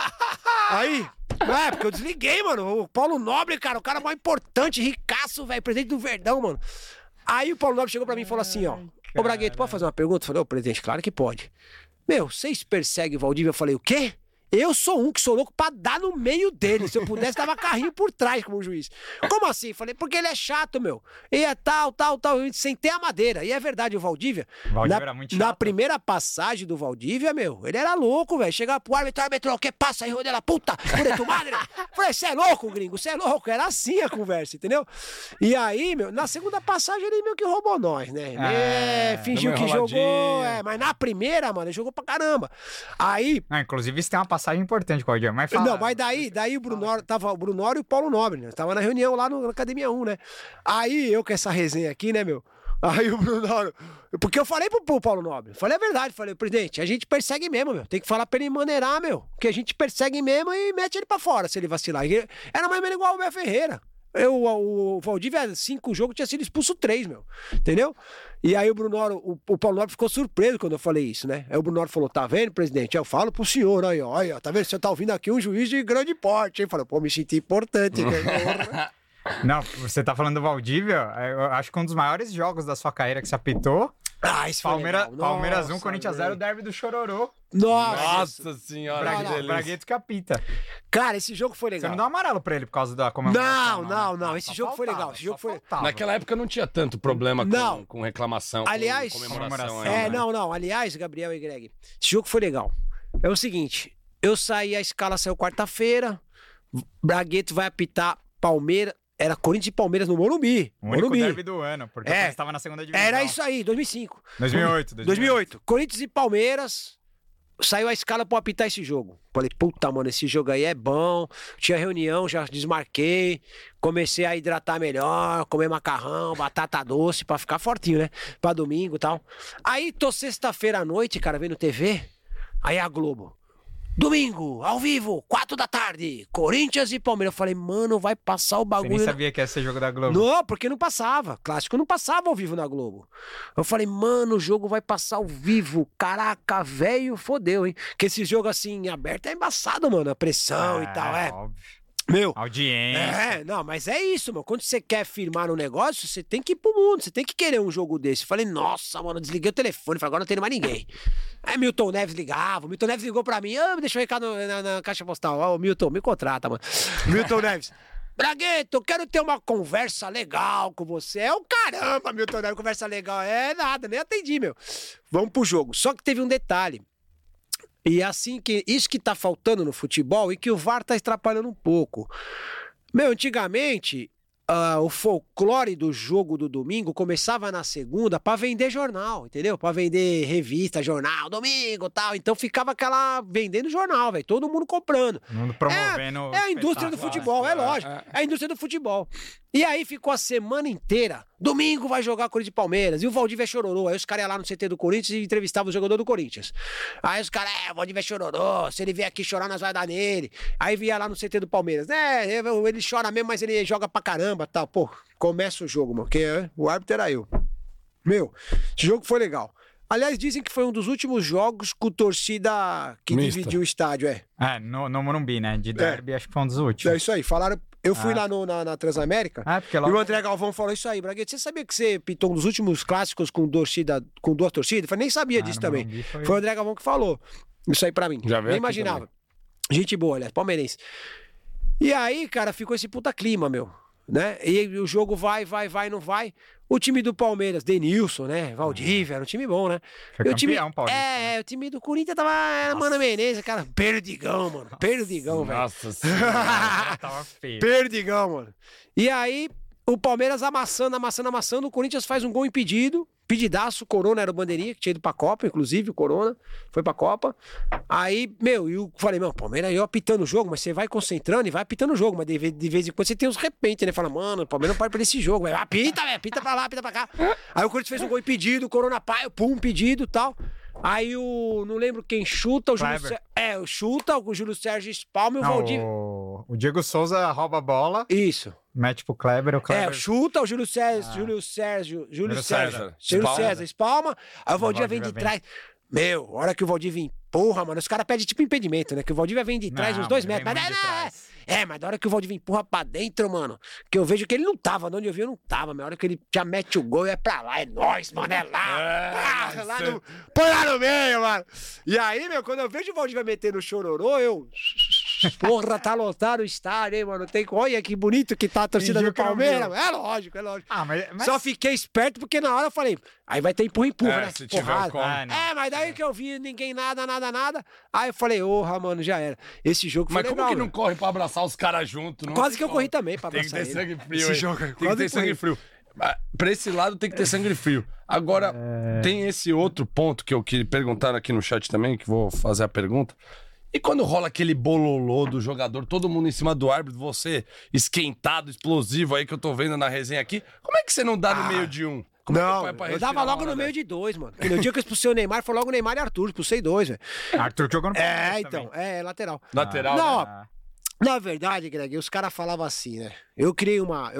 S3: Aí... porque eu desliguei, mano, o Paulo Nobre, cara, o cara mais importante, ricaço, velho, presidente do Verdão, mano. Aí o Paulo Nobre chegou pra mim e falou assim, ó, ô Bragueto, pode fazer uma pergunta? Eu falei, ô presidente, claro que pode. Meu, vocês perseguem o Valdívia? Eu falei, o quê? Eu sou um que sou louco pra dar no meio dele. Se eu pudesse, dava carrinho por trás como juiz. Como assim? Falei, porque ele é chato, meu. E é tal. Eu sentei a madeira. E é verdade, o Valdívia era muito chato. Na primeira passagem do Valdívia, meu, ele era louco, velho. Chegava pro árbitro, o que passa aí, rodela puta, por tu madre. Falei, você é louco, gringo, você é louco. Era assim a conversa, entendeu? E aí, meu, na segunda passagem ele meio que roubou nós, né? Fingiu que jogou, mas na primeira, mano, ele jogou pra caramba. Aí...
S1: inclusive, isso tem uma passagem importante com o Aldir, mas fala...
S3: Não, mas daí o Brunoro, tava o Brunoro e o Paulo Nobre, né? Tava na reunião lá na Academia 1, né? Aí eu com essa resenha aqui, né, meu? Aí o Brunoro... Porque eu falei pro Paulo Nobre, falei a verdade, falei, presidente, a gente persegue mesmo, meu. Tem que falar pra ele maneirar, meu. Que a gente persegue mesmo e mete ele pra fora se ele vacilar. Era mais ou menos igual o Bé Ferreira. O Valdívia, 5 jogos, tinha sido expulso 3, meu. Entendeu? E aí o Paulo Nobre ficou surpreso quando eu falei isso, né? Aí o Brunoro falou, tá vendo, presidente? Eu falo pro senhor, aí, ó, tá vendo? Você tá ouvindo aqui um juiz de grande porte, hein? Falei, pô, me senti importante, né?
S1: Não, você tá falando do Valdívia, eu acho que um dos maiores jogos da sua carreira que você apitou.
S3: Isso foi legal.
S1: Palmeiras 1, Corinthians 0, derby do Chororô.
S2: Nossa senhora,
S1: Bragueto que apita.
S3: Cara, esse jogo foi legal.
S1: Você não deu amarelo pra ele por causa da comemoração?
S3: Não. Esse jogo foi legal. Esse jogo foi...
S2: Naquela época não tinha tanto problema com reclamação,
S3: aliás,
S2: com comemoração.
S3: Não. Aliás, Gabriel e Greg, esse jogo foi legal. É o seguinte, a escala saiu quarta-feira, Bragueto vai apitar Palmeiras, era Corinthians e Palmeiras no Morumbi.
S1: O único derby do ano, porque o Corinthians estava na segunda divisão.
S3: Era isso aí, 2005.
S1: 2008.
S3: Corinthians e Palmeiras, saiu a escala pra apitar esse jogo. Falei, puta, mano, esse jogo aí é bom. Tinha reunião, já desmarquei. Comecei a hidratar melhor, comer macarrão, batata doce, pra ficar fortinho, né? Pra domingo e tal. Aí, tô sexta-feira à noite, cara, vendo TV. Aí a Globo. Domingo, ao vivo, 4 da tarde, Corinthians e Palmeiras. Eu falei, mano, vai passar o bagulho...
S1: Você nem sabia que ia ser jogo da Globo.
S3: Não, porque não passava. Clássico não passava ao vivo na Globo. Eu falei, mano, o jogo vai passar ao vivo. Caraca, velho, fodeu, hein? Porque esse jogo assim, aberto, é embaçado, mano. A pressão e tal,
S1: óbvio.
S3: Meu,
S1: audiência.
S3: Não, mas é isso, meu. Quando você quer firmar um negócio, você tem que ir pro mundo, você tem que querer um jogo desse. Eu falei, nossa, mano, desliguei o telefone, falei, agora não tem mais ninguém. Aí Milton Neves ligava, o Milton Neves ligou pra mim, me deixou um recado na caixa postal. Ó, Milton, me contrata, mano. Milton Neves. Bragueto, eu quero ter uma conversa legal com você. É o caramba, Milton Neves, conversa legal. É nada, nem atendi, meu. Vamos pro jogo. Só que teve um detalhe. E assim, isso que tá faltando no futebol e que o VAR tá atrapalhando um pouco. Meu, antigamente, o folclore do jogo do domingo começava na segunda pra vender jornal, entendeu? Pra vender revista, jornal, domingo e tal. Então ficava vendendo jornal, velho. Todo mundo comprando.
S1: Todo mundo promovendo.
S3: É a indústria do futebol, é lógico. É a indústria do futebol. E aí ficou a semana inteira. Domingo vai jogar Corinthians e Palmeiras. E o Valdívia é chororô. Aí os caras iam lá no CT do Corinthians e entrevistavam o jogador do Corinthians. Aí os caras, o Valdívia é chororô. Se ele vier aqui chorar, nós vai dar nele. Aí via lá no CT do Palmeiras. Ele chora mesmo, mas ele joga pra caramba, tal. Pô, começa o jogo, mano. Porque o árbitro era eu. Meu, esse jogo foi legal. Aliás, dizem que foi um dos últimos jogos com torcida que dividiu o estádio,
S1: no Morumbi, né? De derby, acho que foi um dos últimos.
S3: É isso aí, falaram... Eu fui lá na Transamérica e o André Galvão falou isso aí. Bragueta, você sabia que você pitou um dos últimos clássicos com duas torcidas? Eu falei, nem sabia disso também. Foi o André Galvão que falou isso aí pra mim. Nem imaginava. Também. Gente boa, aliás, palmeirense. E aí, cara, ficou esse puta clima, meu. Né? E o jogo vai, não vai. O time do Palmeiras, Denilson, né? Valdívia, era um time bom, né?
S1: Foi campeão,
S3: o time do Corinthians tava Mano Menezes, cara, perdigão, mano. Perdigão, velho.
S2: Nossa senhora,
S1: tava feio.
S3: Perdigão, mano. E aí, o Palmeiras amassando, o Corinthians faz um gol impedido. Pedidaço, o Corona era o bandeirinha, que tinha ido pra Copa, inclusive, o Corona foi pra Copa. Aí, eu falei, o Palmeiras eu apitando o jogo, mas você vai concentrando e vai apitando o jogo, mas de vez em quando você tem uns repentes, né? Fala, mano, o Palmeiras não pode perder esse jogo, apita pra lá, apita pra cá. Aí o Corinthians fez um gol impedido, o Corona pedido e tal. Aí não lembro quem chuta, o Júlio Sérgio. Chuta, o Júlio Sérgio espalma e o Valdívia.
S1: O Diego Souza rouba a bola.
S3: Isso.
S1: Mete pro Kleber, o Kleber.
S3: Chuta, o Júlio César espalma. Aí o Valdívia vem de trás. A hora que o Valdívia empurra, mano, os caras pedem tipo impedimento, né? Que o Valdívia vem de trás uns 2 metros. Mas da hora que o Valdívia empurra pra dentro, mano, que eu vejo que ele não tava, de onde eu vi, eu não tava. Mas a hora que ele já mete o gol, é pra lá, é nóis, mano, é lá. Põe lá no meio, mano. E aí, quando eu vejo o Valdívia metendo o chororô, porra, tá lotado o estádio, hein, mano? Olha que bonito que tá a torcida do Palmeiras. É lógico.
S1: Mas...
S3: Só fiquei esperto porque na hora eu falei, aí vai ter empurra, né?
S2: Se tiver
S3: mas daí que eu vi ninguém nada. Aí eu falei, mano, já era. Esse jogo foi legal.
S2: Mas como que não corre pra abraçar os caras junto?
S3: Quase que eu corri também pra abraçar
S2: ele. Tem que ter sangue frio.
S3: Esse jogo,
S2: tem que ter sangue frio. Pra esse lado tem que ter sangue frio. Agora, tem esse outro ponto que eu queria perguntar aqui no chat também, que vou fazer a pergunta. E quando rola aquele bololô do jogador, todo mundo em cima do árbitro, você esquentado, explosivo aí que eu tô vendo na resenha aqui, como é que você não dá no meio de um?
S3: Eu dava logo no meio de 2, mano. No dia que eu expulsei o Neymar, foi logo o Neymar e Arthur, expulsei 2, velho.
S1: Arthur jogou no Palmeiras
S3: então, lateral.
S2: Lateral,
S3: não, né? Na verdade, Greg, os caras falavam assim, né? Eu criei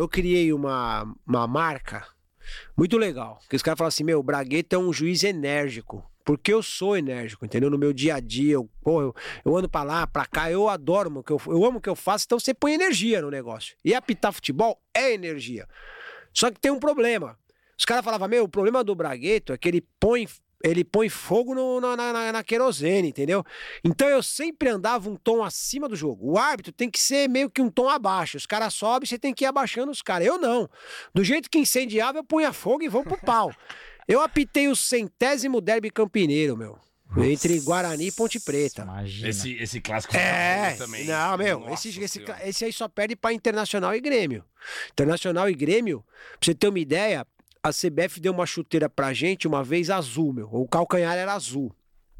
S3: uma marca muito legal. Que os caras falavam assim, o Bragueta é um juiz enérgico. Porque eu sou enérgico, entendeu? No meu dia a dia, eu ando pra lá, pra cá, eu adoro eu amo o que eu faço, então você põe energia no negócio. E apitar futebol é energia. Só que tem um problema. Os caras falavam, o problema do Bragueto é que ele põe fogo na querosene, entendeu? Então eu sempre andava um tom acima do jogo. O árbitro tem que ser meio que um tom abaixo. Os caras sobem, você tem que ir abaixando os caras. Eu não. Do jeito que incendiava, eu punha fogo e vou pro pau. Eu apitei o 100º derby campineiro, entre Guarani e Ponte Preta.
S2: Imagina. Esse clássico também.
S3: Não, esse aí só perde pra Internacional e Grêmio. Internacional e Grêmio, pra você ter uma ideia, a CBF deu uma chuteira pra gente uma vez azul, o calcanhar era azul.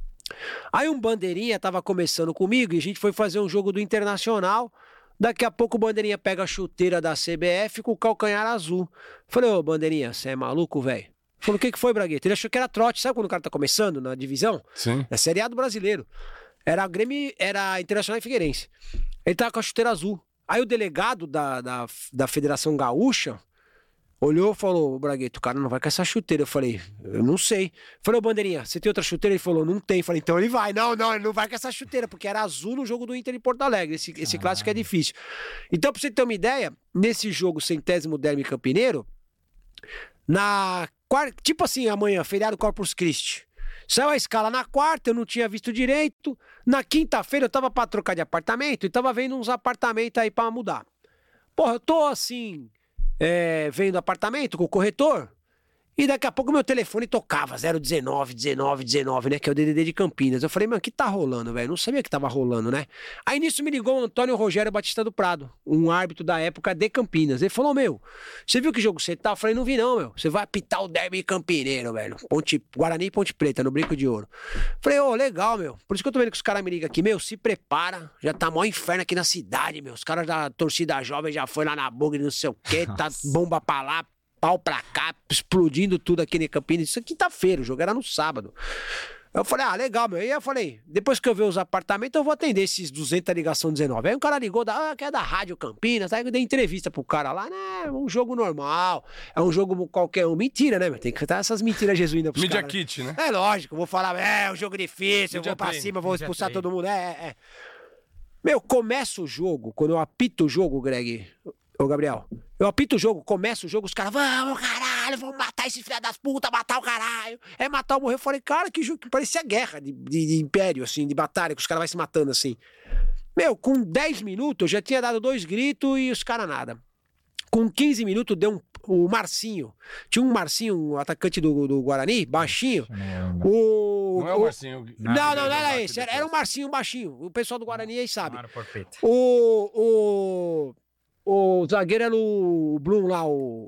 S3: Aí um bandeirinha tava começando comigo e a gente foi fazer um jogo do Internacional. Daqui a pouco o bandeirinha pega a chuteira da CBF com o calcanhar azul. Falei, bandeirinha, você é maluco, velho? Falou, o que foi, Bragueta? Ele achou que era trote. Sabe quando o cara tá começando na divisão?
S2: Sim.
S3: É Série A do brasileiro. Era Grêmio, era Internacional e Figueirense. Ele tava com a chuteira azul. Aí o delegado da Federação Gaúcha olhou e falou, Bragueta, o cara não vai com essa chuteira. Eu falei, eu não sei. Falei, bandeirinha, você tem outra chuteira? Ele falou, não tem. Eu falei, então ele vai. Não, ele não vai com essa chuteira, porque era azul no jogo do Inter em Porto Alegre. Esse clássico é difícil. Então, pra você ter uma ideia, nesse jogo 100º derby campineiro, tipo assim, amanhã, feriado Corpus Christi. Saiu a escala na quarta, eu não tinha visto direito. Na quinta-feira eu tava pra trocar de apartamento e tava vendo uns apartamentos aí pra mudar. Porra, eu tô assim, vendo apartamento com o corretor. E daqui a pouco meu telefone tocava 019, né? Que é o DDD de Campinas. Eu falei, mano, o que tá rolando, velho? Não sabia que tava rolando, né? Aí nisso me ligou o Antônio Rogério Batista do Prado, um árbitro da época de Campinas. Ele falou, você viu que jogo você tá? Eu falei, não vi não, Você vai apitar o derby campineiro, velho. Guarani e Ponte Preta, no Brinco de Ouro. Falei, legal, Por isso que eu tô vendo que os caras me ligam aqui, se prepara. Já tá maior inferno aqui na cidade, Os caras da torcida jovem já foi lá na Bugre, não sei o quê. Tá bomba pra lá, pau pra cá, explodindo tudo aqui em Campinas. Isso é quinta-feira, o jogo era no sábado. Eu falei, legal, Aí eu falei, depois que eu ver os apartamentos, eu vou atender esses 200 ligação 19. Aí um cara ligou, que é da Rádio Campinas, aí eu dei entrevista pro cara lá, né, é um jogo normal, é um jogo qualquer um. Mentira, né, Tem que dar essas mentiras jesuínas pros caras.
S2: Media kit, né?
S3: É lógico, eu vou falar, é um jogo difícil, eu vou pra cima, vou expulsar todo mundo, Meu, começa o jogo, quando eu apito o jogo, Greg, ô Gabriel, eu apito o jogo, começa o jogo, os caras, vamos, caralho, vamos matar esse filho das putas, matar o caralho, é matar ou morrer. Eu falei, cara, que jogo que parecia guerra de império, assim, de batalha, que os caras vão se matando, assim. Meu, com 10 minutos, eu já tinha dado 2 gritos e os caras nada. Com 15 minutos, deu o Marcinho. Tinha um Marcinho, um atacante do Guarani, baixinho.
S2: Não é o Marcinho.
S3: Não era esse. Era um Marcinho baixinho. O pessoal do Guarani aí sabe. O zagueiro era o Blum lá.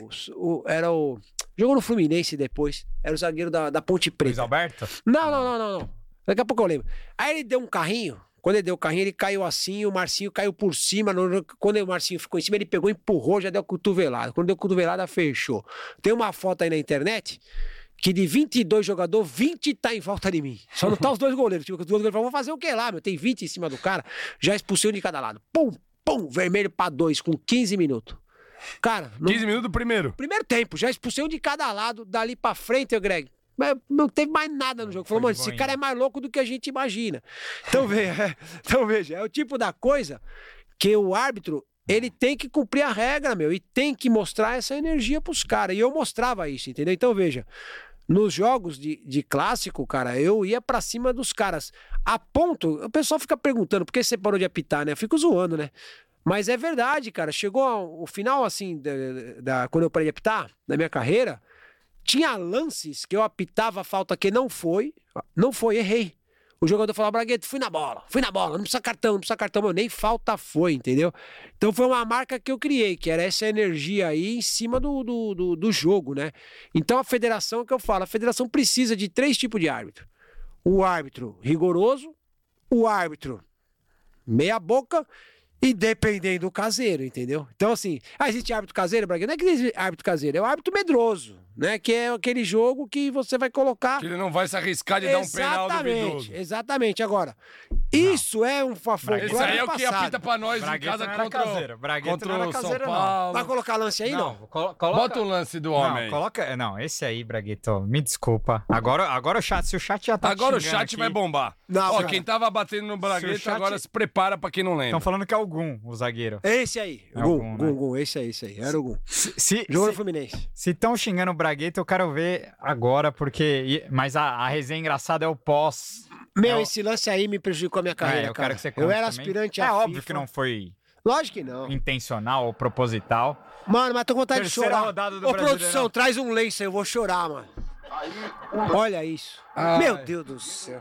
S3: Era o... Jogou no Fluminense depois. Era o zagueiro da Ponte Preta.
S1: Luiz Alberto?
S3: Não. Daqui a pouco eu lembro. Aí ele deu um carrinho. Quando ele deu o carrinho, ele caiu assim, o Marcinho caiu por cima. Quando o Marcinho ficou em cima, ele pegou, empurrou, já deu cotovelada. Quando deu cotovelada, fechou. Tem uma foto aí na internet que de 22 jogadores, 20 tá em volta de mim. Só não tá os 2 goleiros. Tipo, os 2 goleiros falaram, vou fazer o que lá, meu? Tem 20 em cima do cara. Já expulsei um de cada lado. Pum, vermelho pra 2, com 15 minutos. Cara...
S2: 15 minutos do primeiro?
S3: Primeiro tempo. Já expulsei um de cada lado. Dali pra frente, Greg... Mas não teve mais nada no jogo. Falou, mano, esse cara é mais louco do que a gente imagina. Então veja, é o tipo da coisa que o árbitro, ele tem que cumprir a regra, meu, e tem que mostrar essa energia pros caras. E eu mostrava isso, entendeu? Então veja, nos jogos de clássico, cara, eu ia pra cima dos caras. A ponto, o pessoal fica perguntando, por que você parou de apitar, né? Eu fico zoando, né? Mas é verdade, cara. Chegou o final, assim, quando eu parei de apitar, da minha carreira... Tinha lances que eu apitava a falta que não foi, errei. O jogador falava, Bragueto, fui na bola, não precisa cartão, mas nem falta foi, entendeu? Então foi uma marca que eu criei, que era essa energia aí em cima do jogo, né? Então a federação, que eu falo, a federação precisa de 3 tipos de árbitro. O árbitro rigoroso, o árbitro meia boca e dependendo do caseiro, entendeu? Então assim, existe árbitro caseiro, Bragueto? Não é que existe árbitro caseiro, é o árbitro medroso. Né? Que é aquele jogo que você vai colocar...
S2: Que ele não vai se arriscar de dar um penal duvidoso.
S3: Exatamente. Agora, isso é um folclore
S2: Isso aí é o que apita pra nós
S1: Bragueta
S2: em casa contra o São Paulo.
S3: Não. Vai colocar lance aí, não?
S2: Bota o lance do homem.
S1: Não, esse aí, Bragueto, me desculpa. Agora o chat, se o chat já tá
S2: agora o chat aqui, vai bombar.
S3: Não,
S2: quem tava batendo no Bragueta agora se prepara pra quem não lembra.
S1: Estão falando que é o Gum, o zagueiro.
S3: Esse aí. Gum, esse aí. Era o Gum. Jogou no Fluminense.
S1: Se estão xingando o Bragueta, eu quero ver agora, porque... Mas a resenha engraçada é o pós.
S3: Meu, esse lance aí me prejudicou a minha carreira,
S1: eu quero que você conte
S3: Eu era
S1: também.
S3: aspirante a
S1: FIFA.
S3: FIFA.
S1: Óbvio que não foi...
S3: Lógico que não.
S1: Intencional ou proposital.
S3: Mano, mas tô com vontade de chorar.
S1: Rodada do
S3: Ô, produção, traz um lenço aí, eu vou chorar, mano. Olha isso. Meu Deus do céu.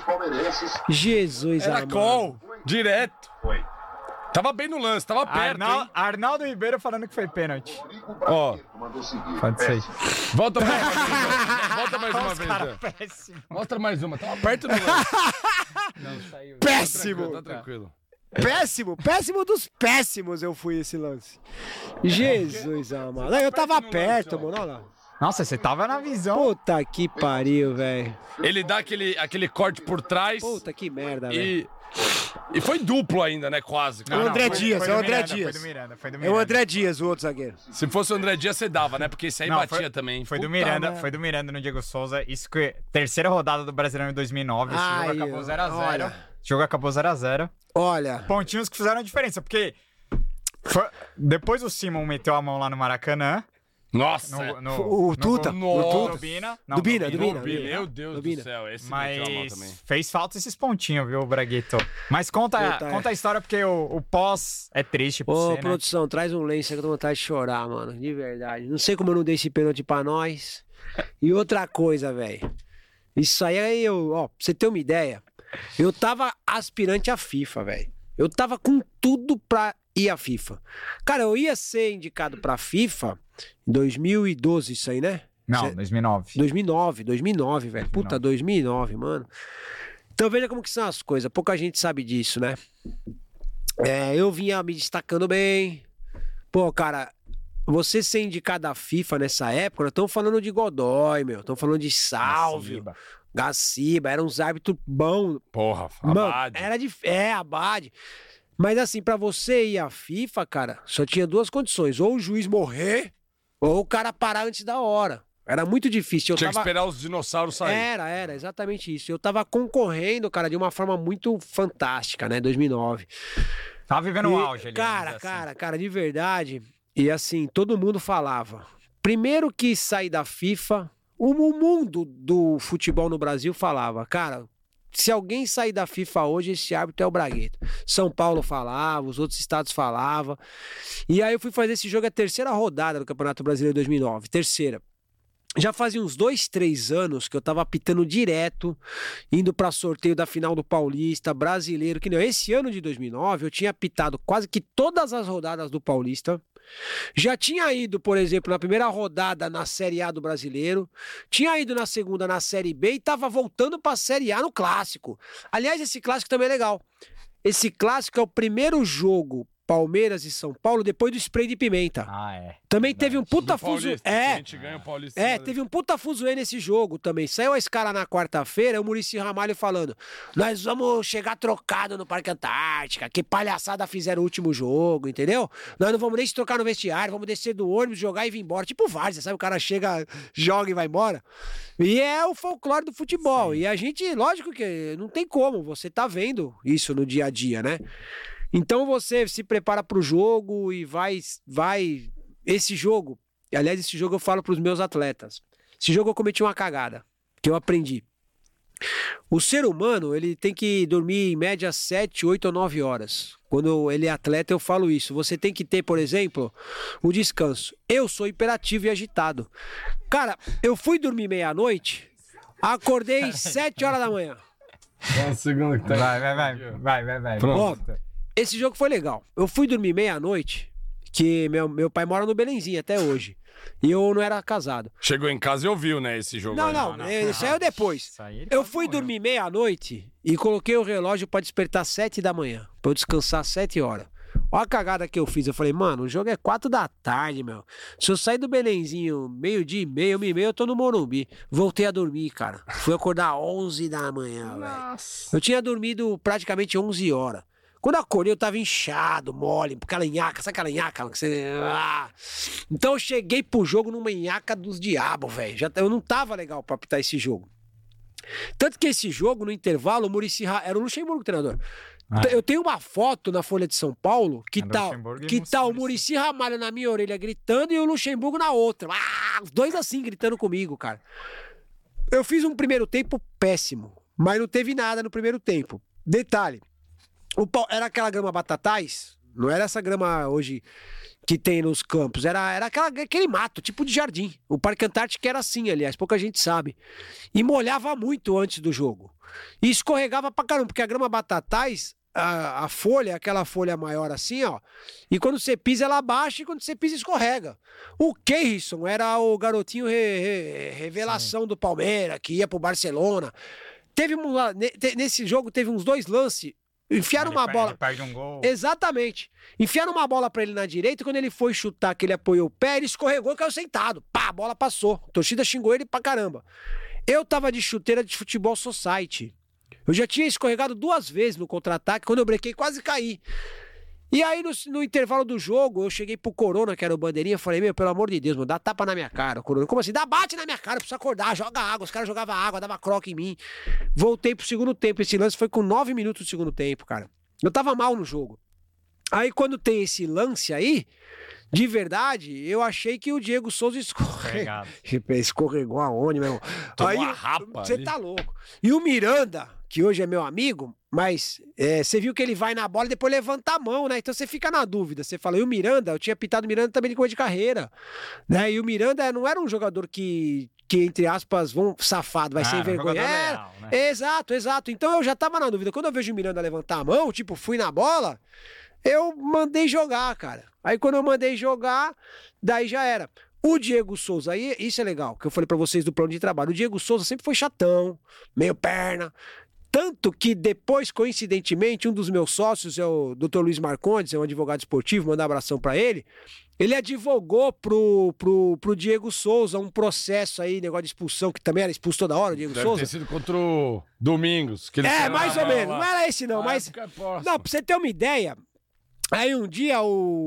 S3: Jesus,
S2: era gol, direto. Foi. Tava bem no lance, tava perto, hein?
S1: Arnaldo Ribeiro falando que foi pênalti.
S2: Ó.
S1: Pode ser.
S2: Volta mais uma vez. Cara, péssimo. Mostra mais uma. Tava perto do lance.
S3: Não, saiu. Péssimo.
S2: Tá tranquilo.
S3: Péssimo dos péssimos eu fui esse lance. Jesus amado. Eu tava perto, mano. Olha lá.
S1: Nossa, você tava na visão.
S3: Puta que pariu, velho.
S2: Ele dá aquele corte por trás.
S3: Puta que merda, velho.
S2: E foi duplo ainda, né? Quase.
S3: É o André Dias.
S1: Foi do Miranda.
S3: É o André Dias, o outro zagueiro.
S2: Se fosse o André Dias, você dava, né? Porque esse aí batia também.
S1: Foi do Miranda no Diego Souza. Isso que terceira rodada do Brasileirão em 2009. Esse jogo acabou 0x0. Esse jogo acabou 0x0.
S3: Olha.
S1: Pontinhos que fizeram a diferença, porque depois o Simon meteu a mão lá no Maracanã.
S2: Nossa!
S3: O Tuta.
S1: Do
S3: Bina.
S2: Meu Deus do céu. Esse
S1: mas
S2: meteu a mão também.
S1: Fez falta esses pontinhos, viu, Bragueto? Mas conta a história, porque o pós é triste pra você,
S3: produção,
S1: né?
S3: traz um lenço que eu tô com vontade de chorar, mano. De verdade. Não sei como eu não dei esse pênalti pra nós. E outra coisa, velho. Isso aí, pra você ter uma ideia, eu tava aspirante à FIFA, velho. Eu tava com tudo pra ir à FIFA. Cara, eu ia ser indicado pra FIFA em 2012, isso aí, né?
S1: Não, 2009.
S3: 2009, velho. Puta, 2009, mano. Então veja como que são as coisas. Pouca gente sabe disso, né? Eu vinha me destacando bem. Pô, cara, você ser indicado à FIFA nessa época, nós estamos falando de Godoy, meu. Estamos falando de Salvio, Gaciba. Eram uns árbitros bons.
S2: Porra, Abade.
S3: Abade. Mas assim, pra você ir à FIFA, cara, só tinha 2 condições. Ou o juiz morrer, ou o cara parar antes da hora. Era muito difícil.
S2: Tinha que esperar os dinossauros saírem.
S3: Era exatamente isso. Eu tava concorrendo, cara, de uma forma muito fantástica, né? 2009.
S1: Tava vivendo um auge ali.
S3: Cara, de verdade. E assim, todo mundo falava. Primeiro que sair da FIFA, o mundo do futebol no Brasil falava, cara, se alguém sair da FIFA hoje, esse árbitro é o Bragueta. São Paulo falava, os outros estados falavam. E aí eu fui fazer esse jogo, a terceira rodada do Campeonato Brasileiro de 2009. Terceira. Já fazia uns 2, 3 anos que eu tava apitando direto, indo pra sorteio da final do Paulista, brasileiro, que não. Esse ano de 2009 eu tinha apitado quase que todas as rodadas do Paulista. Já tinha ido, por exemplo, na primeira rodada na Série A do Brasileiro, tinha ido na segunda na Série B e tava voltando pra Série A no Clássico. Aliás, esse Clássico também é legal. Esse Clássico é o primeiro jogo Palmeiras e São Paulo depois do spray de pimenta. Também teve um puta fuzuê.
S2: A gente ganha o Paulista.
S3: Teve um puta fuzuê nesse jogo também. Saiu a escala na quarta-feira, o Muricy Ramalho falando: nós vamos chegar trocado no Parque Antártica, que palhaçada fizeram o último jogo, entendeu? Nós não vamos nem se trocar no vestiário, vamos descer do ônibus, jogar e vir embora. Tipo várzea, sabe? O cara chega, joga e vai embora. E é o folclore do futebol. Sim. E a gente, lógico que não tem como, você tá vendo isso no dia a dia, né? Então você se prepara pro jogo e vai... Esse jogo, aliás, esse jogo eu falo pros meus atletas. Esse jogo eu cometi uma cagada, que eu aprendi. O ser humano, ele tem que dormir em média 7, 8 ou 9 horas. Quando ele é atleta, eu falo isso. Você tem que ter, por exemplo, o descanso. Eu sou hiperativo e agitado. Cara, eu fui dormir meia-noite, acordei 7 horas da manhã.
S2: Um segundo que tá.
S1: Vai.
S3: Pronto. Esse jogo foi legal. Eu fui dormir meia-noite, que meu pai mora no Belenzinho até hoje. E eu não era casado.
S2: Chegou em casa e ouviu, né, esse jogo.
S3: Não. Isso aí é depois. Eu fui dormir meia-noite e coloquei o relógio pra despertar 7 da manhã. Pra eu descansar 7 horas. Olha a cagada que eu fiz. Eu falei, mano, o jogo é 4 da tarde, meu. Se eu sair do Belenzinho meio-dia e meia, 1h30, eu tô no Morumbi. Voltei a dormir, cara. Fui acordar 11 da manhã, velho. Eu tinha dormido praticamente 11 horas. Quando eu acordei, eu tava inchado, mole, aquela nhaca, sabe aquela nhaca? Então eu cheguei pro jogo numa nhaca dos diabos, velho. Eu não tava legal pra apitar esse jogo. Tanto que esse jogo, no intervalo, o Muricy era o Luxemburgo, treinador. Eu tenho uma foto na Folha de São Paulo que tá o Muricy Ramalho na minha orelha gritando e o Luxemburgo na outra. Os dois assim, gritando comigo, cara. Eu fiz um primeiro tempo péssimo, mas não teve nada no primeiro tempo. Detalhe. Era aquela grama batatais, não era essa grama hoje que tem nos campos, era aquele mato, tipo de jardim. O Parque Antártico era assim, aliás, pouca gente sabe. E molhava muito antes do jogo. E escorregava pra caramba, porque a grama batatais, a folha, aquela folha maior assim, ó, e quando você pisa ela baixa e quando você pisa escorrega. O Keirson era o garotinho revelação do Palmeiras, que ia pro Barcelona. Nesse jogo teve uns 2 lances. Enfiaram uma bola.
S1: Ele perde um gol.
S3: Exatamente. Enfiaram uma bola pra ele na direita. Quando ele foi chutar, que ele apoiou o pé, ele escorregou e caiu sentado. Pá, a bola passou. A torcida xingou ele pra caramba. Eu tava de chuteira de futebol society. Eu já tinha escorregado 2 vezes no contra-ataque. Quando eu brequei, quase caí. E aí, no intervalo do jogo, eu cheguei pro Corona, que era o bandeirinha, falei, meu, pelo amor de Deus, mano, dá tapa na minha cara, Corona. Como assim? Bate na minha cara, preciso acordar, joga água. Os caras jogavam água, dava croque em mim. Voltei pro segundo tempo. Esse lance foi com 9 minutos do segundo tempo, cara. Eu tava mal no jogo. Aí, quando tem esse lance aí, de verdade, eu achei que o Diego Souza escorregou aonde, meu irmão? Aí, você tá louco. E o Miranda, que hoje é meu amigo, mas você viu que ele vai na bola e depois levanta a mão, né? Então você fica na dúvida. Você fala, e o Miranda? Eu tinha pitado o Miranda também de coisa de carreira, né? E o Miranda não era um jogador que entre aspas, safado, vai sem vergonha.
S1: Leal, né?
S3: Exato. Então eu já tava na dúvida. Quando eu vejo o Miranda levantar a mão, tipo, fui na bola, eu mandei jogar, cara. Aí quando eu mandei jogar, daí já era. O Diego Souza, aí isso é legal, que eu falei pra vocês do plano de trabalho. O Diego Souza sempre foi chatão, meio perna. Tanto que depois, coincidentemente, um dos meus sócios é o Dr. Luiz Marcondes, é um advogado esportivo, manda um abração pra ele. Ele advogou pro Diego Souza um processo aí, negócio de expulsão, que também era expulso toda hora, o Diego Souza.
S2: Deve ter sido contra o Domingos. Que ele
S3: mais ou menos. Não era esse não, mas... Não, pra você ter uma ideia, Aí um dia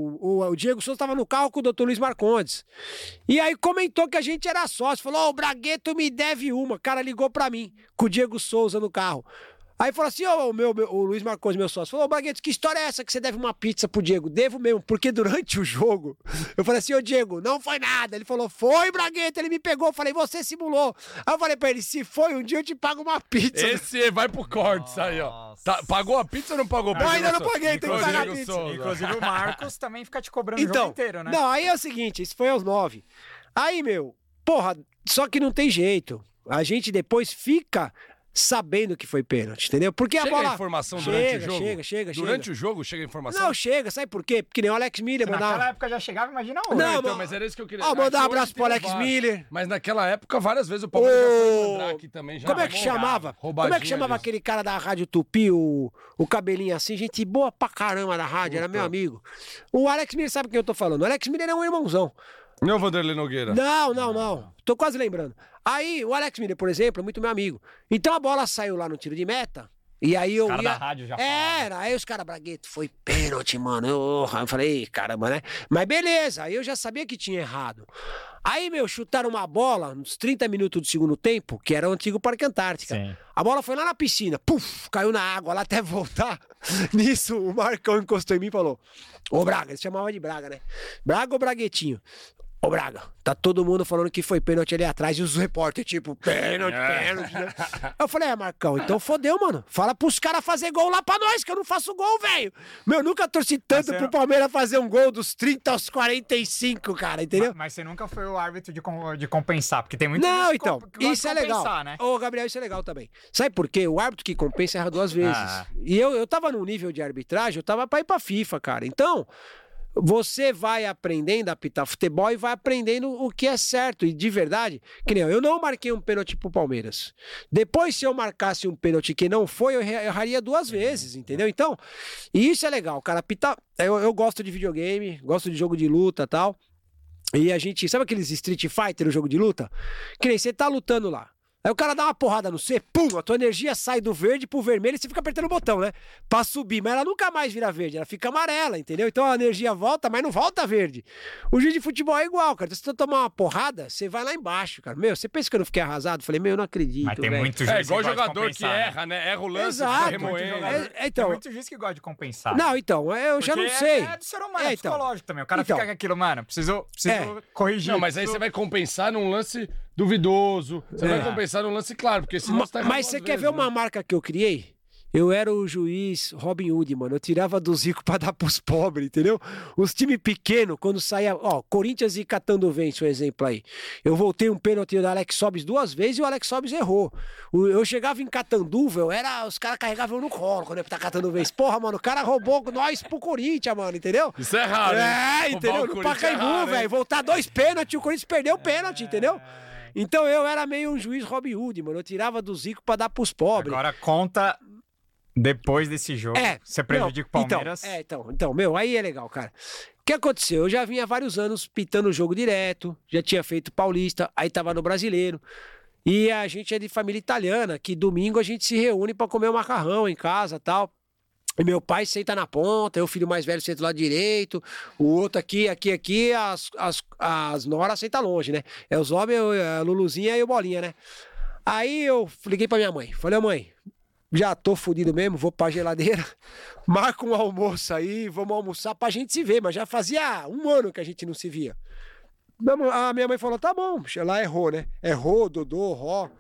S3: o Diego Souza tava no carro com o Dr. Luiz Marcondes. E aí comentou que a gente era sócio. Falou, o Bragueto me deve uma. O cara ligou pra mim, com o Diego Souza no carro. Aí falou assim, o Luiz Marcondes, meu sócio, falou, Bragueto, que história é essa que você deve uma pizza pro Diego? Devo mesmo, porque durante o jogo, eu falei assim, Diego, não foi nada. Ele falou, foi, Bragueto, ele me pegou. Eu falei, você simulou. Aí eu falei pra ele, se foi, um dia eu te pago uma pizza.
S2: Esse vai pro cortes aí, ó. Tá, pagou a pizza ou não pagou?
S3: Não, ainda não paguei, tem que pagar a pizza.
S1: Inclusive o Marcos também fica te cobrando o jogo inteiro, né?
S3: Não, aí é o seguinte, isso foi aos 9. Aí, porra, só que não tem jeito. A gente depois fica sabendo que foi pênalti, entendeu? Porque
S2: chega
S3: a bola...
S2: a informação durante o jogo?
S3: Chega.
S2: Durante o jogo chega a informação?
S3: Não, chega, sabe por quê? Porque nem o Alex Miller mandava...
S1: Naquela época já chegava, imagina hoje.
S3: Não,
S2: então, mas era isso que eu queria...
S3: mandar um abraço pro Alex Miller.
S2: Mas naquela época, várias vezes o Palmeiras já foi mandar aqui também. Já
S3: Como é que chamava? Como é que chamava aquele cara da Rádio Tupi, o cabelinho assim? Gente boa pra caramba da rádio, era meu amigo. O Alex Miller, sabe quem eu tô falando? O Alex Miller é um irmãozão.
S2: Não, Vanderlei Nogueira.
S3: Não. Tô quase lembrando. Aí, o Alex Miller, por exemplo, é muito meu amigo. Então a bola saiu lá no tiro de meta. E aí eu
S1: ia...
S3: da
S1: rádio já
S3: aí os caras, Bragueto, foi pênalti, mano. Eu falei, caramba, né? Mas beleza, aí eu já sabia que tinha errado. Aí, chutaram uma bola nos 30 minutos do segundo tempo, que era o antigo Parque Antártica.
S1: Sim.
S3: A bola foi lá na piscina, caiu na água, lá até voltar. Nisso, o Marcão encostou em mim e falou, ô Braga, ele chamava de Braga, né? Braga ou Braguetinho? Ô Braga, tá todo mundo falando que foi pênalti ali atrás e os repórteres, tipo, pênalti, né? Eu falei, Marcão, então fodeu, mano. Fala pros caras fazer gol lá pra nós, que eu não faço gol, velho. Nunca torci tanto pro Palmeiras fazer um gol dos 30 aos 45, cara, entendeu?
S1: Mas você nunca foi o árbitro de compensar, porque tem muito
S3: Não, então, isso é legal.
S1: Né?
S3: Ô, Gabriel, isso é legal também. Sabe por quê? O árbitro que compensa erra 2 vezes. E eu tava num nível de arbitragem, eu tava pra ir pra FIFA, cara. Então... Você vai aprendendo a apitar futebol e vai aprendendo o que é certo. E de verdade, que nem eu não marquei um pênalti pro Palmeiras. Depois, se eu marcasse um pênalti que não foi, eu erraria 2 vezes, entendeu? Então, e isso é legal, cara. Apitar. Eu gosto de videogame, gosto de jogo de luta e tal. E a gente, sabe aqueles Street Fighter, o jogo de luta? Que nem você tá lutando lá. Aí o cara dá uma porrada no C, pum, a tua energia sai do verde pro vermelho e você fica apertando o botão, né? Pra subir, mas ela nunca mais vira verde, ela fica amarela, entendeu? Então a energia volta, mas não volta verde. O jogo de futebol é igual, cara. Se você tomar uma porrada, você vai lá embaixo, cara. Você pensa que eu não fiquei arrasado? Falei, eu não acredito,
S1: mas tem muito juiz
S2: igual jogador que erra, né? Erra o lance,
S3: exato,
S2: remoendo.
S3: Então,
S1: tem muito juiz que gosta de compensar.
S3: Não, então, eu já não sei.
S1: É do ser humano, psicológico também. O cara fica com aquilo, mano, preciso corrigir.
S2: Não, mas aí você vai compensar num lance duvidoso. Você vai compensar num lance claro, porque senão você tá errado.
S3: Mas você quer ver uma marca que eu criei? Eu era o juiz Robin Hood, mano. Eu tirava dos ricos pra dar pros pobres, entendeu? Os times pequenos, quando saía... Corinthians e Catanduvense, um exemplo aí. Eu voltei um pênalti da Alex Sobis 2 vezes e o Alex Sobis errou. Eu chegava em Catanduva, os caras carregavam no colo quando eu ia pra Catanduvense. Porra, mano, o cara roubou nós pro Corinthians, mano, entendeu?
S2: Isso é raro, hein?
S3: Entendeu? No Pacaembu, velho. Voltar 2 pênaltis, o Corinthians perdeu o pênalti, entendeu? Então eu era meio um juiz Robin Hood, mano. Eu tirava dos ricos pra dar pros pobres.
S1: Agora conta... Depois desse jogo, você prejudica o Palmeiras.
S3: Então, aí é legal, cara. O que aconteceu? Eu já vinha há vários anos pitando o jogo direto, já tinha feito Paulista, aí tava no Brasileiro. E a gente é de família italiana, que domingo a gente se reúne pra comer um macarrão em casa e tal. E meu pai senta na ponta, eu, filho mais velho, senta do lado direito, o outro aqui, as noras sentam longe, né? É os homens, a Luluzinha e o Bolinha, né? Aí eu liguei pra minha mãe, falei, mãe, já tô fudido mesmo, vou pra geladeira, marca um almoço aí, vamos almoçar pra gente se ver, mas já fazia 1 ano que a gente não se via. A minha mãe falou, tá bom, lá errou, né? Errou, Dodô, Ró.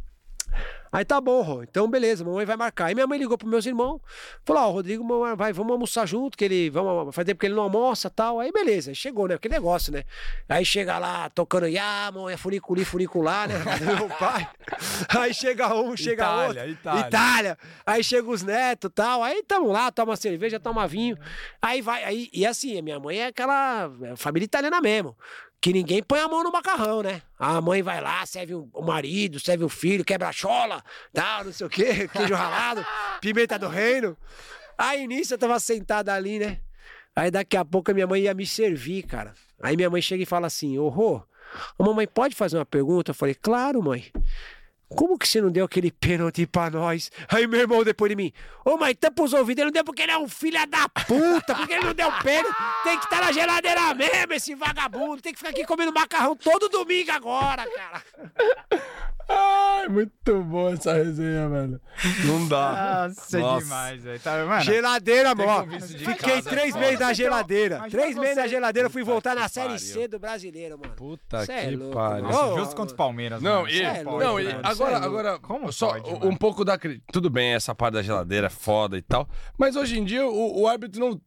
S3: Aí tá bom, Rô, então beleza, mamãe vai marcar. Aí minha mãe ligou pros meus irmãos, falou, Rodrigo, vamos almoçar junto, faz tempo que ele não almoça e tal. Aí beleza, chegou, né, aquele negócio, né. Aí chega lá, tocando, é furicular, né, meu pai. Aí chega um, chega outro. Itália. Aí chega os netos e tal, aí tamo lá, toma cerveja, toma vinho. Aí vai, e assim, a minha mãe é aquela família italiana mesmo. Que ninguém põe a mão no macarrão, né? A mãe vai lá, serve o marido, serve o filho, quebra a chola, tal, não sei o quê, queijo ralado, pimenta do reino. Aí nisso eu tava sentada ali, né? Aí daqui a pouco a minha mãe ia me servir, cara. Aí minha mãe chega e fala assim, Rô, a mamãe pode fazer uma pergunta? Eu falei, claro, mãe. como que você não deu aquele pênalti pra nós? Aí meu irmão depois de mim, mas tampa os ouvidos, ele não deu porque ele é um filho da puta, porque ele não deu pênalti, tem que estar na geladeira mesmo esse vagabundo, tem que ficar aqui comendo macarrão todo domingo agora, cara.
S2: Ai, muito boa essa resenha, velho. Não dá.
S1: Nossa, demais, velho. Tá, mano,
S3: geladeira, mano. Fiquei 3 meses na geladeira. 3 meses na geladeira, fui voltar na Série C do Brasileiro, mano.
S2: Puta que pariu.
S1: Justo contra o Palmeiras,
S2: não,
S1: mano.
S2: Agora, como só pode, um pouco da... Tudo bem, essa parte da geladeira é foda e tal, mas hoje em dia o árbitro não...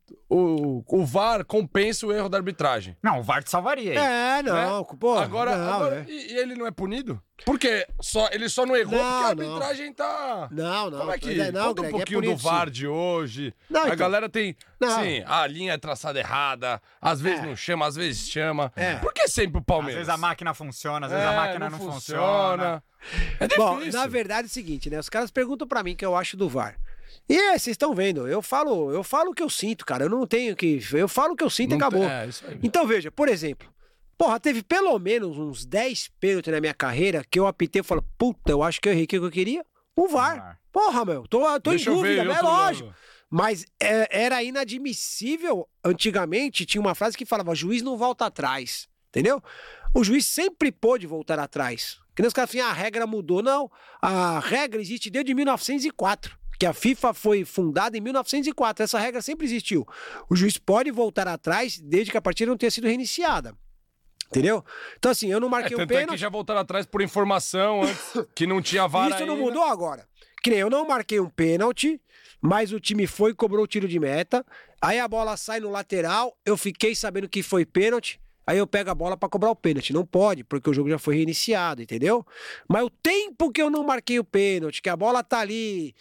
S2: O VAR compensa o erro da arbitragem.
S1: Não, o VAR te salvaria aí.
S3: Não,
S1: né?
S3: Pô.
S2: Agora e ele não é punido? Por quê? Ele só não errou porque a arbitragem tá...
S3: Não.
S2: Como é que...
S3: Não,
S2: conta
S3: Greg,
S2: um pouquinho do VAR de hoje. Não, a galera tem... Sim, a linha é traçada errada, às vezes não chama, às vezes chama. Por que sempre o Palmeiras?
S1: Às vezes a máquina funciona, às vezes a máquina não funciona.
S2: É difícil.
S3: Bom, na verdade é o seguinte, né? Os caras perguntam pra mim o que eu acho do VAR. E vocês estão vendo, eu falo o que eu sinto, cara. Eu não tenho que... Eu falo o que eu sinto e acabou.
S2: Isso aí.
S3: Então, veja, por exemplo... Porra, teve pelo menos uns 10 pênaltis na minha carreira que eu apitei e falei, puta, eu acho que eu errei o que eu queria. O VAR. Porra, meu, tô em dúvida, é lógico. Mas era inadmissível, antigamente, tinha uma frase que falava, juiz não volta atrás, entendeu? O juiz sempre pôde voltar atrás. Que nem os caras falam, a regra mudou. Não, a regra existe desde 1904. Que a FIFA foi fundada em 1904. Essa regra sempre existiu. O juiz pode voltar atrás desde que a partida não tenha sido reiniciada. Entendeu? Então, assim, eu não marquei o pênalti.
S2: Que já voltaram atrás por informação antes, que não tinha VAR
S3: Isso
S2: ainda.
S3: não mudou agora. Que nem eu não marquei um pênalti, mas o time foi e cobrou o tiro de meta. Aí a bola sai no lateral, eu fiquei sabendo que foi pênalti. Aí eu pego a bola pra cobrar o pênalti. Não pode, porque o jogo já foi reiniciado, entendeu? Mas o tempo que eu não marquei o pênalti, que a bola tá ali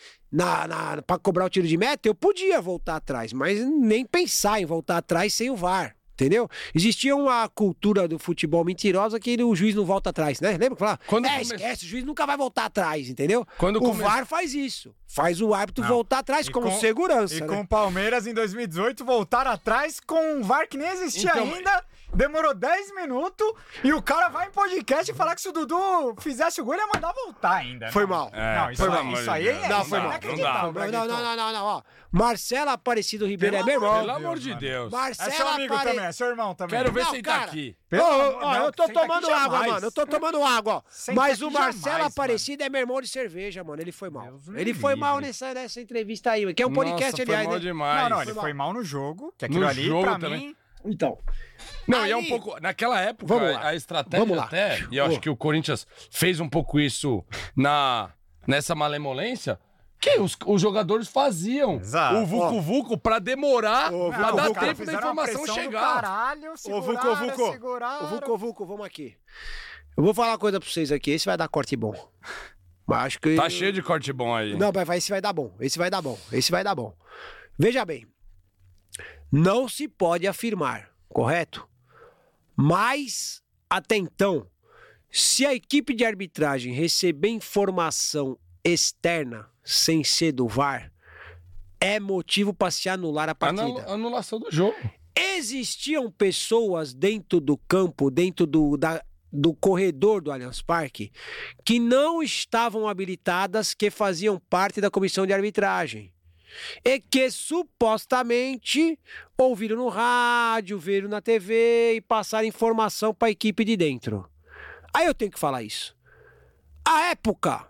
S3: pra cobrar o tiro de meta, eu podia voltar atrás, mas nem pensar em voltar atrás sem o VAR. Entendeu? Existia uma cultura do futebol mentirosa que o juiz não volta atrás, né? Lembra que falava? Esquece, o juiz nunca vai voltar atrás, entendeu? O VAR faz isso. Faz o árbitro voltar atrás com segurança.
S1: E
S3: né?
S1: com o Palmeiras em 2018 voltar atrás com um VAR que nem existia ainda. Demorou 10 minutos e o cara vai em podcast e falar que se o Dudu fizesse o gol, ele ia mandar voltar ainda.
S3: Foi mal.
S1: Não, isso aí é inacreditável.
S3: Não. Ó, Marcelo Aparecido Ribeiro é meu irmão.
S2: Pelo amor de Deus.
S1: Marcelo é seu amigo também, é seu irmão também.
S2: Quero ver se ele tá aqui.
S3: Eu tô tomando água, mano. Eu tô tomando água, ó. Mas o Marcelo Aparecido é meu irmão de cerveja, mano. Ele foi mal. Ele foi mal nessa entrevista aí, que é um podcast, aliás.
S2: Foi mal demais.
S1: Não, ele foi mal no jogo, que aquilo ali, pra mim...
S3: Então...
S2: Não, aí, e é um pouco... Naquela época, a estratégia até... E eu acho que o Corinthians fez um pouco isso nessa malemolência... Que os jogadores faziam o vucu-vucu pra demorar, pra dar tempo da informação chegar.
S1: Caralho,
S3: Ô, vucu-vucu, vamos aqui. Eu vou falar uma coisa pra vocês aqui, esse vai dar corte bom. Mas acho que...
S2: Tá cheio de corte bom aí.
S3: Não, esse vai dar bom, esse vai dar bom. Veja bem, não se pode afirmar, correto? Mas, até então, se a equipe de arbitragem receber informação externa, sem ser do VAR, é motivo para se anular a partida.
S2: Anulação do jogo.
S3: Existiam pessoas dentro do campo, dentro do corredor do Allianz Parque, que não estavam habilitadas, que faziam parte da comissão de arbitragem. E que supostamente ouviram no rádio, viram na TV e passaram informação para a equipe de dentro. Aí eu tenho que falar isso. À época,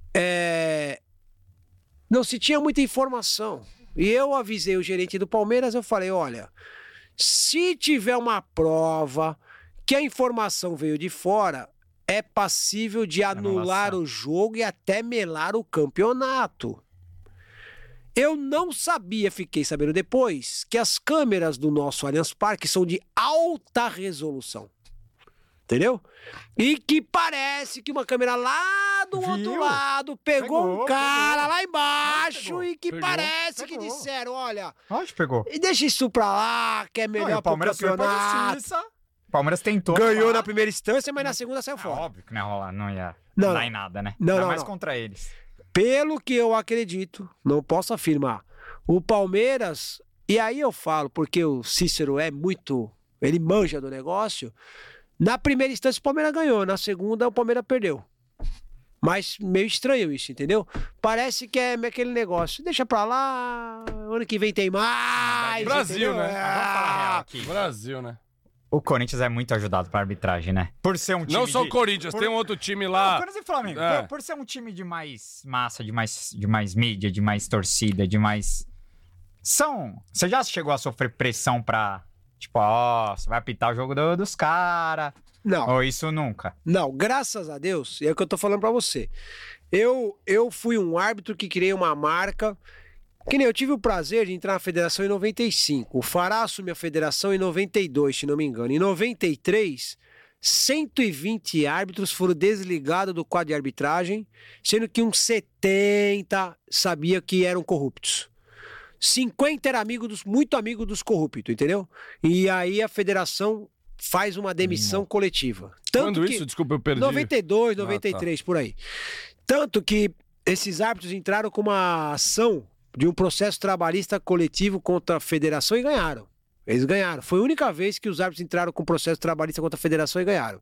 S3: não se tinha muita informação. E eu avisei o gerente do Palmeiras, eu falei, olha, se tiver uma prova que a informação veio de fora, é passível de anular o jogo e até melar o campeonato. Eu não sabia, fiquei sabendo depois, que as câmeras do nosso Allianz Parque são de alta resolução. Entendeu? E que parece que uma câmera lá do outro lado pegou um cara lá embaixo e que parece que disseram, olha...
S1: Onde pegou?
S3: E deixa isso pra lá, que é melhor pro campeonato.
S1: O Palmeiras tentou.
S3: Ganhou na primeira instância, mas na segunda saiu fora.
S1: Óbvio que não ia rolar, não ia dar em nada, né? Ainda mais contra eles.
S3: Pelo que eu acredito, não posso afirmar, o Palmeiras... E aí eu falo, porque o Cícero é muito... Ele manja do negócio... Na primeira instância o Palmeiras ganhou, na segunda o Palmeiras perdeu. Mas meio estranho isso, entendeu? Parece que é aquele negócio. Deixa pra lá, ano que vem tem mais.
S2: Brasil,
S3: entendeu?
S2: né?
S1: Vamos falar real aqui.
S2: Brasil, né?
S1: O Corinthians é muito ajudado pra arbitragem, né? Por ser um time
S2: Não só o Corinthians, tem um outro time lá.
S1: Não, Corinthians e Flamengo. Por ser um time de mais massa, de mais mídia, de mais torcida, de mais... Você já chegou a sofrer pressão pra... Tipo, você vai apitar o jogo dos caras.
S3: Não.
S1: Ou isso nunca?
S3: Não, graças a Deus, é o que eu tô falando pra você. Eu fui um árbitro que criei uma marca... Que nem eu tive o prazer de entrar na federação em 95. O Fará assumiu a federação em 92, se não me engano. Em 93, 120 árbitros foram desligados do quadro de arbitragem, sendo que uns 70 sabia que eram corruptos. 50 era muito amigo dos corruptos, entendeu? E aí a federação faz uma demissão coletiva.
S2: Quando isso? Desculpa, eu perdi.
S3: 92, 93, por aí. Tanto que esses árbitros entraram com uma ação de um processo trabalhista coletivo contra a federação e ganharam. Eles ganharam. Foi a única vez que os árbitros entraram com processo trabalhista contra a federação e ganharam.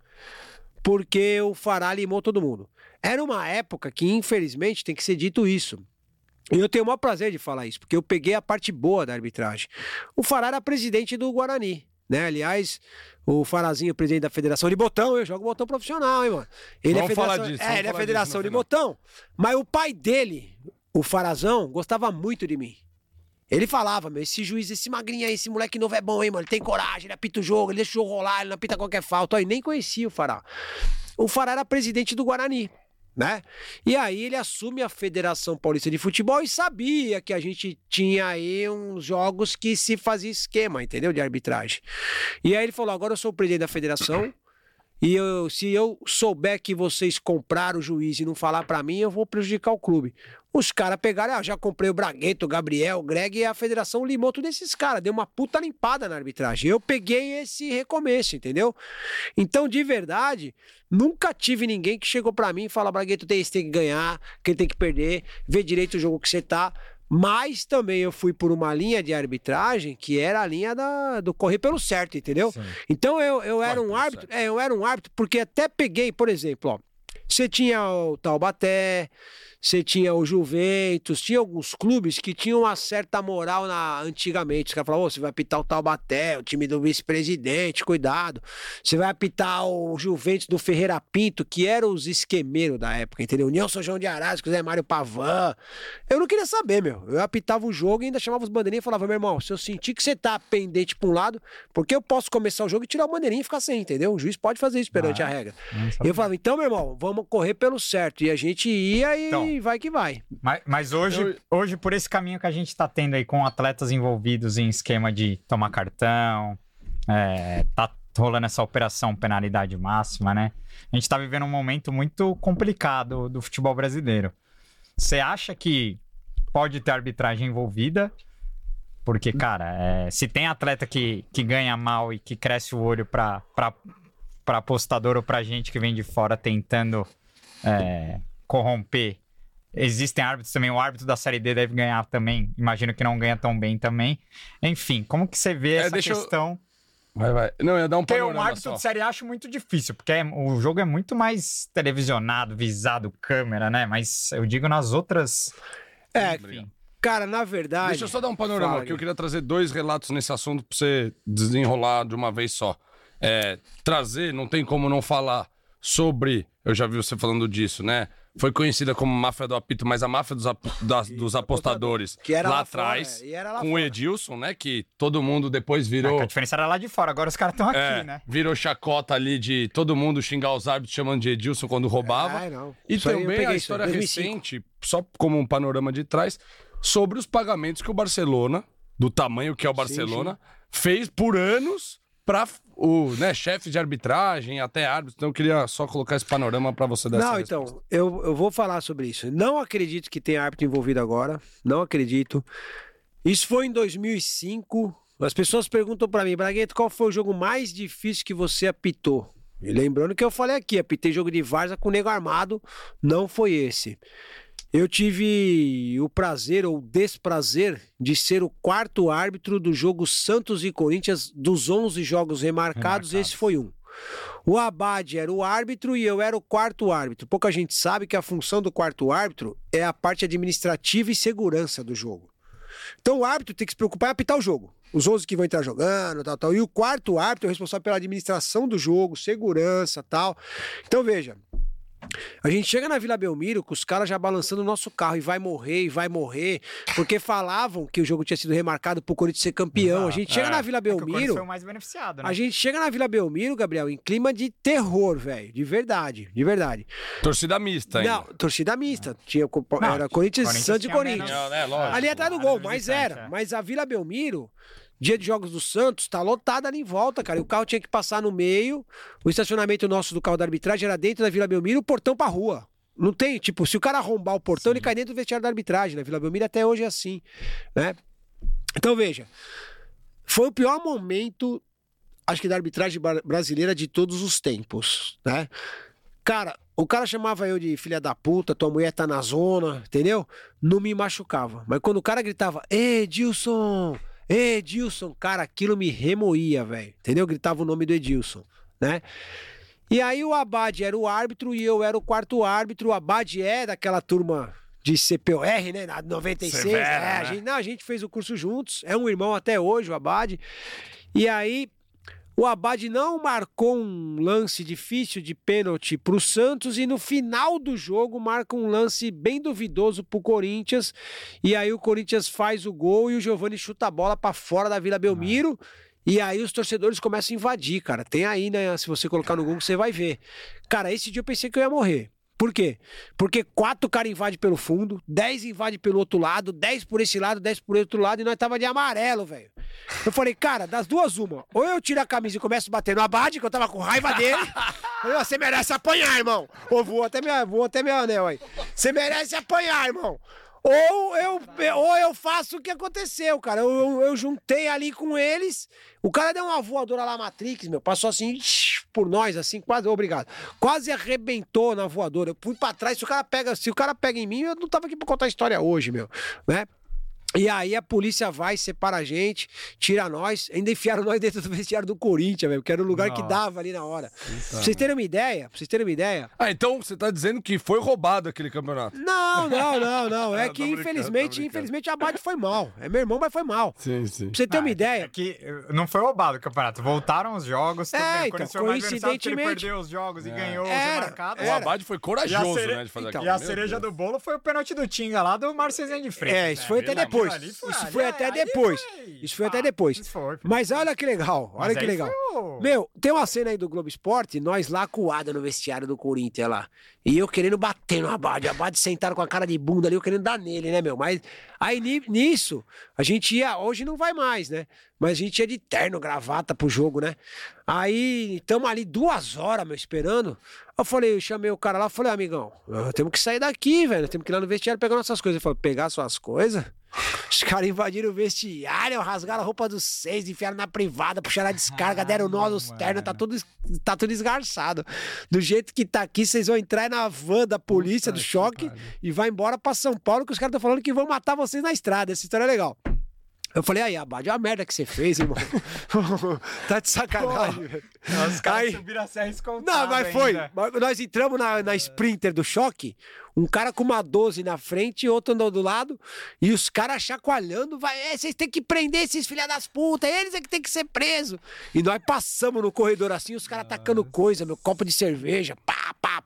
S3: Porque o Fará limou todo mundo. Era uma época que, infelizmente, tem que ser dito isso. E eu tenho o maior prazer de falar isso, porque eu peguei a parte boa da arbitragem. O Fará era presidente do Guarani, né? Aliás, o Farazinho, presidente da federação de botão, eu jogo botão profissional, hein, mano? Ele
S2: Vamos
S3: é federação,
S2: falar disso.
S3: ele é federação de botão. Mas o pai dele, o Farazão, gostava muito de mim. Ele falava, esse juiz, esse magrinho aí, esse moleque novo é bom, hein, mano? Ele tem coragem, ele apita o jogo, ele deixa o jogo rolar, ele não apita qualquer falta. Eu nem conhecia o Fará. O Fará era presidente do Guarani, né? E aí ele assume a Federação Paulista de Futebol e sabia que a gente tinha aí uns jogos que se fazia esquema, entendeu? De arbitragem. E aí ele falou, agora eu sou o presidente da federação, e se eu souber que vocês compraram o juiz e não falar pra mim, eu vou prejudicar o clube. Os caras pegaram, já comprei o Bragueto, o Gabriel, o Greg, e a federação limou todos esses caras. Deu uma puta limpada na arbitragem. Eu peguei esse recomeço, entendeu? Então, de verdade, nunca tive ninguém que chegou pra mim e falou, Bragueto, esse tem que ganhar, que ele tem que perder, vê direito o jogo que você tá. Mas também eu fui por uma linha de arbitragem que era a linha do correr pelo certo, entendeu? Sim. Então eu era um árbitro, eu era um árbitro porque até peguei, por exemplo, ó, você tinha o Taubaté, você tinha o Juventus, tinha alguns clubes que tinham uma certa moral antigamente. Os caras falavam, você vai apitar o Taubaté, o time do vice-presidente, cuidado. Você vai apitar o Juventus do Ferreira Pinto, que eram os esquemeiros da época, entendeu? União São João de Arás, que Zé Mário Pavan. Eu não queria saber, meu. Eu apitava o jogo e ainda chamava os bandeirinhos e falava, meu irmão, se eu sentir que você tá pendente pra um lado, porque eu posso começar o jogo e tirar o bandeirinho e ficar sem, entendeu? O juiz pode fazer isso perante a regra. Eu falava, então, meu irmão, vamos correr pelo certo. E a gente ia e... Então, vai que vai.
S1: Mas hoje, por esse caminho que a gente tá tendo aí com atletas envolvidos em esquema de tomar cartão, tá rolando essa operação penalidade máxima, né? A gente tá vivendo um momento muito complicado do futebol brasileiro. Você acha que pode ter arbitragem envolvida? Porque, cara, se tem atleta que ganha mal e que cresce o olho pra apostador ou pra gente que vem de fora tentando corromper, existem árbitros também. O árbitro da Série D deve ganhar também. Imagino que não ganha tão bem também. Enfim, como que você vê essa questão?
S2: Vai. Não, ia dar um panorama.
S1: Porque um árbitro de Série A acho muito difícil, porque o jogo é muito mais televisionado, visado, câmera, né? Mas eu digo nas outras...
S3: Enfim. Cara, na verdade...
S2: Deixa eu só dar um panorama, que eu queria trazer 2 relatos nesse assunto pra você desenrolar de uma vez só. Trazer, não tem como não falar sobre... Eu já vi você falando disso, né? Foi conhecida como máfia do apito, mas a máfia dos apostadores
S3: que era
S2: lá atrás, com o Edilson, né? Que todo mundo depois virou...
S1: A diferença era lá de fora, agora os caras estão aqui, né?
S2: Virou chacota ali de todo mundo xingar os árbitros chamando de Edilson quando roubava. E isso também a história recente, só como um panorama de trás, sobre os pagamentos que o Barcelona, do tamanho que é o Barcelona, fez por anos para chefe de arbitragem, até árbitro. Então eu queria só colocar esse panorama para você dessa resposta.
S3: Então, eu vou falar sobre isso. Não acredito que tenha árbitro envolvido agora. Não acredito. Isso foi em 2005. As pessoas perguntam para mim, Bragueto, qual foi o jogo mais difícil que você apitou? E lembrando que eu falei aqui, apitei jogo de várzea com nego armado. Não foi esse. Eu tive o prazer ou desprazer de ser o 4º árbitro do jogo Santos e Corinthians, dos 11 jogos remarcados, esse foi um. O Abad era o árbitro e eu era o quarto árbitro. Pouca gente sabe que a função do quarto árbitro é a parte administrativa e segurança do jogo. Então o árbitro tem que se preocupar em apitar o jogo. Os 11 que vão entrar jogando, tal. E o quarto árbitro é o responsável pela administração do jogo, segurança, tal. Então veja, a gente chega na Vila Belmiro com os caras já balançando o nosso carro e vai morrer, porque falavam que o jogo tinha sido remarcado pro Corinthians ser campeão. Exato. A gente chega na Vila Belmiro... o Corinthians
S1: foi o mais beneficiado, né?
S3: A gente chega na Vila Belmiro, Gabriel, em clima de terror, velho. De verdade.
S2: Torcida mista ainda.
S3: Não, torcida mista. Era Corinthians, Santos e Corinthians. Ali atrás do gol, mas era. Mas a Vila Belmiro... Dia de jogos do Santos, tá lotada ali em volta, cara. E o carro tinha que passar no meio. O estacionamento nosso do carro da arbitragem era dentro da Vila Belmiro e o portão pra rua. Não tem, tipo, se o cara arrombar o portão, ele cai dentro do vestiário da arbitragem. Na Vila Belmiro até hoje é assim, né? Então, veja. Foi o pior momento, acho que da arbitragem brasileira de todos os tempos, né? Cara, o cara chamava eu de filha da puta, tua mulher tá na zona, entendeu? Não me machucava. Mas quando o cara gritava, Edilson... Edilson, cara, aquilo me remoía, velho, entendeu? Gritava o nome do Edilson, né? E aí o Abad era o árbitro e eu era o quarto árbitro. O Abad é daquela turma de CPOR, né? Na 96.
S2: Severa, né?
S3: A gente fez o curso juntos, é um irmão até hoje, o Abad. E aí o Abad não marcou um lance difícil de pênalti pro Santos e no final do jogo marca um lance bem duvidoso pro Corinthians. E aí o Corinthians faz o gol e o Giovani chuta a bola pra fora da Vila Belmiro. E aí os torcedores começam a invadir, cara. Tem aí, né? Se você colocar no Google, você vai ver. Cara, esse dia eu pensei que eu ia morrer. Por quê? Porque 4 caras invadem pelo fundo, 10 invadem pelo outro lado, 10 por esse lado, 10 por outro lado, e nós tava de amarelo, velho. Eu falei, cara, das duas uma. Ou eu tiro a camisa e começo a bater no Abad, que eu tava com raiva dele. Você merece apanhar, irmão. Ou vou até meu anel aí. Você merece apanhar, irmão. Ou eu faço o que aconteceu, cara. Eu juntei ali com eles. O cara deu uma voadora lá Matrix, meu. Passou assim por nós, assim, quase, obrigado. Quase arrebentou na voadora. Eu fui pra trás. Se o cara pega em mim, eu não tava aqui pra contar a história hoje, meu. Né? E aí a polícia vai, separa a gente, tira nós, ainda enfiaram nós dentro do vestiário do Corinthians, velho, que era o lugar que dava ali na hora. Então. Pra vocês terem uma ideia,
S2: Ah, então você tá dizendo que foi roubado aquele campeonato?
S3: Não. É que infelizmente a Abad foi mal. É meu irmão, mas foi mal.
S2: Sim.
S3: Pra você ter uma ideia.
S1: É que não foi roubado o campeonato, voltaram os jogos.
S3: Então, coincidentemente.
S1: Ele perdeu os jogos e ganhou os remarcados.
S2: O Abad foi corajoso, né, de fazer aquilo.
S1: E a cereja do bolo foi o pênalti do Tinga lá do Marcezinho de Freitas.
S3: Isso foi até depois. Isso foi até depois. Mas olha que legal. Meu, tem uma cena aí do Globo Esporte, nós lá coada no vestiário do Corinthians lá. E eu querendo bater no Abad. Abad sentado com a cara de bunda ali, eu querendo dar nele, né, meu? Mas aí nisso, a gente ia. Hoje não vai mais, né? Mas a gente ia de terno, gravata pro jogo, né? Aí, tamo ali 2 horas, meu, esperando. Eu chamei o cara lá, falei, amigão, temos que sair daqui, velho. Temos que ir lá no vestiário pegar nossas coisas. Ele falou, pegar suas coisas? Os caras invadiram o vestiário, rasgaram a roupa dos 6, enfiaram na privada, puxaram a descarga, deram nó nos ternos, tá tudo esgarçado. Do jeito que tá aqui, vocês vão entrar na van da polícia, do choque, e vai embora pra São Paulo, que os caras estão falando que vão matar vocês na estrada. Essa história é legal. Eu falei, aí, Abad, olha a merda que você fez, irmão. Tá de sacanagem, velho.
S1: Os caras subiram a serra escoltada.
S3: Não, mas foi. Nós entramos na Sprinter do choque, um cara com uma 12 na frente e outro andando do lado, e os caras chacoalhando, vocês têm que prender esses filha das putas, eles é que tem que ser preso. E nós passamos no corredor assim, os caras atacando coisa, meu copo de cerveja, pá.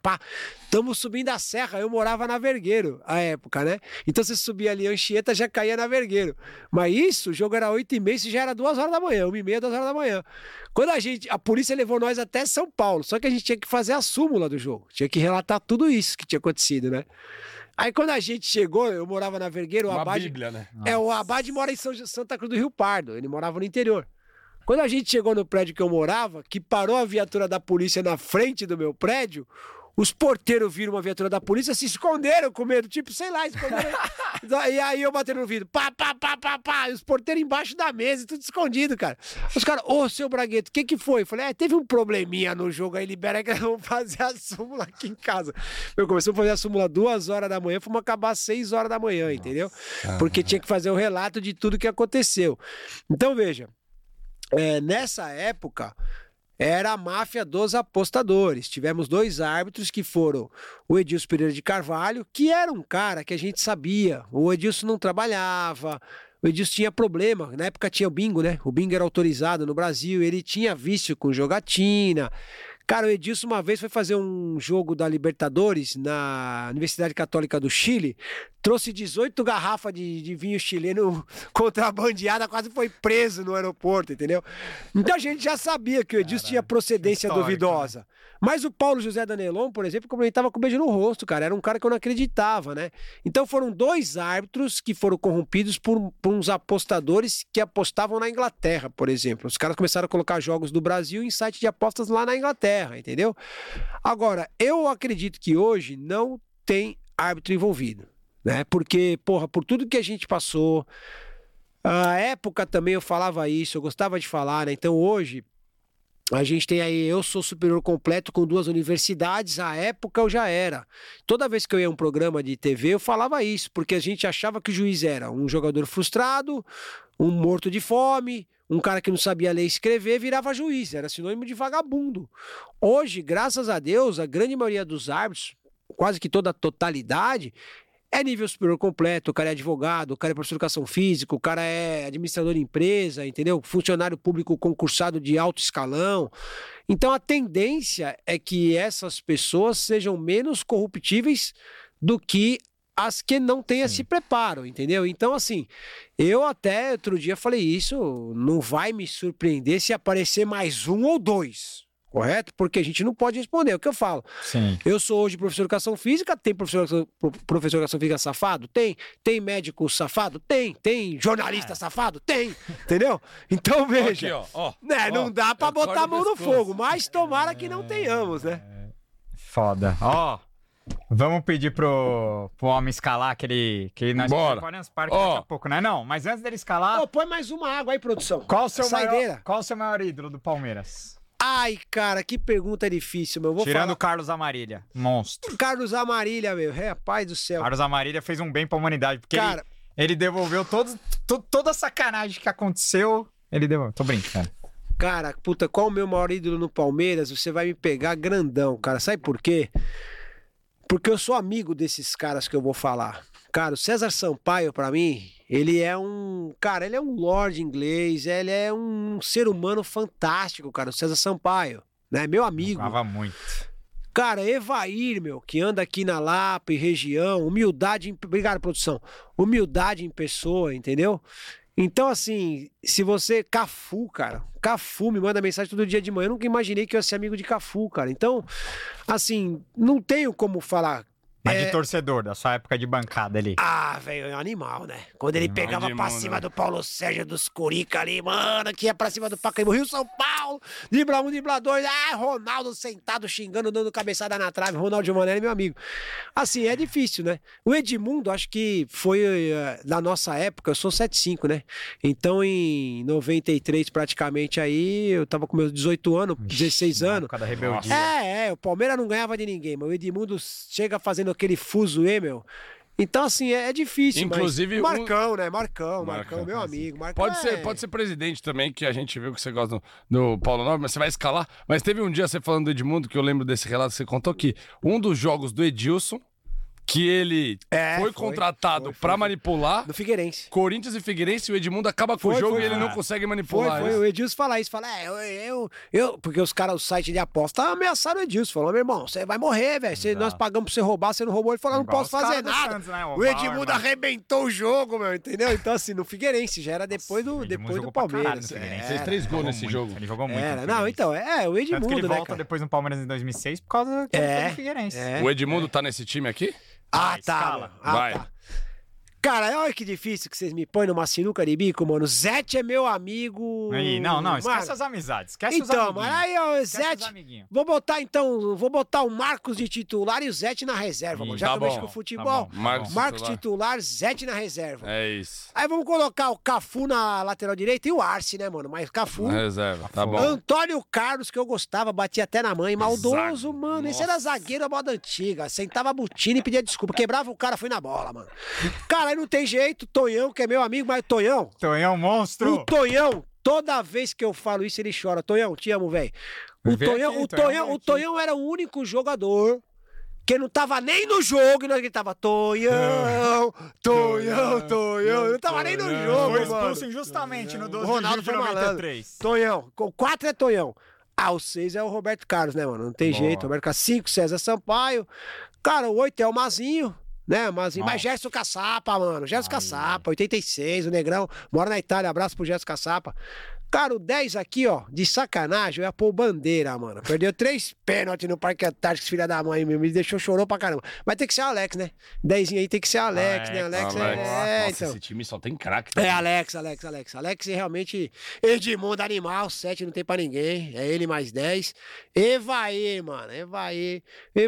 S3: Tamo subindo a serra, eu morava na Vergueiro, à época, né? Então você subia ali Anchieta, já caía na Vergueiro. Mas isso, o jogo era 8h30, isso já era 2 horas da manhã, 1h30, 2 horas da manhã. Quando a polícia levou nós até São Paulo, só que a gente tinha que fazer a súmula do jogo, tinha que relatar tudo isso que tinha acontecido, né? Aí quando a gente chegou, eu morava na Vergueiro, o Abad...
S2: Bíblia, né?
S3: O Abad mora em Santa Cruz do Rio Pardo, ele morava no interior. Quando a gente chegou no prédio que eu morava, que parou a viatura da polícia na frente do meu prédio, os porteiros viram uma viatura da polícia, se esconderam com medo, tipo, sei lá, esconderam. E aí eu batendo no vidro, pá, e os porteiros embaixo da mesa, tudo escondido, cara. Os caras, seu Bragueto, o que foi? Eu falei, teve um probleminha no jogo aí, libera que nós vamos fazer a súmula aqui em casa. Começamos a fazer a súmula 2 horas da manhã, fomos acabar às 6 horas da manhã, entendeu? Porque tinha que fazer o relato de tudo que aconteceu. Então, veja, nessa época... era a máfia dos apostadores. Tivemos 2 árbitros que foram o Edilson Pereira de Carvalho, que era um cara que a gente sabia. O Edilson não trabalhava, o Edilson tinha problema. Na época tinha o bingo, né? O bingo era autorizado no Brasil, ele tinha vício com jogatina. Cara, o Edilson uma vez foi fazer um jogo da Libertadores na Universidade Católica do Chile, trouxe 18 garrafas de vinho chileno contrabandeada, quase foi preso no aeroporto, entendeu? Então a gente já sabia que o Edilson tinha procedência duvidosa. Mas o Paulo José Danelon, por exemplo, como ele estava com um beijo no rosto, cara, era um cara que eu não acreditava, né? Então foram 2 árbitros que foram corrompidos por uns apostadores que apostavam na Inglaterra, por exemplo. Os caras começaram a colocar jogos do Brasil em site de apostas lá na Inglaterra, entendeu? Agora, eu acredito que hoje não tem árbitro envolvido, né? Porque, porra, por tudo que a gente passou, a época também eu falava isso, eu gostava de falar, né? Então hoje a gente tem aí, eu sou superior completo com 2 universidades, à época eu já era. Toda vez que eu ia a um programa de TV, eu falava isso, porque a gente achava que o juiz era um jogador frustrado, um morto de fome, um cara que não sabia ler e escrever, virava juiz, era sinônimo de vagabundo. Hoje, graças a Deus, a grande maioria dos árbitros, quase que toda a totalidade, é nível superior completo, o cara é advogado, o cara é professor de educação física, o cara é administrador de empresa, entendeu? Funcionário público concursado de alto escalão. Então a tendência é que essas pessoas sejam menos corruptíveis do que as que não têm esse preparo, entendeu? Então, assim, eu até outro dia falei isso, não vai me surpreender se aparecer mais 1 ou 2. Correto? Porque a gente não pode responder, é o que eu falo.
S1: Sim.
S3: Eu sou hoje professor de educação física, tem professor de educação física safado? Tem médico safado? Tem jornalista safado? Tem, entendeu? Então veja,
S2: aqui, ó,
S3: né, não dá pra botar a mão no fogo, mas tomara que não tenhamos, né?
S1: Foda. Ó, vamos pedir pro homem escalar aquele que nós podemos parque daqui a pouco, né? Não, mas antes dele escalar...
S3: Põe mais uma água aí, produção.
S1: Qual o seu maior ídolo do Palmeiras?
S3: Ai, cara, que pergunta difícil, meu.
S1: Tirando o Carlos Amarília, monstro.
S3: Carlos Amarília, meu, rapaz do céu.
S1: Carlos Amarília fez um bem pra humanidade, porque cara, ele devolveu toda a sacanagem que aconteceu, ele devolveu. Tô brincando.
S3: Cara, puta, qual o meu maior ídolo no Palmeiras? Você vai me pegar grandão, cara. Sabe por quê? Porque eu sou amigo desses caras que eu vou falar. Cara, o César Sampaio, pra mim, ele é um... Cara, ele é um lord inglês, ele é um ser humano fantástico, cara, o César Sampaio, né? Meu amigo.
S1: Jogava muito.
S3: Cara, Evair, meu, que anda aqui na Lapa e região, humildade... Obrigado, produção. Humildade em pessoa, entendeu? Então, assim, se você... Cafu, cara. Cafu me manda mensagem todo dia de manhã. Eu nunca imaginei que eu ia ser amigo de Cafu, cara. Então, assim, não tenho como falar...
S1: Mas de torcedor, da sua época de bancada ali.
S3: Ah, velho, é um animal, né? Quando ele pegava pra cima do Paulo Sérgio dos Curica ali, mano, que ia pra cima do Pacaembu, Rio São Paulo, dribla 1, dribla 2, Ronaldo sentado xingando, dando cabeçada na trave, Ronaldo Giovanelli, meu amigo. Assim, é difícil, né? O Edmundo, acho que foi da nossa época, eu sou 75, né? Então, em 93, praticamente, aí, eu tava com meus 18 anos, 16 anos.
S1: Época da rebeldia.
S3: O Palmeiras não ganhava de ninguém, mas o Edmundo chega fazendo aquele fuzuê, meu. Então, assim, é difícil.
S2: Inclusive,
S3: mas... Marcão, né? Marcão, meu amigo. Marcão
S2: pode ser presidente também, que a gente viu que você gosta do Paulo Nobre, mas você vai escalar. Mas teve um dia, você falando do Edmundo, que eu lembro desse relato que você contou, que um dos jogos do Edilson, que ele foi contratado pra manipular.
S3: Do Figueirense.
S2: Corinthians e Figueirense, o Edmundo acaba com o jogo e ele não consegue manipular.
S3: O Edilson fala isso, porque os caras do site de aposta ameaçaram o Edilson. Falou, meu irmão, você vai morrer, velho. Nós pagamos pra você roubar, você não roubou. Ele falou, não posso fazer nada. Santos, né? O Edmundo arrebentou o jogo, meu, entendeu? Então, assim, no Figueirense, já era depois do Palmeiras.
S2: Fez 3 gols nesse jogo.
S1: Ele jogou muito.
S3: Não, então, o Edmundo,
S1: que ele volta depois no Palmeiras em 2006 por causa que ele foi no Figueirense.
S2: O Edmundo tá nesse time aqui?
S3: Tá.
S2: Vai.
S3: Cara, olha que difícil que vocês me põem numa sinuca de bico, mano. Zete é meu amigo.
S1: Aí, não, esquece as amizades. Esquece os amiguinhos.
S3: Mas aí, ó, Zete. Vou botar o Marcos de titular e o Zete na reserva, mano. Já que eu mexo com o futebol. Marcos titular, Zete na reserva.
S2: É isso.
S3: Aí vamos colocar o Cafu na lateral direita e o Arce, né, mano? Mas Cafu.
S2: Na reserva, tá bom.
S3: Antônio Carlos, que eu gostava, batia até na mãe. Maldoso, mano. Esse era zagueiro da moda antiga. Sentava a botina e pedia desculpa. Quebrava o cara, foi na bola, mano. Cara, aí não tem jeito. Tonhão, que é meu amigo, mas Tonhão,
S1: monstro.
S3: O Tonhão, toda vez que eu falo isso, ele chora. Tonhão, te amo, velho. O Tonhão era o único jogador que não tava nem no jogo e nós gritava Tonhão. Não tava nem no jogo,
S1: foi expulso injustamente no 12
S3: Ronaldo
S1: de 93.
S3: Tonhão. O 4 é Tonhão. O 6 é o Roberto Carlos, né, mano? Não tem jeito. Roberto Carlos. 5, César Sampaio. Cara, o 8 é o Mazinho. Né, mas Gerson Caçapa, mano. Gerson Caçapa, 86, o Negrão. Mora na Itália, abraço pro Gerson Caçapa. Cara, o 10 aqui, ó, de sacanagem, eu ia pôr Bandeira, mano. Perdeu 3 pênaltis no Parque Antártico, filha da mãe, me deixou, chorou pra caramba. Mas tem que ser o Alex, né? 10 aí tem que ser Alex, né? Alex
S2: Nossa,
S3: então.
S2: Esse time só tem craque.
S3: Alex realmente, Edmundo animal, 7 não tem pra ninguém. É ele mais 10. Evaí, mano, Evaí,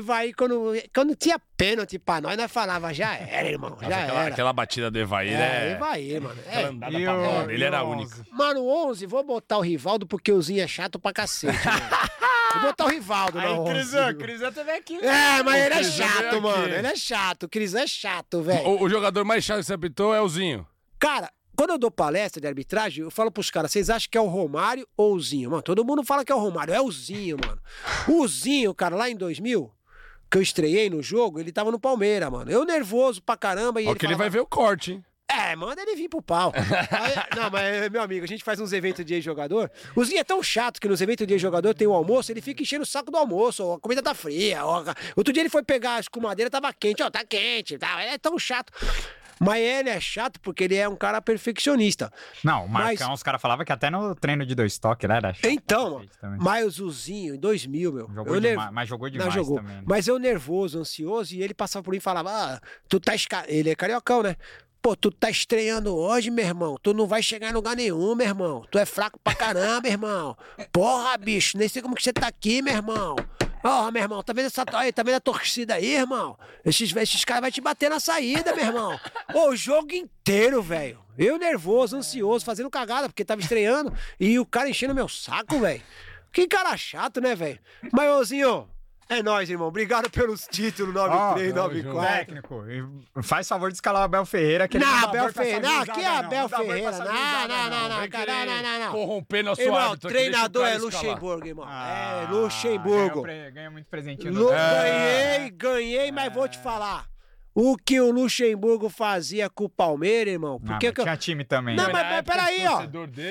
S3: quando tinha pênalti pra nós falava, já era, irmão, era.
S2: Aquela batida do Evaí, né?
S3: Evaí, mano.
S2: Aquela andada pra bola, ele era único.
S3: Mano, 11, vou botar o Rivaldo porque o Zinho é chato pra cacete. Vou botar o Rivaldo,
S1: aí,
S3: não.
S1: Crisão também aqui.
S3: Mas ele é chato, mano. Ele é chato. O Crisão é chato, velho.
S2: O jogador mais chato que você apitou é o Zinho.
S3: Cara, quando eu dou palestra de arbitragem, eu falo pros caras, vocês acham que é o Romário ou o Zinho? Mano, todo mundo fala que é o Romário. É o Zinho, mano. O Zinho, cara, lá em 2000, que eu estreiei no jogo, ele tava no Palmeiras, mano. Eu nervoso pra caramba. E
S2: ele vai ver o corte, hein?
S3: Manda ele vir pro pau. Não, mas, meu amigo, a gente faz uns eventos de ex-jogador. O Zinho é tão chato que nos eventos de ex-jogador tem o almoço, ele fica enchendo o saco do almoço, a comida tá fria. Outro dia ele foi pegar a escumadeira, tava quente, tá quente. Ele é tão chato. Mas ele é chato porque ele é um cara perfeccionista.
S1: Não, o Marcão, os caras falavam que até no treino de 2 toques ele era chato.
S3: Então, mas o Zuzinho, em 2000, meu...
S1: Mas jogou demais também. Né?
S3: Mas eu nervoso, ansioso, e ele passava por mim e falava, tu tá... Ele é cariocão, né? Pô, tu tá estreando hoje, meu irmão. Tu não vai chegar em lugar nenhum, meu irmão. Tu é fraco pra caramba, irmão. Porra, bicho, nem sei como que você tá aqui, meu irmão. Meu irmão, tá vendo tá vendo a torcida aí, irmão? Esses caras vão te bater na saída, meu irmão. O jogo inteiro, velho. Eu nervoso, ansioso, fazendo cagada, porque tava estreando. E o cara enchendo meu saco, velho. Que cara chato, né, velho? Mas, ô, é nóis, irmão. Obrigado pelos títulos 93, 94.
S1: Técnico, faz favor de escalar o Abel Ferreira. Que
S3: Abel Ferreira. Não, aqui é Abel Ferreira. Não.
S2: Corromper nosso
S3: árbitro. O treinador é Luxemburgo, irmão. Luxemburgo.
S1: Ganha muito presentinho.
S3: Ganhei, mas vou te falar. O que o Luxemburgo fazia com o Palmeiras, irmão? Porque
S1: tinha time também.
S3: Não, mas peraí, ó.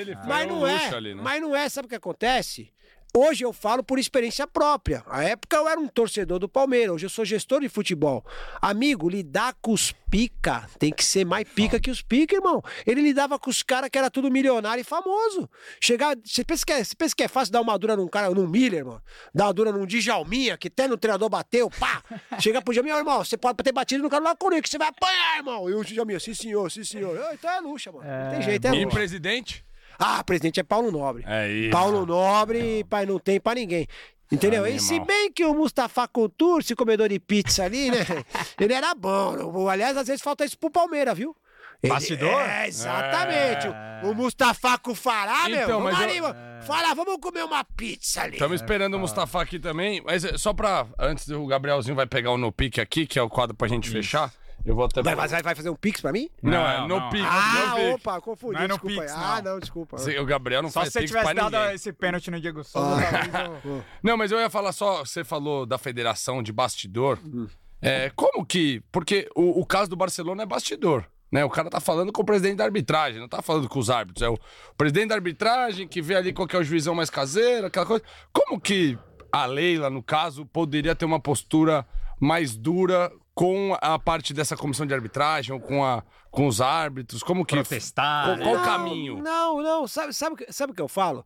S3: Mas não é, sabe o que acontece? Hoje eu falo por experiência própria. À época eu era um torcedor do Palmeiras, hoje eu sou gestor de futebol. Amigo, lidar com os pica tem que ser mais pica que os pica, irmão. Ele lidava com os caras que era tudo milionário e famoso. Você pensa que é fácil dar uma dura num cara, num Miller, irmão? Dar uma dura num Djalminha, que até no treinador bateu, pá! Chega pro Djalminha, irmão, você pode ter batido no cara lá comigo, que você vai apanhar, irmão. E o Djalminha, sim senhor. Então é luxa, mano. Não tem jeito, é luxa.
S2: E presidente?
S3: Presidente é Paulo Nobre.
S2: É isso.
S3: Paulo Nobre, pai, não tem pra ninguém. Entendeu? E se bem que o Mustafa Couture, esse comedor de pizza ali, né? Ele era bom. Aliás, às vezes falta isso pro Palmeiras, viu?
S1: Bastidor?
S3: Exatamente. O Mustafa com o Fará, vamos ali, Fará, vamos comer uma pizza ali.
S2: Estamos esperando o Mustafa aqui também, mas só pra... Antes o Gabrielzinho vai pegar o No Pique aqui, que é o quadro pra gente fechar. Eu vou até...
S3: Vai fazer um pix pra mim?
S2: Não, no Pique.
S3: Opa, confundi,
S1: não é no
S3: desculpa.
S1: Pix,
S3: não, desculpa.
S2: O Gabriel não
S1: só
S2: faz
S1: se você
S2: Pix pra ninguém.
S1: tivesse dado esse pênalti no Diego Souza,
S2: Não, mas eu ia falar só, você falou da federação de bastidor. Como que... Porque o caso do Barcelona é bastidor, né? O cara tá falando com o presidente da arbitragem, não tá falando com os árbitros. É o presidente da arbitragem que vê ali qual que é o juizão mais caseiro, aquela coisa. Como que a Leila, no caso, poderia ter uma postura mais dura com a parte dessa comissão de arbitragem, ou com os árbitros? Como que...
S1: Protestar.
S2: Qual o caminho?
S3: Não. Sabe o que eu falo?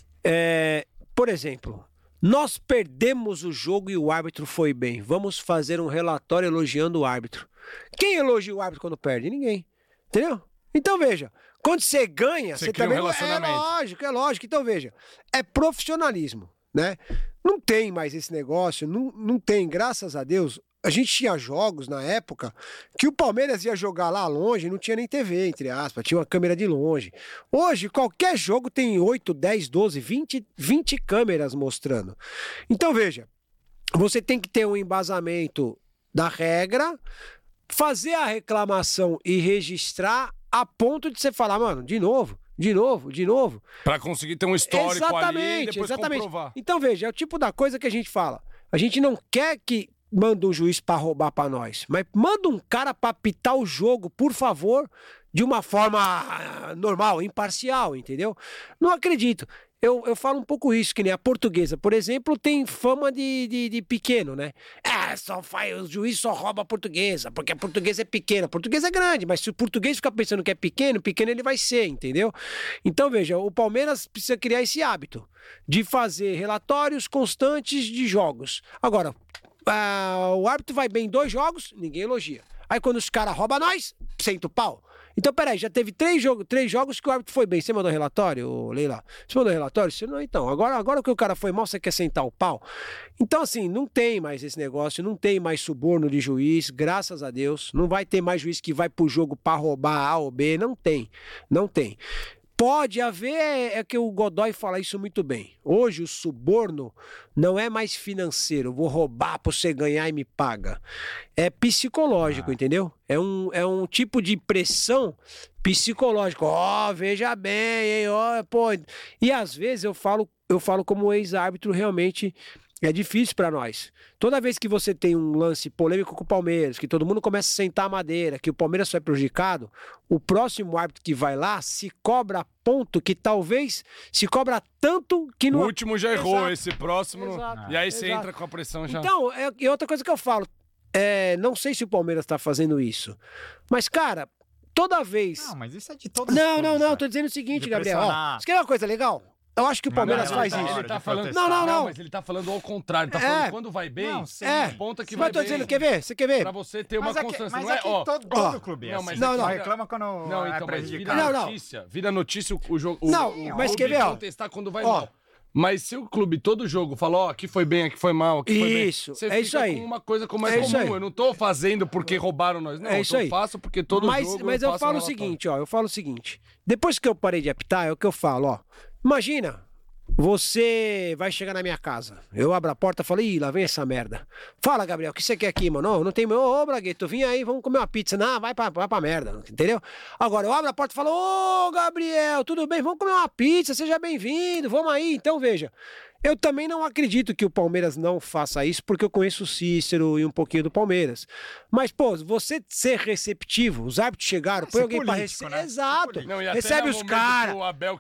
S3: Por exemplo, nós perdemos o jogo e o árbitro foi bem. Vamos fazer um relatório elogiando o árbitro. Quem elogia o árbitro quando perde? Ninguém. Entendeu? Então, veja, quando você ganha, você também... É lógico. Então, veja, é profissionalismo, né? Não tem mais esse negócio, não tem, graças a Deus. A gente tinha jogos na época que o Palmeiras ia jogar lá longe, não tinha nem TV, entre aspas, tinha uma câmera de longe. Hoje, qualquer jogo tem 8, 10, 12, 20 câmeras mostrando. Então, veja, você tem que ter um embasamento da regra, fazer a reclamação e registrar a ponto de você falar, mano, de novo, De novo.
S2: Pra conseguir ter um histórico ali e depois comprovar.
S3: Então, veja, é o tipo da coisa que a gente fala. A gente não quer que manda um juiz pra roubar pra nós, mas manda um cara pra apitar o jogo, por favor, de uma forma normal, imparcial, entendeu? Não acredito. Eu falo um pouco isso, que nem a Portuguesa, por exemplo, tem fama de pequeno, né? O juiz só rouba a Portuguesa, porque a Portuguesa é pequena. A Portuguesa é grande, mas se o português ficar pensando que é pequeno ele vai ser, entendeu? Então, veja, o Palmeiras precisa criar esse hábito de fazer relatórios constantes de jogos. Agora, o árbitro vai bem em 2 jogos, ninguém elogia. Aí quando os caras roubam nós, senta o pau. Então, peraí, já teve 3 jogos que o árbitro foi bem. Você mandou relatório, Leila? Você mandou relatório? Você não, então. Agora que o cara foi mal, você quer sentar o pau? Então, assim, não tem mais esse negócio, não tem mais suborno de juiz, graças a Deus. Não vai ter mais juiz que vai pro jogo pra roubar A ou B. Não tem. Pode haver, é que o Godoy fala isso muito bem. Hoje o suborno não é mais financeiro, vou roubar pra você ganhar e me paga. É psicológico, entendeu? É um tipo de pressão psicológica. Veja bem, hein, pô. E às vezes eu falo como ex-árbitro, realmente é difícil pra nós. Toda vez que você tem um lance polêmico com o Palmeiras, que todo mundo começa a sentar a madeira, que o Palmeiras só é prejudicado, o próximo árbitro que vai lá se cobra ponto que talvez se cobra tanto que não...
S2: O último já errou, esse próximo... E aí você entra com a pressão já.
S3: Então, e outra coisa que eu falo, não sei se o Palmeiras tá fazendo isso, mas, cara, toda vez...
S1: Não, mas isso é de todos
S3: Não, tô dizendo o seguinte, Gabriel. Você quer uma coisa legal? Eu acho que o Palmeiras faz isso.
S2: Ele tá falando...
S3: Não.
S2: Mas ele tá falando ao contrário. Ele tá falando quando vai bem, ponta que
S3: vai bem. Mas tô dizendo, quer ver? Você quer ver?
S2: Pra você ter uma constância.
S1: Mas aqui todo clube é assim.
S3: Não.
S1: Reclama quando é prejudicado.
S2: Vira notícia o jogo.
S3: Mas quer ver, ó.
S2: Contestar quando vai mal. Mas se o clube, todo jogo, fala, aqui foi bem, aqui foi mal, aqui foi bem.
S3: Isso,
S2: você fica
S3: isso aí.
S2: com uma coisa como é comum. Eu não tô fazendo porque roubaram nós. Não, eu faço porque todo jogo
S3: Mas eu falo o seguinte, depois que eu parei de apitar, é o que eu falo, ó. Imagina... Você vai chegar na minha casa. Eu abro a porta e falo, lá vem essa merda. Fala, Gabriel, o que você quer aqui, mano? Não tem... Ô, Bragueto, vim aí, vamos comer uma pizza. Não, vai pra merda, entendeu? Agora, eu abro a porta e falo, ô, Gabriel, tudo bem? Vamos comer uma pizza, seja bem-vindo, vamos aí. Então, veja, eu também não acredito que o Palmeiras não faça isso, porque eu conheço o Cícero e um pouquinho do Palmeiras. Mas, pô, você ser receptivo, os árbitros chegaram, põe alguém pra receber. Né? Exato.
S2: Não,
S3: recebe os caras.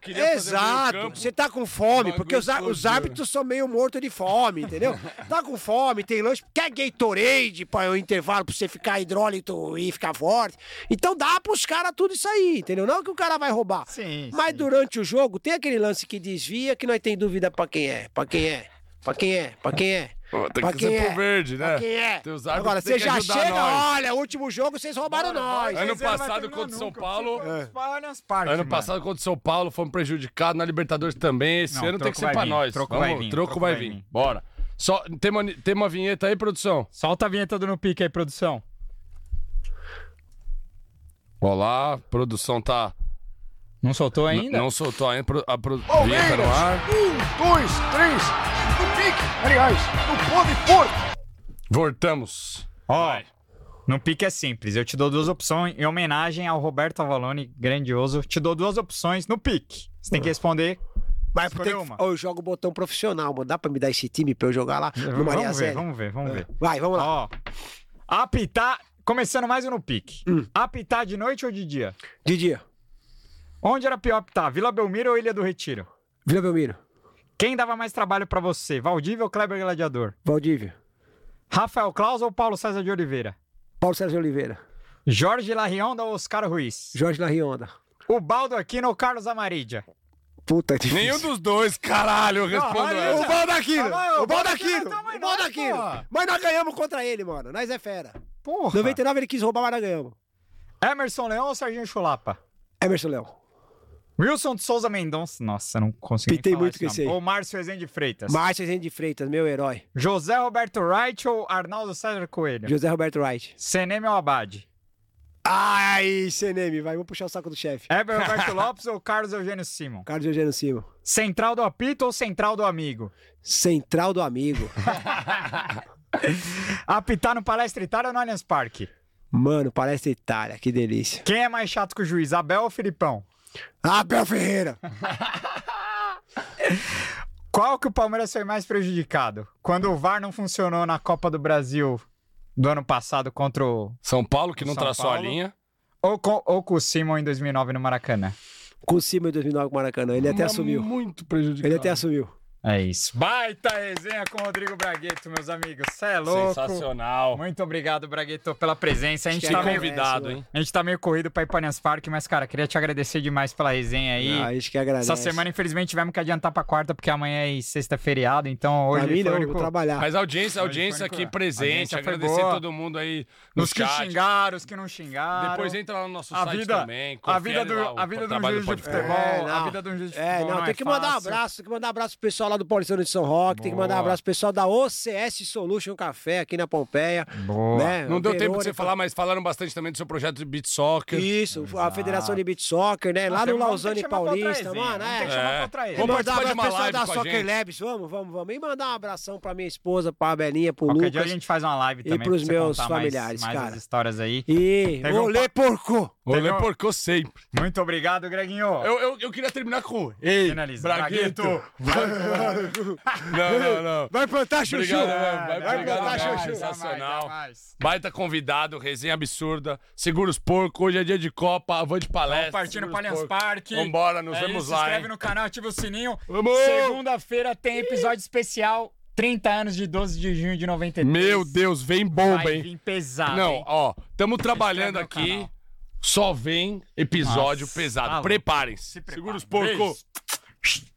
S3: Exato. Você tá com fome, porque os árbitros são meio mortos de fome, entendeu? Tá com fome, tem lanche, quer Gatorade para o intervalo pra você ficar hidrólito e ficar forte. Então dá pros caras tudo isso aí, entendeu? Não que o cara vai roubar.
S1: Sim,
S3: mas durante o jogo tem aquele lance que desvia que nós tem dúvida pra quem é. Pra quem é?
S2: Tem que ser pro verde, né?
S3: Pra quem é?
S2: Agora,
S3: você já chega,
S2: nós.
S3: Olha, último jogo vocês roubaram nós.
S2: Ano passado contra o São Paulo. Ano passado contra o São Paulo fomos prejudicados, na Libertadores também. Esse ano tem que ser pra nós. Troco vai vir. Bora. Só, tem uma vinheta aí, produção?
S1: Solta a vinheta do No Pique aí, produção.
S2: Olá, produção tá...
S1: Não soltou ainda?
S2: Não soltou ainda. Vinheta no ar.
S3: 1, 2, 3. No pique. Aliás, no pode pôr.
S2: Voltamos.
S1: Ó, no pique é simples. Eu te dou 2 opções. Em homenagem ao Roberto Avalone, grandioso. Te dou 2 opções no pique. Você tem que responder.
S3: Vai escolher uma. Eu jogo o botão profissional, mano. Dá pra me dar esse time pra eu jogar lá no Maria Zélia?
S1: Vamos ver.
S3: Vai, vamos lá.
S1: Ó, apitar... Começando mais um no pique. Apitar de noite ou de dia?
S3: De dia.
S1: Onde era pior apitar? Vila Belmiro ou Ilha do Retiro?
S3: Vila Belmiro.
S1: Quem dava mais trabalho pra você? Valdívia ou Kleber Gladiador?
S3: Valdívia.
S1: Rafael Claus ou Paulo César de Oliveira?
S3: Paulo César de Oliveira.
S1: Jorge Larrionda ou Oscar Ruiz?
S3: Jorge Larrionda.
S1: O Baldo Aquino ou Carlos Amarídia?
S3: Puta, difícil.
S2: Nenhum dos dois, caralho, eu respondo essa.
S3: O Baldo Aquino. Mas nós ganhamos contra ele, mano. Nós é fera.
S1: Porra.
S3: 99 ele quis roubar, mas nós ganhamos.
S1: Emerson Leão ou Serginho Chulapa?
S3: Emerson Leão.
S1: Wilson de Souza Mendonça. Nossa, não consigo
S3: Pitei muito com esse aí.
S1: Ou Márcio Rezende Freitas?
S3: Márcio Rezende Freitas, meu herói.
S1: José Roberto Wright ou Arnaldo César Coelho?
S3: José Roberto Wright.
S1: Seneme ou Abade?
S3: Ai, Seneme, vai, vamos puxar o saco do chefe.
S1: Heber Roberto Lopes ou Carlos Eugênio Simon?
S3: Carlos Eugênio Simon.
S1: Central do apito ou Central do amigo?
S3: Central do amigo.
S1: Apitar no Palestra Itália ou no Allianz Parque?
S3: Mano, Palestra Itália, que delícia.
S1: Quem é mais chato que o juiz, Abel ou Filipão?
S3: Abel Ferreira.
S1: Qual que o Palmeiras foi mais prejudicado? Quando o VAR não funcionou na Copa do Brasil do ano passado contra o
S2: São Paulo, que não traçou a linha.
S1: Ou com o Simon em 2009 no Maracanã?
S3: Com o Simon em 2009 no Maracanã. Ele até assumiu.
S2: Muito prejudicado.
S3: Ele até assumiu.
S1: É isso. Baita resenha com o Rodrigo Braguetto, meus amigos. Cê é louco.
S2: Sensacional.
S1: Muito obrigado, Braguetto, pela presença. A gente tá
S2: convidado, hein?
S1: A gente tá meio corrido pra ir pra Allianz Parque, mas, cara, queria te agradecer demais pela resenha aí.
S3: A gente que agradece.
S1: Essa semana, infelizmente, tivemos que adiantar pra quarta, porque amanhã é sexta feriado, então hoje...
S3: Pra mim não, vou trabalhar.
S2: Mas a audiência aqui presente, agradecer todo mundo aí no
S1: chat. Os que xingaram, os que não xingaram.
S2: Depois entra lá no nosso site também.
S1: A vida de um juiz de futebol. A vida de um juiz de futebol não
S3: tem que mandar um abraço, tem que mandar um abraço pro pessoal lá do Paulistano de São Roque, tem que mandar um abraço pro pessoal da OCS Solution Café aqui na Pompeia.
S1: Boa.
S3: Né?
S2: Não deu tempo de você falar, mas falaram bastante também do seu projeto de Beach Soccer.
S3: Isso, a Federação de Beach Soccer, né? Lá no Lausanne Paulista, mano, né?
S2: Vamos
S3: mandar
S2: participar de uma
S3: pessoal
S2: live
S3: da
S2: com a
S3: Soccer
S2: gente.
S3: Labs, vamos. E mandar um abração pra minha esposa, pra Belinha, pro
S1: Qualquer
S3: Lucas.
S1: dia a gente faz uma live também.
S3: E pros meus
S1: contar
S3: familiares,
S1: mais
S3: cara.
S1: as histórias aí.
S3: E olê porco!
S2: Olê porco sempre.
S1: Muito obrigado, Greginho.
S2: Eu queria terminar com...
S1: Ei, finaliza.
S2: Braguetto. Não.
S3: Vai plantar chuchu.
S2: Vai plantar chuchu. Sensacional. Baita convidado, resenha absurda. Segura os porcos. Hoje é dia de Copa. Avante palestra.
S1: Vamos partindo para Allianz Parque.
S2: Vambora, nos vemos lá.
S1: Se inscreve no canal, ativa o sininho.
S2: Vamos!
S1: Segunda-feira tem episódio especial. 30 anos de 12 de junho de 93.
S2: Meu Deus, vem bomba, hein?
S1: Vai vir pesado,
S2: Não,
S1: hein?
S2: ó, estamos trabalhando aqui. Só vem episódio pesado.
S1: Tá
S2: Preparem-se. Segura os porcos.